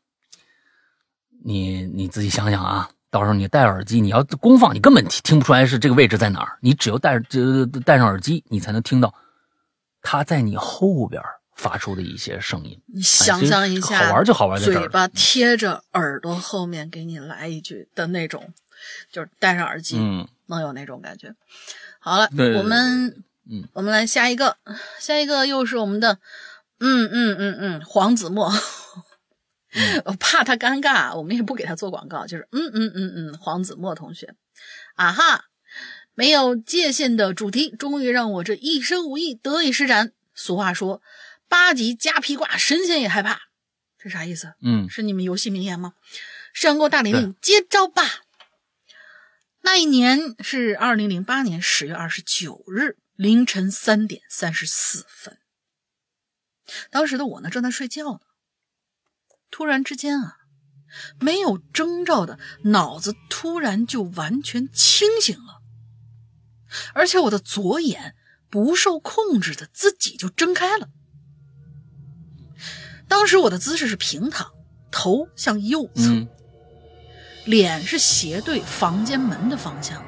你你自己想想啊，到时候你戴耳机，你要功放，你根本听不出来是这个位置在哪儿，你只有戴着戴上耳机，你才能听到它在你后边发出的一些声音。 你想象一下， 好玩就好玩在这儿， 嘴巴贴着耳朵后面给你来一句的那种，就是戴上耳机， 嗯， 能有那种感觉。好了， 对对对， 我们。 嗯， 我们来下一个，下一个又是我们的，嗯嗯嗯嗯，黄子墨， 嗯、 我怕他尴尬，我们也不给他做广告，就是嗯嗯嗯嗯，黄子墨同学，啊哈，没有界限的主题，终于让我这一身武艺得以施展。俗话说，八级加披挂，神仙也害怕，这啥意思？ 嗯， 是你们游戏名言吗？上钩大领令，接招吧！那一年是二零零八年十月二十九日。凌晨三点三十四分，当时的我呢正在睡觉呢，突然之间啊，没有征兆的脑子突然就完全清醒了，而且我的左眼不受控制的自己就睁开了。当时我的姿势是平躺， 头向右侧， 嗯， 脸是斜对房间门的方向。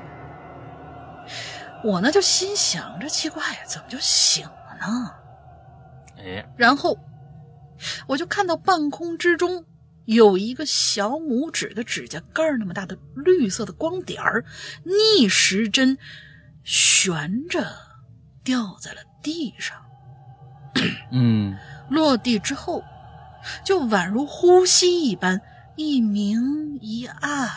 我呢就心想，这奇怪，怎么就醒了呢？ 哎， 然后我就看到半空之中有一个小拇指的指甲盖那么大的绿色的光点儿，逆时针悬着掉在了地上。 嗯， 落地之后就宛如呼吸一般，一明一暗。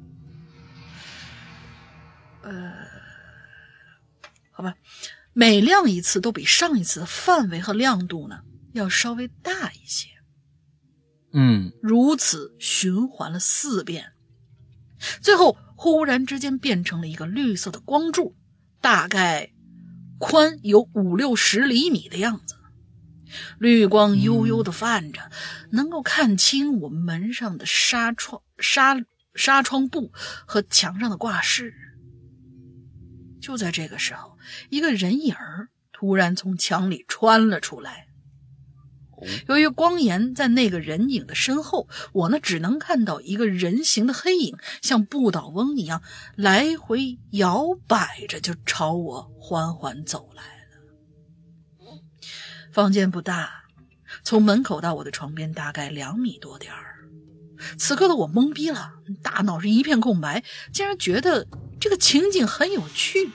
呃，好吧，每亮一次都比上一次的范围和亮度呢要稍微大一些。 嗯， 如此循环了四遍，最后忽然之间变成了一个绿色的光柱，大概宽有五六十厘米的样子，绿光悠悠地泛着，嗯、能够看清我门上的纱窗、纱纱窗布和墙上的挂饰。就在这个时候，一个人影突然从墙里穿了出来。由于光源在那个人影的身后，我呢只能看到一个人形的黑影像不倒翁一样来回摇摆着，就朝我缓缓走来了。房间不大，从门口到我的床边大概两米多点儿。此刻的我懵逼了，大脑是一片空白，竟然觉得这个情景很有趣。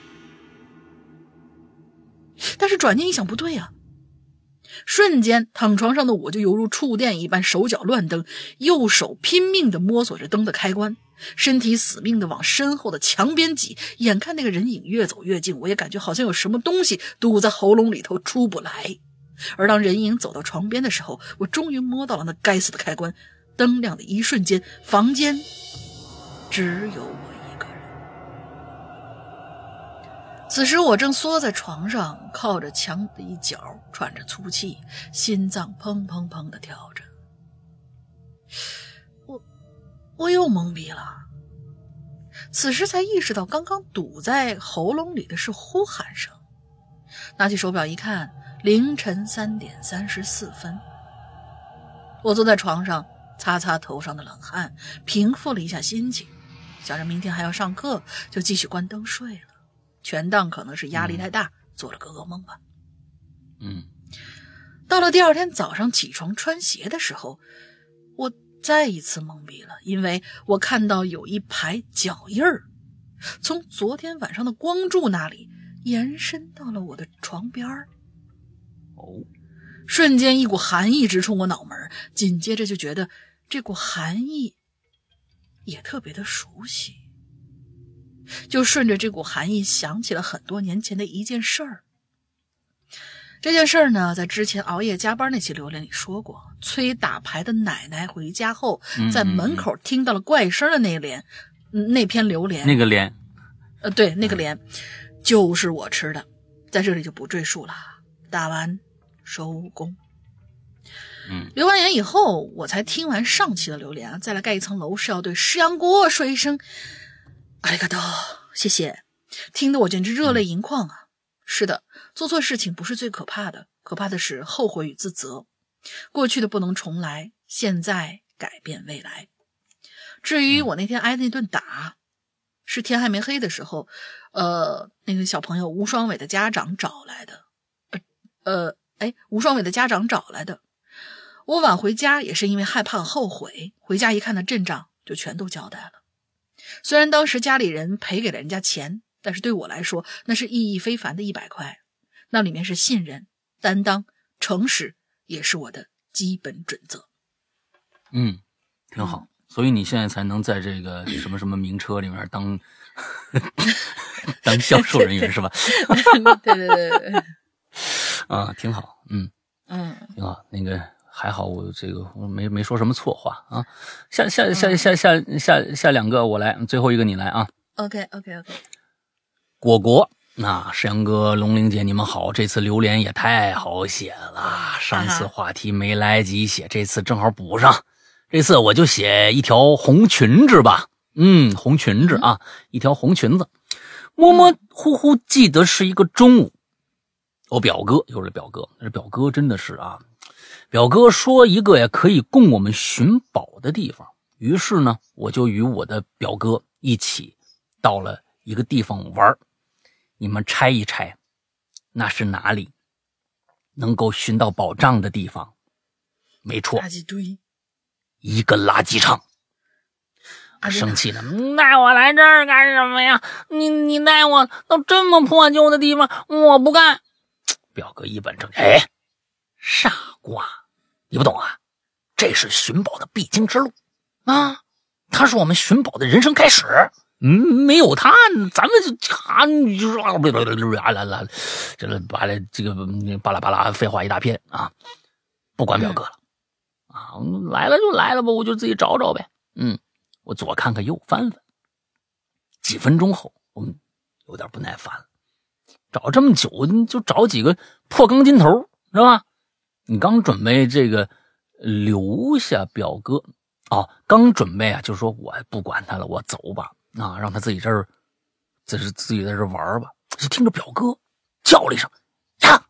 但是转念一想，不对啊，瞬间躺床上的我就犹如触电一般，手脚乱蹬，右手拼命地摸索着灯的开关，身体死命地往身后的墙边挤。眼看那个人影越走越近，我也感觉好像有什么东西堵在喉咙里头出不来。而当人影走到床边的时候，我终于摸到了那该死的开关。灯亮的一瞬间，房间只有我一个人。此时我正缩在床上，靠着墙的一角，喘着粗气，心脏砰砰砰地跳着。我我又懵逼了，此时才意识到刚刚堵在喉咙里的是呼喊声。拿起手表一看，凌晨三点三十四分。我坐在床上，擦擦头上的冷汗，平复了一下心情，想着明天还要上课，就继续关灯睡了。全当可能是压力太大，做了个噩梦吧。 嗯， 到了第二天早上起床穿鞋的时候，我再一次懵逼了，因为我看到有一排脚印儿从昨天晚上的光柱那里延伸到了我的床边儿。 哦， 瞬间一股寒意直冲我脑门，紧接着就觉得这股寒意也特别的熟悉，就顺着这股寒意想起了很多年前的一件事儿。这件事儿呢，在之前熬夜加班那期榴莲里说过，催打牌的奶奶回家后，在门口听到了怪声的那连、嗯、那篇榴莲， 那个莲， 呃，对，那个莲、嗯、就是我吃的，在这里就不赘述了。打完收工。 嗯， 留完言以后，我才听完上期的榴莲，再来盖一层楼是要对石阳锅说一声阿里嘎多，谢谢，听得我简直热泪盈眶啊！是的，做错事情不是最可怕的，可怕的是后悔与自责。过去的不能重来，现在改变未来。至于我那天挨那顿打，是天还没黑的时候，呃，那个小朋友吴双伟的家长找来的，呃呃，哎，吴双伟的家长找来的。我晚回家也是因为害怕和后悔，回家一看那阵仗，就全都交代了。虽然当时家里人赔给了人家钱，但是对我来说，那是意义非凡的一百块。那里面是信任、担当、诚实，也是我的基本准则。 嗯，挺好。所以你现在才能在这个什么什么名车里面当当销售人员是吧？ 对对对对， 啊，挺好。嗯嗯， 挺好。那个还好，我这个我没没说什么错话啊。下下下下下下下两个我来，最后一个你来啊。 OK OK OK。 果果，那石阳哥、龙玲姐，你们好！这次榴莲也太好写了，上次话题没来及写，这次正好补上。这次我就写一条红裙子吧，嗯，红裙子啊，一条红裙子。模模糊糊记得是一个中午， 我表哥又是表哥，这表哥真的是啊，表哥说一个呀可以供我们寻宝的地方，于是呢，我就与我的表哥一起到了一个地方玩。你们猜一猜，那是哪里？能够寻到宝藏的地方？没错， 垃圾堆， 一个垃圾场。 啊生气了， 带我来这儿干什么呀？你你带我到这么破旧的地方，我不干。 表哥一本正经，哎，傻瓜，你不懂啊，这是寻宝的必经之路啊，它是我们寻宝的人生开始。嗯，没有它，咱们就啊，你就说啊啦啦，这个巴拉这个巴拉巴拉废话一大片啊，不管表哥了、嗯、啊，来了就来了吧，我就自己找找呗。嗯，我左看看右翻翻，几分钟后，我们有点不耐烦了。找这么久，就找几个破钢筋头，是吧？你刚准备这个留下表哥哦，刚准备啊，就说我不管他了，我走吧，啊，让他自己这儿，自己自己在这玩吧。就听着表哥叫了一声：“呀，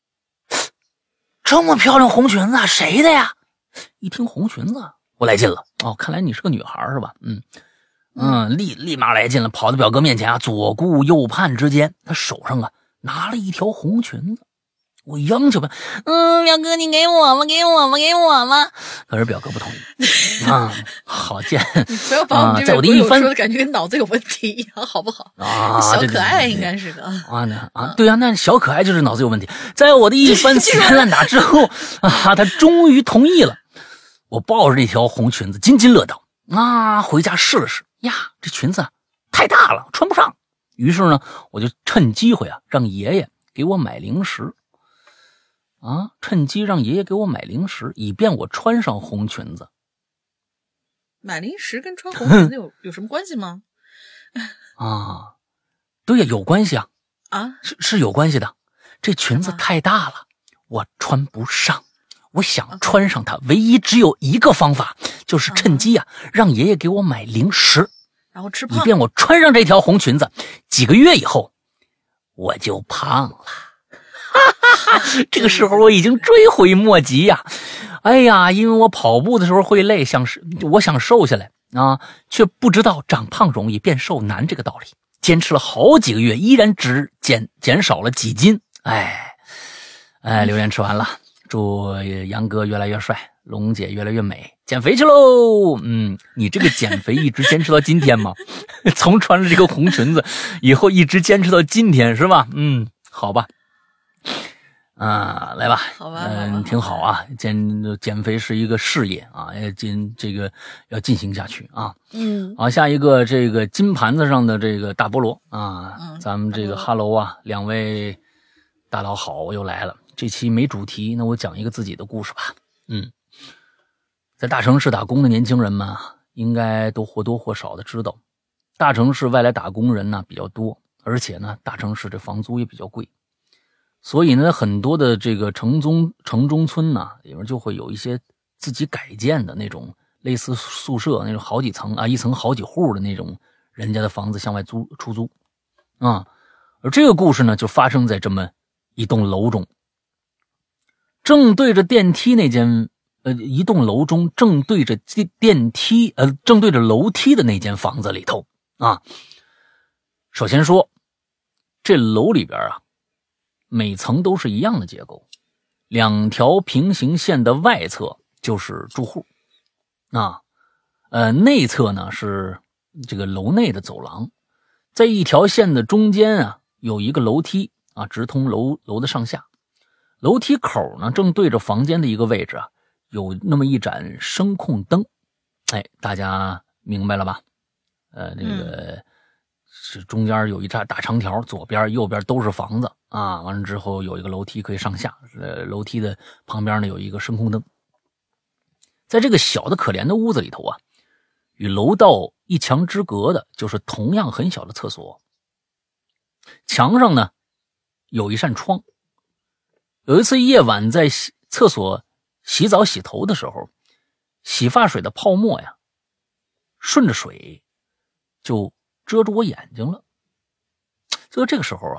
这么漂亮红裙子，谁的呀？”一听红裙子，我来劲了。哦，看来你是个女孩是吧？嗯。嗯，立立马来劲了，跑到表哥面前啊，左顾右盼之间，他手上啊拿了一条红裙子。我央求吧， 嗯，表哥你给我吧，给我吧，给我吧。 可是表哥不同意啊，好贱！ 你不要把我们这位朋友说的感觉跟脑子有问题一样，好不好？ 啊， 小可爱应该是个啊那啊，对啊，那小可爱就是脑子有问题。在我的一番死缠烂打之后啊，他终于同意了。我抱着那条红裙子津津乐道啊，回家试了试。呀，这裙子太大了，穿不上。于是呢，我就趁机会啊，让爷爷给我买零食。啊，趁机让爷爷给我买零食，以便我穿上红裙子。 买零食跟穿红裙子有有什么关系吗？ 啊，对呀，有关系啊。 啊， 是是有关系的。这裙子太大了，我穿不上。我想穿上它，唯一只有一个方法，就是趁机啊，让爷爷给我买零食， 然后吃胖， 以便我穿上这条红裙子。几个月以后，我就胖了。哈哈哈！这个时候我已经追悔莫及呀、啊！哎呀，因为我跑步的时候会累，想我想瘦下来啊，却不知道长胖容易变瘦难这个道理。坚持了好几个月，依然只减减少了几斤。哎，哎，榴莲吃完了。祝杨哥越来越帅，龙姐越来越美，减肥去喽！嗯，你这个减肥一直坚持到今天吗？从穿了这个红裙子以后一直坚持到今天是吧？嗯，好吧，啊，来吧， 好吧， 嗯、呃，挺好啊。减减肥是一个事业啊，要进这个要进行下去啊。 嗯， 好，下一个这个金盘子上的这个大菠萝啊， 嗯、 咱们这个哈喽啊，两位大佬好，我又来了。这期没主题，那我讲一个自己的故事吧。嗯，在大城市打工的年轻人们应该都或多或少的知道，大城市外来打工人呢比较多，而且呢大城市这房租也比较贵，所以呢很多的这个城中城中村呢里面就会有一些自己改建的那种类似宿舍那种好几层啊一层好几户的那种人家的房子向外租出租啊。而这个故事呢就发生在这么一栋楼中。正对着电梯那间，呃，一栋楼中正对着电梯，呃，正对着楼梯的那间房子里头啊。首先说，这楼里边啊，每层都是一样的结构，两条平行线的外侧就是住户，啊，呃，内侧呢是这个楼内的走廊，在一条线的中间啊，有一个楼梯啊，直通楼楼的上下。楼梯口呢，正对着房间的一个位置啊，有那么一盏声控灯。哎，大家明白了吧？呃，这个是中间有一大大长条，左边右边都是房子啊。完了之后有一个楼梯可以上下，呃，楼梯的旁边呢有一个声控灯。在这个小的可怜的屋子里头啊，与楼道一墙之隔的就是同样很小的厕所。墙上呢有一扇窗。有一次夜晚在厕所洗澡洗头的时候，洗发水的泡沫呀顺着水就遮住我眼睛了。就这个时候啊，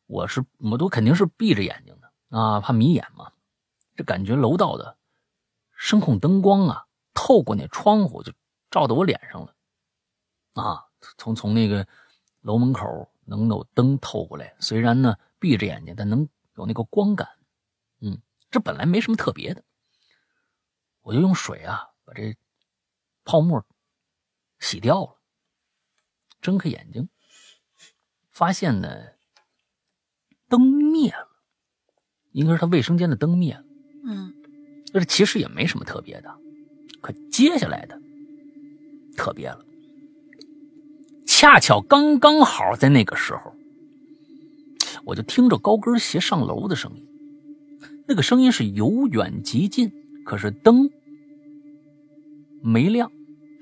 我是我都肯定是闭着眼睛的啊，怕迷眼嘛。这感觉楼道的声控灯光啊，透过那窗户就照到我脸上了啊，从从那个楼门口能有灯透过来，虽然呢闭着眼睛，但能有那个光感。嗯，这本来没什么特别的，我就用水啊把这泡沫洗掉了，睁开眼睛发现呢灯灭了，应该是他卫生间的灯灭了。 嗯， 这其实也没什么特别的，可接下来的特别了。恰巧刚刚好在那个时候，我就听着高跟鞋上楼的声音，那个声音是由远及近，可是灯没亮，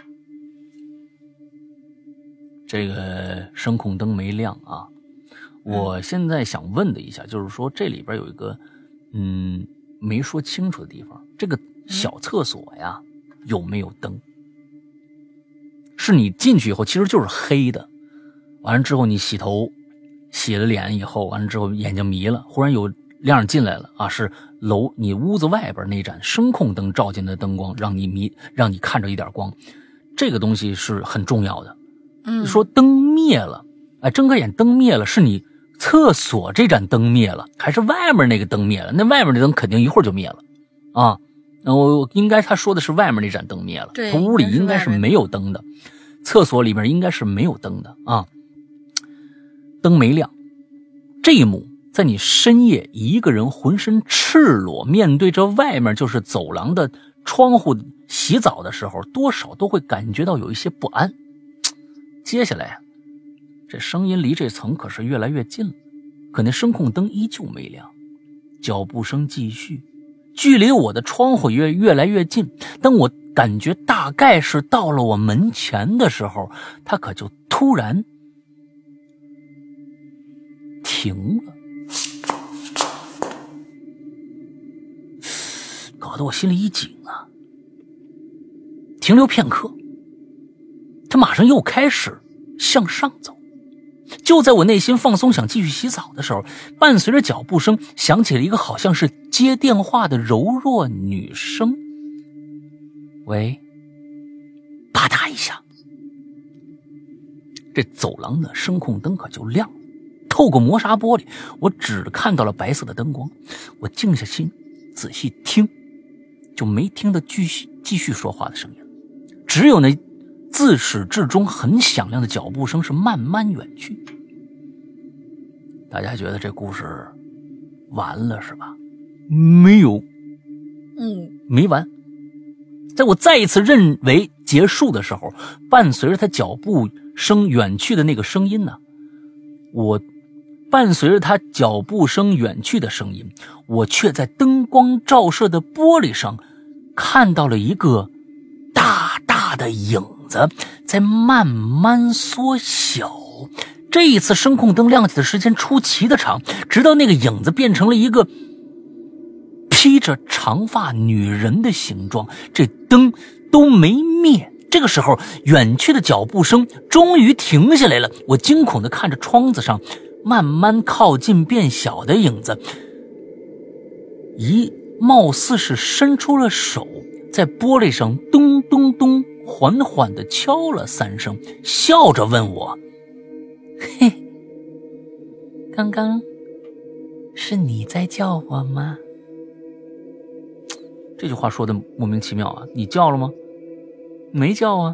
这个声控灯没亮啊。我现在想问的一下，就是说这里边有一个嗯没说清楚的地方，这个小厕所呀有没有灯？是你进去以后其实就是黑的，完了之后你洗头洗了脸以后，完了之后眼睛迷了，忽然有亮进来了啊，是楼你屋子外边那盏声控灯照进的灯光，让你迷，让你看着一点光，这个东西是很重要的。 嗯， 说灯灭了，哎，睁开眼灯灭了，是你厕所这盏灯灭了，还是外面那个灯灭了？那外面的灯肯定一会儿就灭了啊。我应该他说的是外面那盏灯灭了， 对， 屋里应该是没有灯的，厕所里面应该是没有灯的啊。灯没亮，这一幕在你深夜一个人浑身赤裸面对着外面就是走廊的窗户洗澡的时候，多少都会感觉到有一些不安。接下来这声音离这层可是越来越近了，可那声控灯依旧没亮，脚步声继续，距离我的窗户越越来越近。当我感觉大概是到了我门前的时候，它可就突然停了，搞得我心里一紧啊。停留片刻，它马上又开始向上走。就在我内心放松想继续洗澡的时候，伴随着脚步声响起了一个好像是接电话的柔弱女声。喂，啪嗒一下，这走廊的声控灯可就亮了，透过磨砂玻璃，我只看到了白色的灯光。我静下心仔细听，就没听到继续继续说话的声音，只有那自始至终很响亮的脚步声是慢慢远去。大家觉得这故事完了是吧？没有， 嗯， 没完。在我再一次认为结束的时候，伴随着他脚步声远去的那个声音呢，我伴随着他脚步声远去的声音，我却在灯光照射的玻璃上看到了一个大大的影子在慢慢缩小。这一次声控灯亮起的时间出奇的长，直到那个影子变成了一个披着长发女人的形状，这灯都没灭。这个时候远去的脚步声终于停下来了，我惊恐地看着窗子上慢慢靠近变小的影子，一貌似是伸出了手，在玻璃上咚咚咚缓缓地敲了三声，笑着问我，嘿，刚刚是你在叫我吗？这句话说的莫名其妙啊，你叫了吗？没叫啊。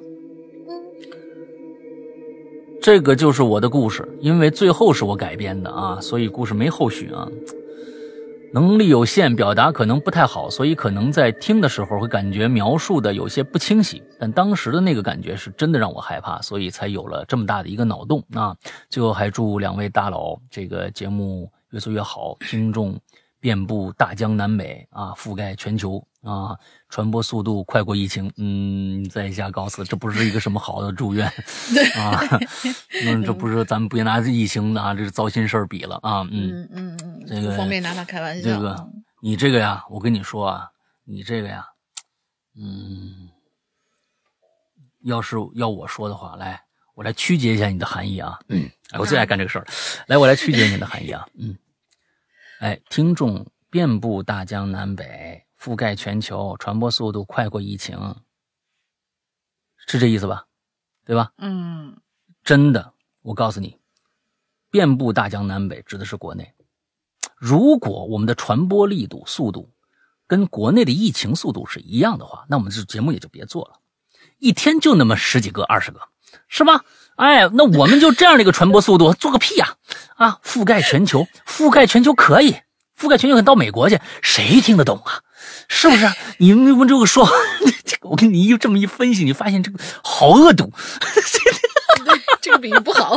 这个就是我的故事，因为最后是我改编的啊，所以故事没后续啊。能力有限，表达可能不太好，所以可能在听的时候会感觉描述的有些不清晰，但当时的那个感觉是真的让我害怕，所以才有了这么大的一个脑洞啊。最后还祝两位大佬这个节目越做越好，听众遍布大江南北啊，覆盖全球啊，传播速度快过疫情。嗯，在下告辞，这不是一个什么好的祝愿啊。嗯，这不是咱们别拿疫情啊，这是糟心事儿比了啊。嗯嗯嗯， 这个不方便拿它开玩笑。 这个你这个呀，我跟你说啊，你这个呀，嗯，要是要我说的话，来， 我来曲解一下你的含义啊。嗯，我最爱干这个事儿。来，我来曲解你的含义啊。嗯，哎，听众遍布大江南北，覆盖全球，传播速度快过疫情，是这意思吧？对吧？ 嗯， 真的，我告诉你，遍布大江南北指的是国内。如果我们的传播力度、速度跟国内的疫情速度是一样的话，那我们这节目也就别做了。一天就那么十几个、二十个，是吧？哎，那我们就这样的一个传播速度，做个屁呀！啊，啊，覆盖全球，覆盖全球可以，覆盖全球到美国去，谁听得懂啊？是不是？你们这个说，我跟你这么一分析，你发现这个好恶毒。 这个比喻不好。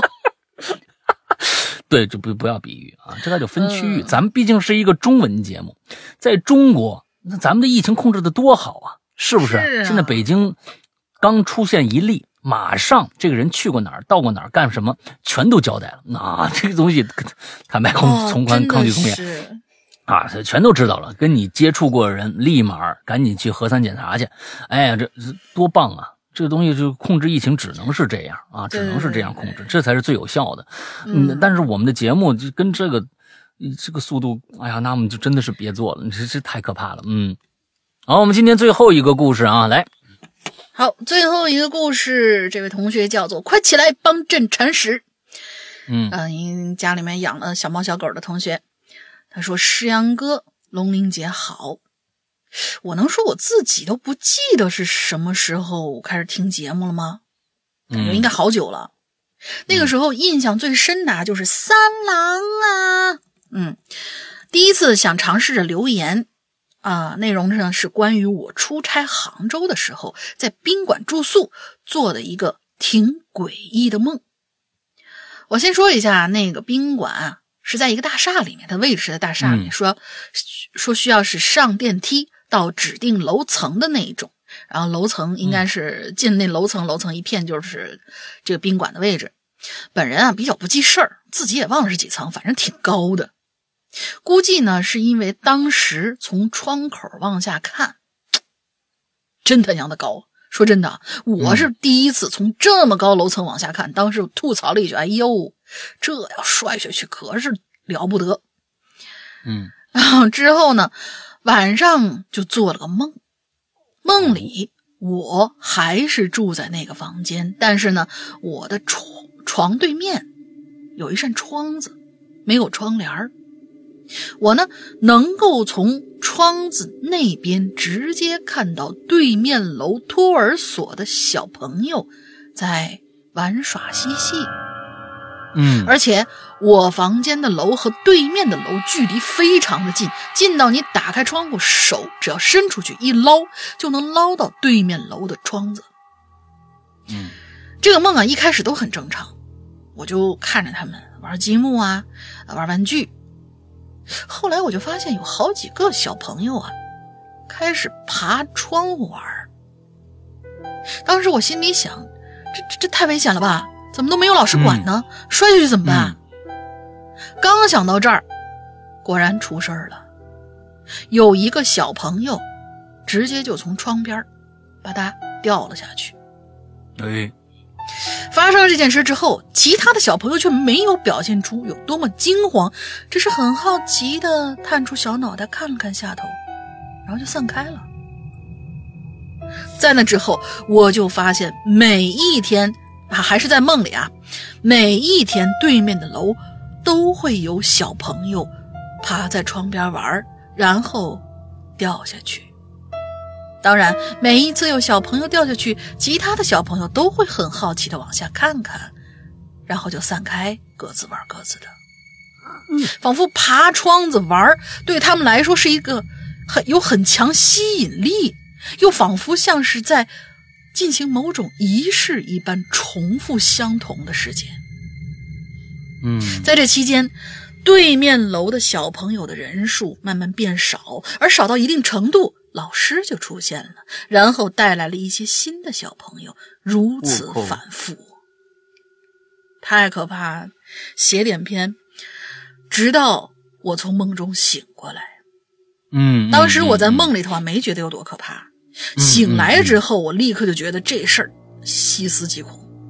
对，就不不要比喻啊，这个就分区域。嗯、咱们毕竟是一个中文节目，在中国，那咱们的疫情控制的多好啊，是不是？是啊、现在北京刚出现一例，马上这个人去过哪儿、到过哪儿、干什么，全都交代了。那、啊、这个东西，坦白从从宽抗拒从严啊，全都知道了。跟你接触过的人，立马赶紧去核酸检查去。哎呀，这多棒啊！这个东西就控制疫情只能是这样啊，只能是这样控制，这才是最有效的。嗯，但是我们的节目就跟这个这个速度，哎呀，那我们就真的是别做了，这这太可怕了。嗯，好，我们今天最后一个故事啊，来， 好，最后一个故事，这位同学叫做快起来帮朕铲屎。 嗯嗯、呃，家里面养了小猫小狗的同学，他说：“诗阳哥，龙玲姐好。”我能说我自己都不记得是什么时候开始听节目了吗？感觉应该好久了。嗯、那个时候印象最深的就是三郎啊，嗯，第一次想尝试着留言啊、呃，内容上是关于我出差杭州的时候，在宾馆住宿做的一个挺诡异的梦。我先说一下，那个宾馆啊是在一个大厦里面，它位置是在大厦里面，嗯、说说需要是上电梯到指定楼层的那一种，然后楼层应该是进那楼层，楼层一片就是这个宾馆的位置。本人啊比较不记事儿，自己也忘了是几层，反正挺高的。估计呢是因为当时从窗口往下看，真他娘的高。说真的，我是第一次从这么高楼层往下看，当时吐槽了一句：“哎呦，这要摔下去可是了不得。” 嗯， 然后之后呢？晚上就做了个梦，梦里我还是住在那个房间，但是呢，我的床床对面有一扇窗子，没有窗帘。我呢，能够从窗子那边直接看到对面楼托儿所的小朋友在玩耍嬉戏。 嗯， 而且我房间的楼和对面的楼距离非常的近，近到你打开窗户，手只要伸出去一捞，就能捞到对面楼的窗子。 嗯， 这个梦啊，一开始都很正常，我就看着他们玩积木啊，玩玩具。后来我就发现有好几个小朋友啊，开始爬窗户玩。当时我心里想，这这这太危险了吧？怎么都没有老师管呢？嗯、摔下去怎么办？嗯、刚想到这儿，果然出事儿了。有一个小朋友直接就从窗边吧嗒掉了下去。 哎， 发生了这件事之后，其他的小朋友却没有表现出有多么惊慌，只是很好奇的探出小脑袋看了看下头，然后就散开了。在那之后，我就发现每一天啊，还是在梦里啊，每一天对面的楼都会有小朋友趴在窗边玩，然后掉下去。当然，每一次有小朋友掉下去，其他的小朋友都会很好奇的往下看看，然后就散开，各自玩各自的。仿佛爬窗子玩对他们来说是一个很有很强吸引力，又仿佛像是在进行某种仪式一般重复相同的事件。 嗯， 在这期间，对面楼的小朋友的人数慢慢变少，而少到一定程度，老师就出现了，然后带来了一些新的小朋友，如此反复。太可怕，写点篇，直到我从梦中醒过来。 嗯， 当时我在梦里头啊，没觉得有多可怕。醒来之后，我立刻就觉得这事儿细思极恐。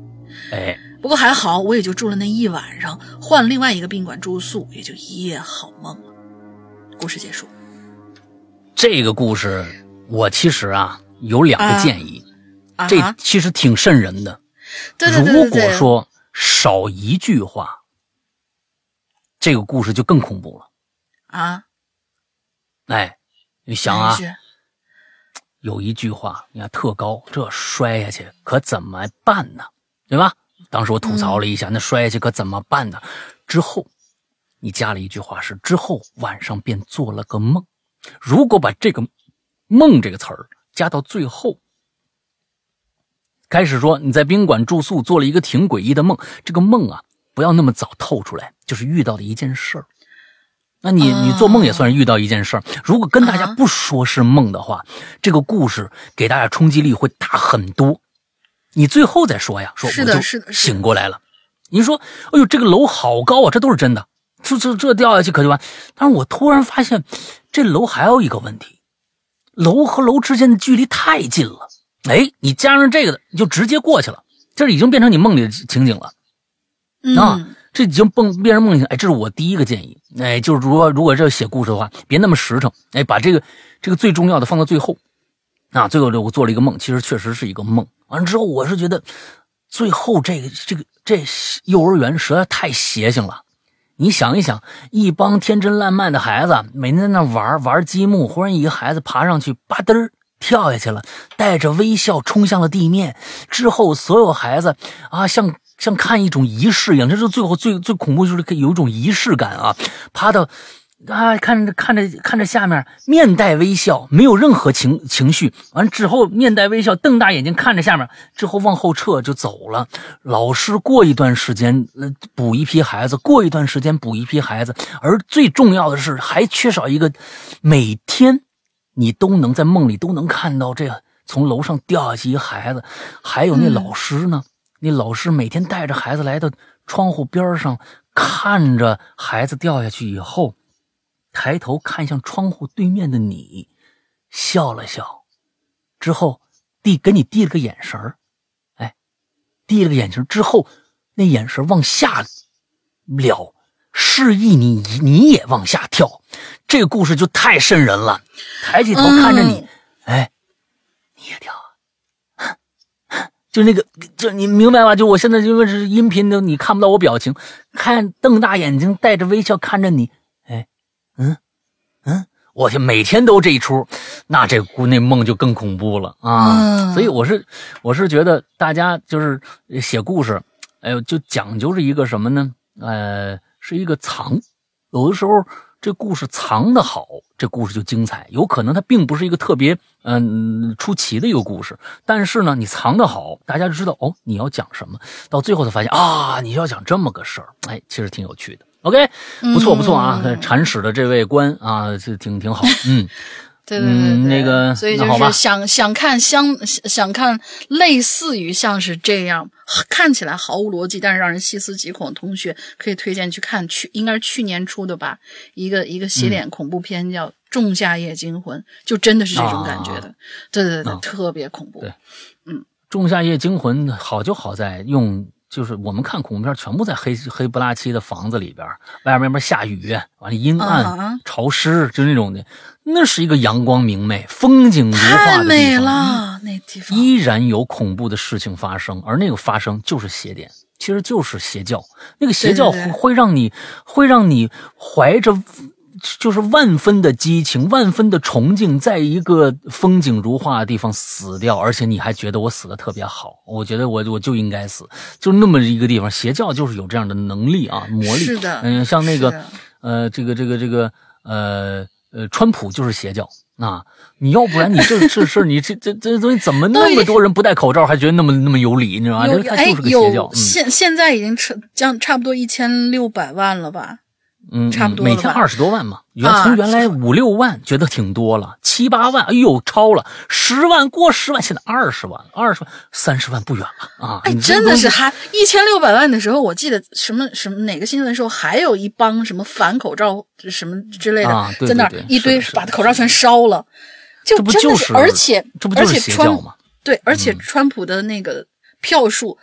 哎， 不过还好，我也就住了那一晚上，换另外一个宾馆住宿，也就一夜好梦了。故事结束。 这个故事我其实啊有两个建议， 啊、 这其实挺瘆人的。 对对对对对， 如果说少一句话，这个故事就更恐怖了啊！ 哎，你想啊， 一有一句话，你看特高，这摔下去可怎么办呢？对吧？当时我吐槽了一下，嗯、那摔下去可怎么办呢？之后你加了一句话是之后晚上便做了个梦。如果把这个梦这个词儿加到最后，开始说你在宾馆住宿做了一个挺诡异的梦，这个梦啊不要那么早透出来，就是遇到的一件事儿。那你你做梦也算是遇到一件事儿。如果跟大家不说是梦的话，这个故事给大家冲击力会大很多。你最后再说呀，说我就醒过来了。你说，哎呦，这个楼好高啊，这都是真的。这这这掉下去可就完。但是我突然发现，这楼还有一个问题，楼和楼之间的距离太近了。哎，你加上这个的，你就直接过去了，这已经变成你梦里的情景了。 嗯、 啊，这已经蹦变成梦里。哎，这是我第一个建议。哎，就是如果如果这写故事的话，别那么实诚。哎，把这个这个最重要的放到最后。啊，最后我做了一个梦，其实确实是一个梦。完了之后，我是觉得最后这个这个这幼儿园实在太邪性了。你想一想，一帮天真烂漫的孩子每天在那玩玩积木，忽然一个孩子爬上去，吧嘚儿跳下去了，带着微笑冲向了地面。之后所有孩子啊，像像看一种仪式一样，这是最后最最恐怖，就是有一种仪式感啊，爬到啊，看着看着看着下面，面带微笑，没有任何情情绪。完之后面带微笑，瞪大眼睛看着下面，之后往后撤就走了。老师过一段时间呃补一批孩子，过一段时间补一批孩子，而最重要的是还缺少一个，每天你都能在梦里都能看到这个从楼上掉下去一个孩子，还有那老师呢，嗯、那老师每天带着孩子来到窗户边上，看着孩子掉下去以后。抬头看向窗户对面的你，笑了笑，之后递给你递了个眼神，哎，递了个眼神之后，那眼神往下了，示意你你也往下跳。这个故事就太瘆人了。抬起头看着你，嗯、哎，你也跳啊？就那个，就你明白吗？就我现在因为是音频的，你看不到我表情，看瞪大眼睛，带着微笑看着你。嗯嗯，我天，每天都这一出，那这那梦就更恐怖了啊！嗯、所以我是我是觉得大家就是写故事，哎呦，就讲究是一个什么呢？呃，是一个藏。有的时候这故事藏得好，这故事就精彩。有可能它并不是一个特别嗯、呃、出奇的一个故事，但是呢，你藏得好，大家就知道哦，你要讲什么。到最后才发现啊，你要讲这么个事儿，哎，其实挺有趣的。OK， 不错不错啊，嗯、铲屎的这位官啊，这挺挺好，嗯， 对对对对， 嗯、那个， 所以就是想想看相想看类似于像是这样看起来毫无逻辑，但是让人细思极恐的同学，可以推荐去看去，应该是去年出的吧，一个一个洗脸恐怖片叫《仲夏夜惊魂》，就真的是这种感觉的，啊、对对对，啊、特别恐怖。 对， 嗯，《 仲夏夜惊魂》好就好在用。就是我们看恐怖片全部在黑黑不拉几的房子里边，外面边下雨，完了阴暗、uh-huh. 潮湿，就那种的。那是一个阳光明媚、风景如画的地方， 太美了，那地方依然有恐怖的事情发生，而那个发生就是邪典，其实就是邪教。那个邪教会会让你会让你怀着。就是万分的激情，万分的崇敬，在一个风景如画的地方死掉，而且你还觉得我死的特别好，我觉得我我就应该死，就那么一个地方，邪教就是有这样的能力啊，魔力。 是的， 嗯，像那个呃，这个这个这个呃呃，川普就是邪教啊，你要不然你这这事你这这这东西怎么那么多人不戴口罩还觉得那么那么有理，你知道吗？这他就是个邪教。 哎、现、嗯、现在已经差将差不多一千六百万了吧？ 嗯， 差不多每天二十多万嘛，原从原来五六万觉得挺多了，七八万，哎呦超了，十万过十万，现在二十万，二十万三十万不远了啊！ 哎，真的是还一千六百万的时候，我记得什么什么哪个新闻的时候，还有一帮什么反口罩什么之类的， 啊、对对对在那儿一堆把口罩全烧了，就真的是，而且这不就是邪教吗？ 对，而且川普的那个票数。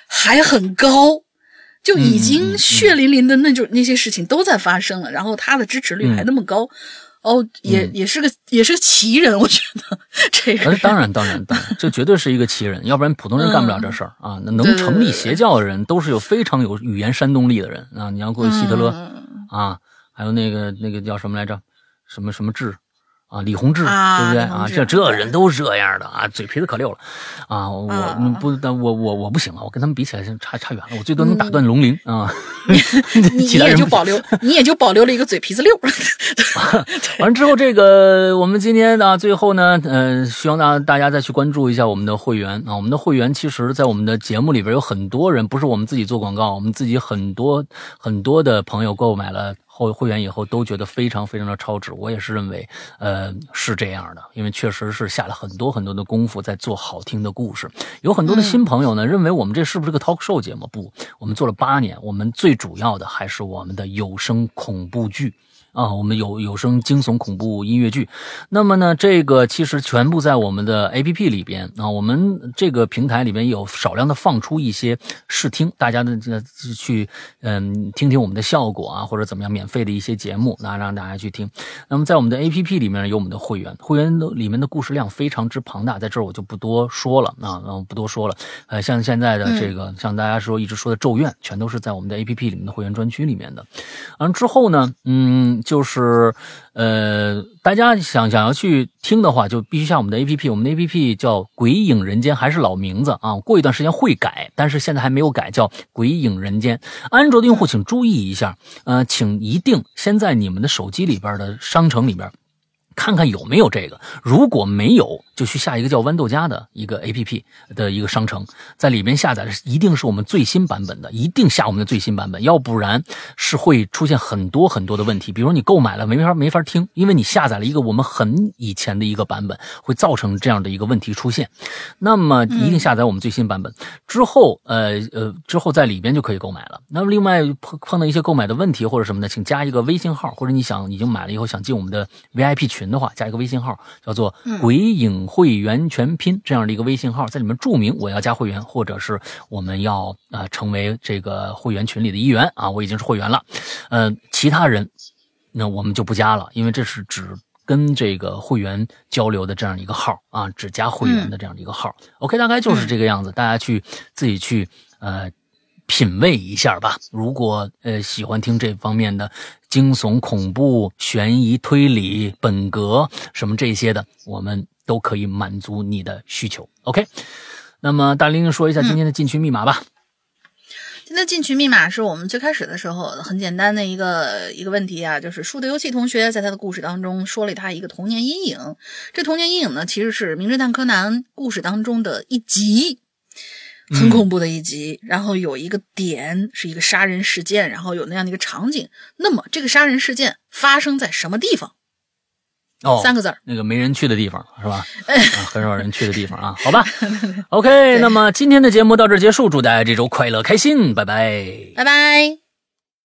还很高，就已经血淋淋的那种、嗯嗯、那些事情都在发生了，然后他的支持率还那么高。嗯哦，也、嗯、也是个也是个奇人，我觉得这个。 当然当然当然，这绝对是一个奇人，要不然普通人干不了这事儿、嗯、啊。那能成立邪教的人，都是有非常有语言煽动力的人啊。你要过希特勒、嗯、啊，还有那个那个叫什么来着，什么什么志啊，李洪志， 啊、 对不对啊？这这人都是这样的啊，嘴皮子可溜了啊！我、啊、不，但我我我不行啊，我跟他们比起来差差远了，我最多能打断龙鳞、嗯、啊。 你你也就保留，你也就保留了一个嘴皮子溜。 完了之后，这个我们今天呢，最后呢，呃，希望大大家再去关注一下我们的会员啊。我们的会员其实，在我们的节目里边有很多人，不是我们自己做广告，我们自己很多很多的朋友购买了后会员以后都觉得非常非常的超值，我也是认为呃是这样的，因为确实是下了很多很多的功夫在做好听的故事。有很多的新朋友呢、嗯、认为我们这是不是个 talk show 节目？不，我们做了八年，我们最主要的还是我们的有声恐怖剧啊，我们有有声惊悚恐怖音乐剧。那么呢，这个其实全部在我们的 A P P 里边啊，我们这个平台里边有少量的放出一些试听，大家呢去嗯听听我们的效果啊，或者怎么样，免费的一些节目，那让大家去听。那么在我们的 A P P 里面有我们的会员，会员里面的故事量非常之庞大，在这儿我就不多说了啊，不多说了。呃，像现在的这个，嗯、像大家说一直说的咒怨，全都是在我们的 A P P 里面的会员专区里面的。完之后呢，嗯。就是呃，大家想想要去听的话，就必须下我们的 A P P。我们的 A P P 叫《鬼影人间》，还是老名字啊。过一段时间会改，但是现在还没有改，叫《鬼影人间》。安卓的用户请注意一下，呃，请一定先在你们的手机里边的商城里边看看有没有这个，如果没有，就去下一个叫豌豆荚的一个 A P P 的一个商城，在里面下载的一定是我们最新版本的，一定下我们的最新版本，要不然是会出现很多很多的问题。比如你购买了没法没法听，因为你下载了一个我们很以前的一个版本，会造成这样的一个问题出现。那么一定下载我们最新版本、嗯、之后，呃呃，之后在里边就可以购买了。那么另外碰碰到一些购买的问题或者什么的，请加一个微信号，或者你想已经买了以后想进我们的 V I P 群的话，加一个微信号叫做鬼影会员全拼，这样的一个微信号，在里面注明我要加会员，或者是我们要呃成为这个会员群里的一员啊，我已经是会员了。呃其他人那我们就不加了，因为这是只跟这个会员交流的这样一个号啊，只加会员的这样的一个号、嗯、OK， 大概就是这个样子、嗯、大家去自己去呃品味一下吧。如果呃喜欢听这方面的惊悚恐怖悬疑推理本格什么这些的，我们都可以满足你的需求。 OK， 那么大玲说一下今天的禁区密码吧。 嗯，今天的禁区密码是我们最开始的时候很简单的一个一个问题啊，就是树德游戏同学在他的故事当中说了他一个童年阴影。这童年阴影呢，其实是名侦探柯南故事当中的一集，很恐怖的一集、嗯、然后有一个点是一个杀人事件，然后有那样的一个场景。那么这个杀人事件发生在什么地方？ 哦， 三个字儿， 那个没人去的地方是吧？啊，很少人去的地方啊，好吧。OK， 那么今天的节目到这儿结束，祝大家这周快乐开心，拜拜， 拜拜。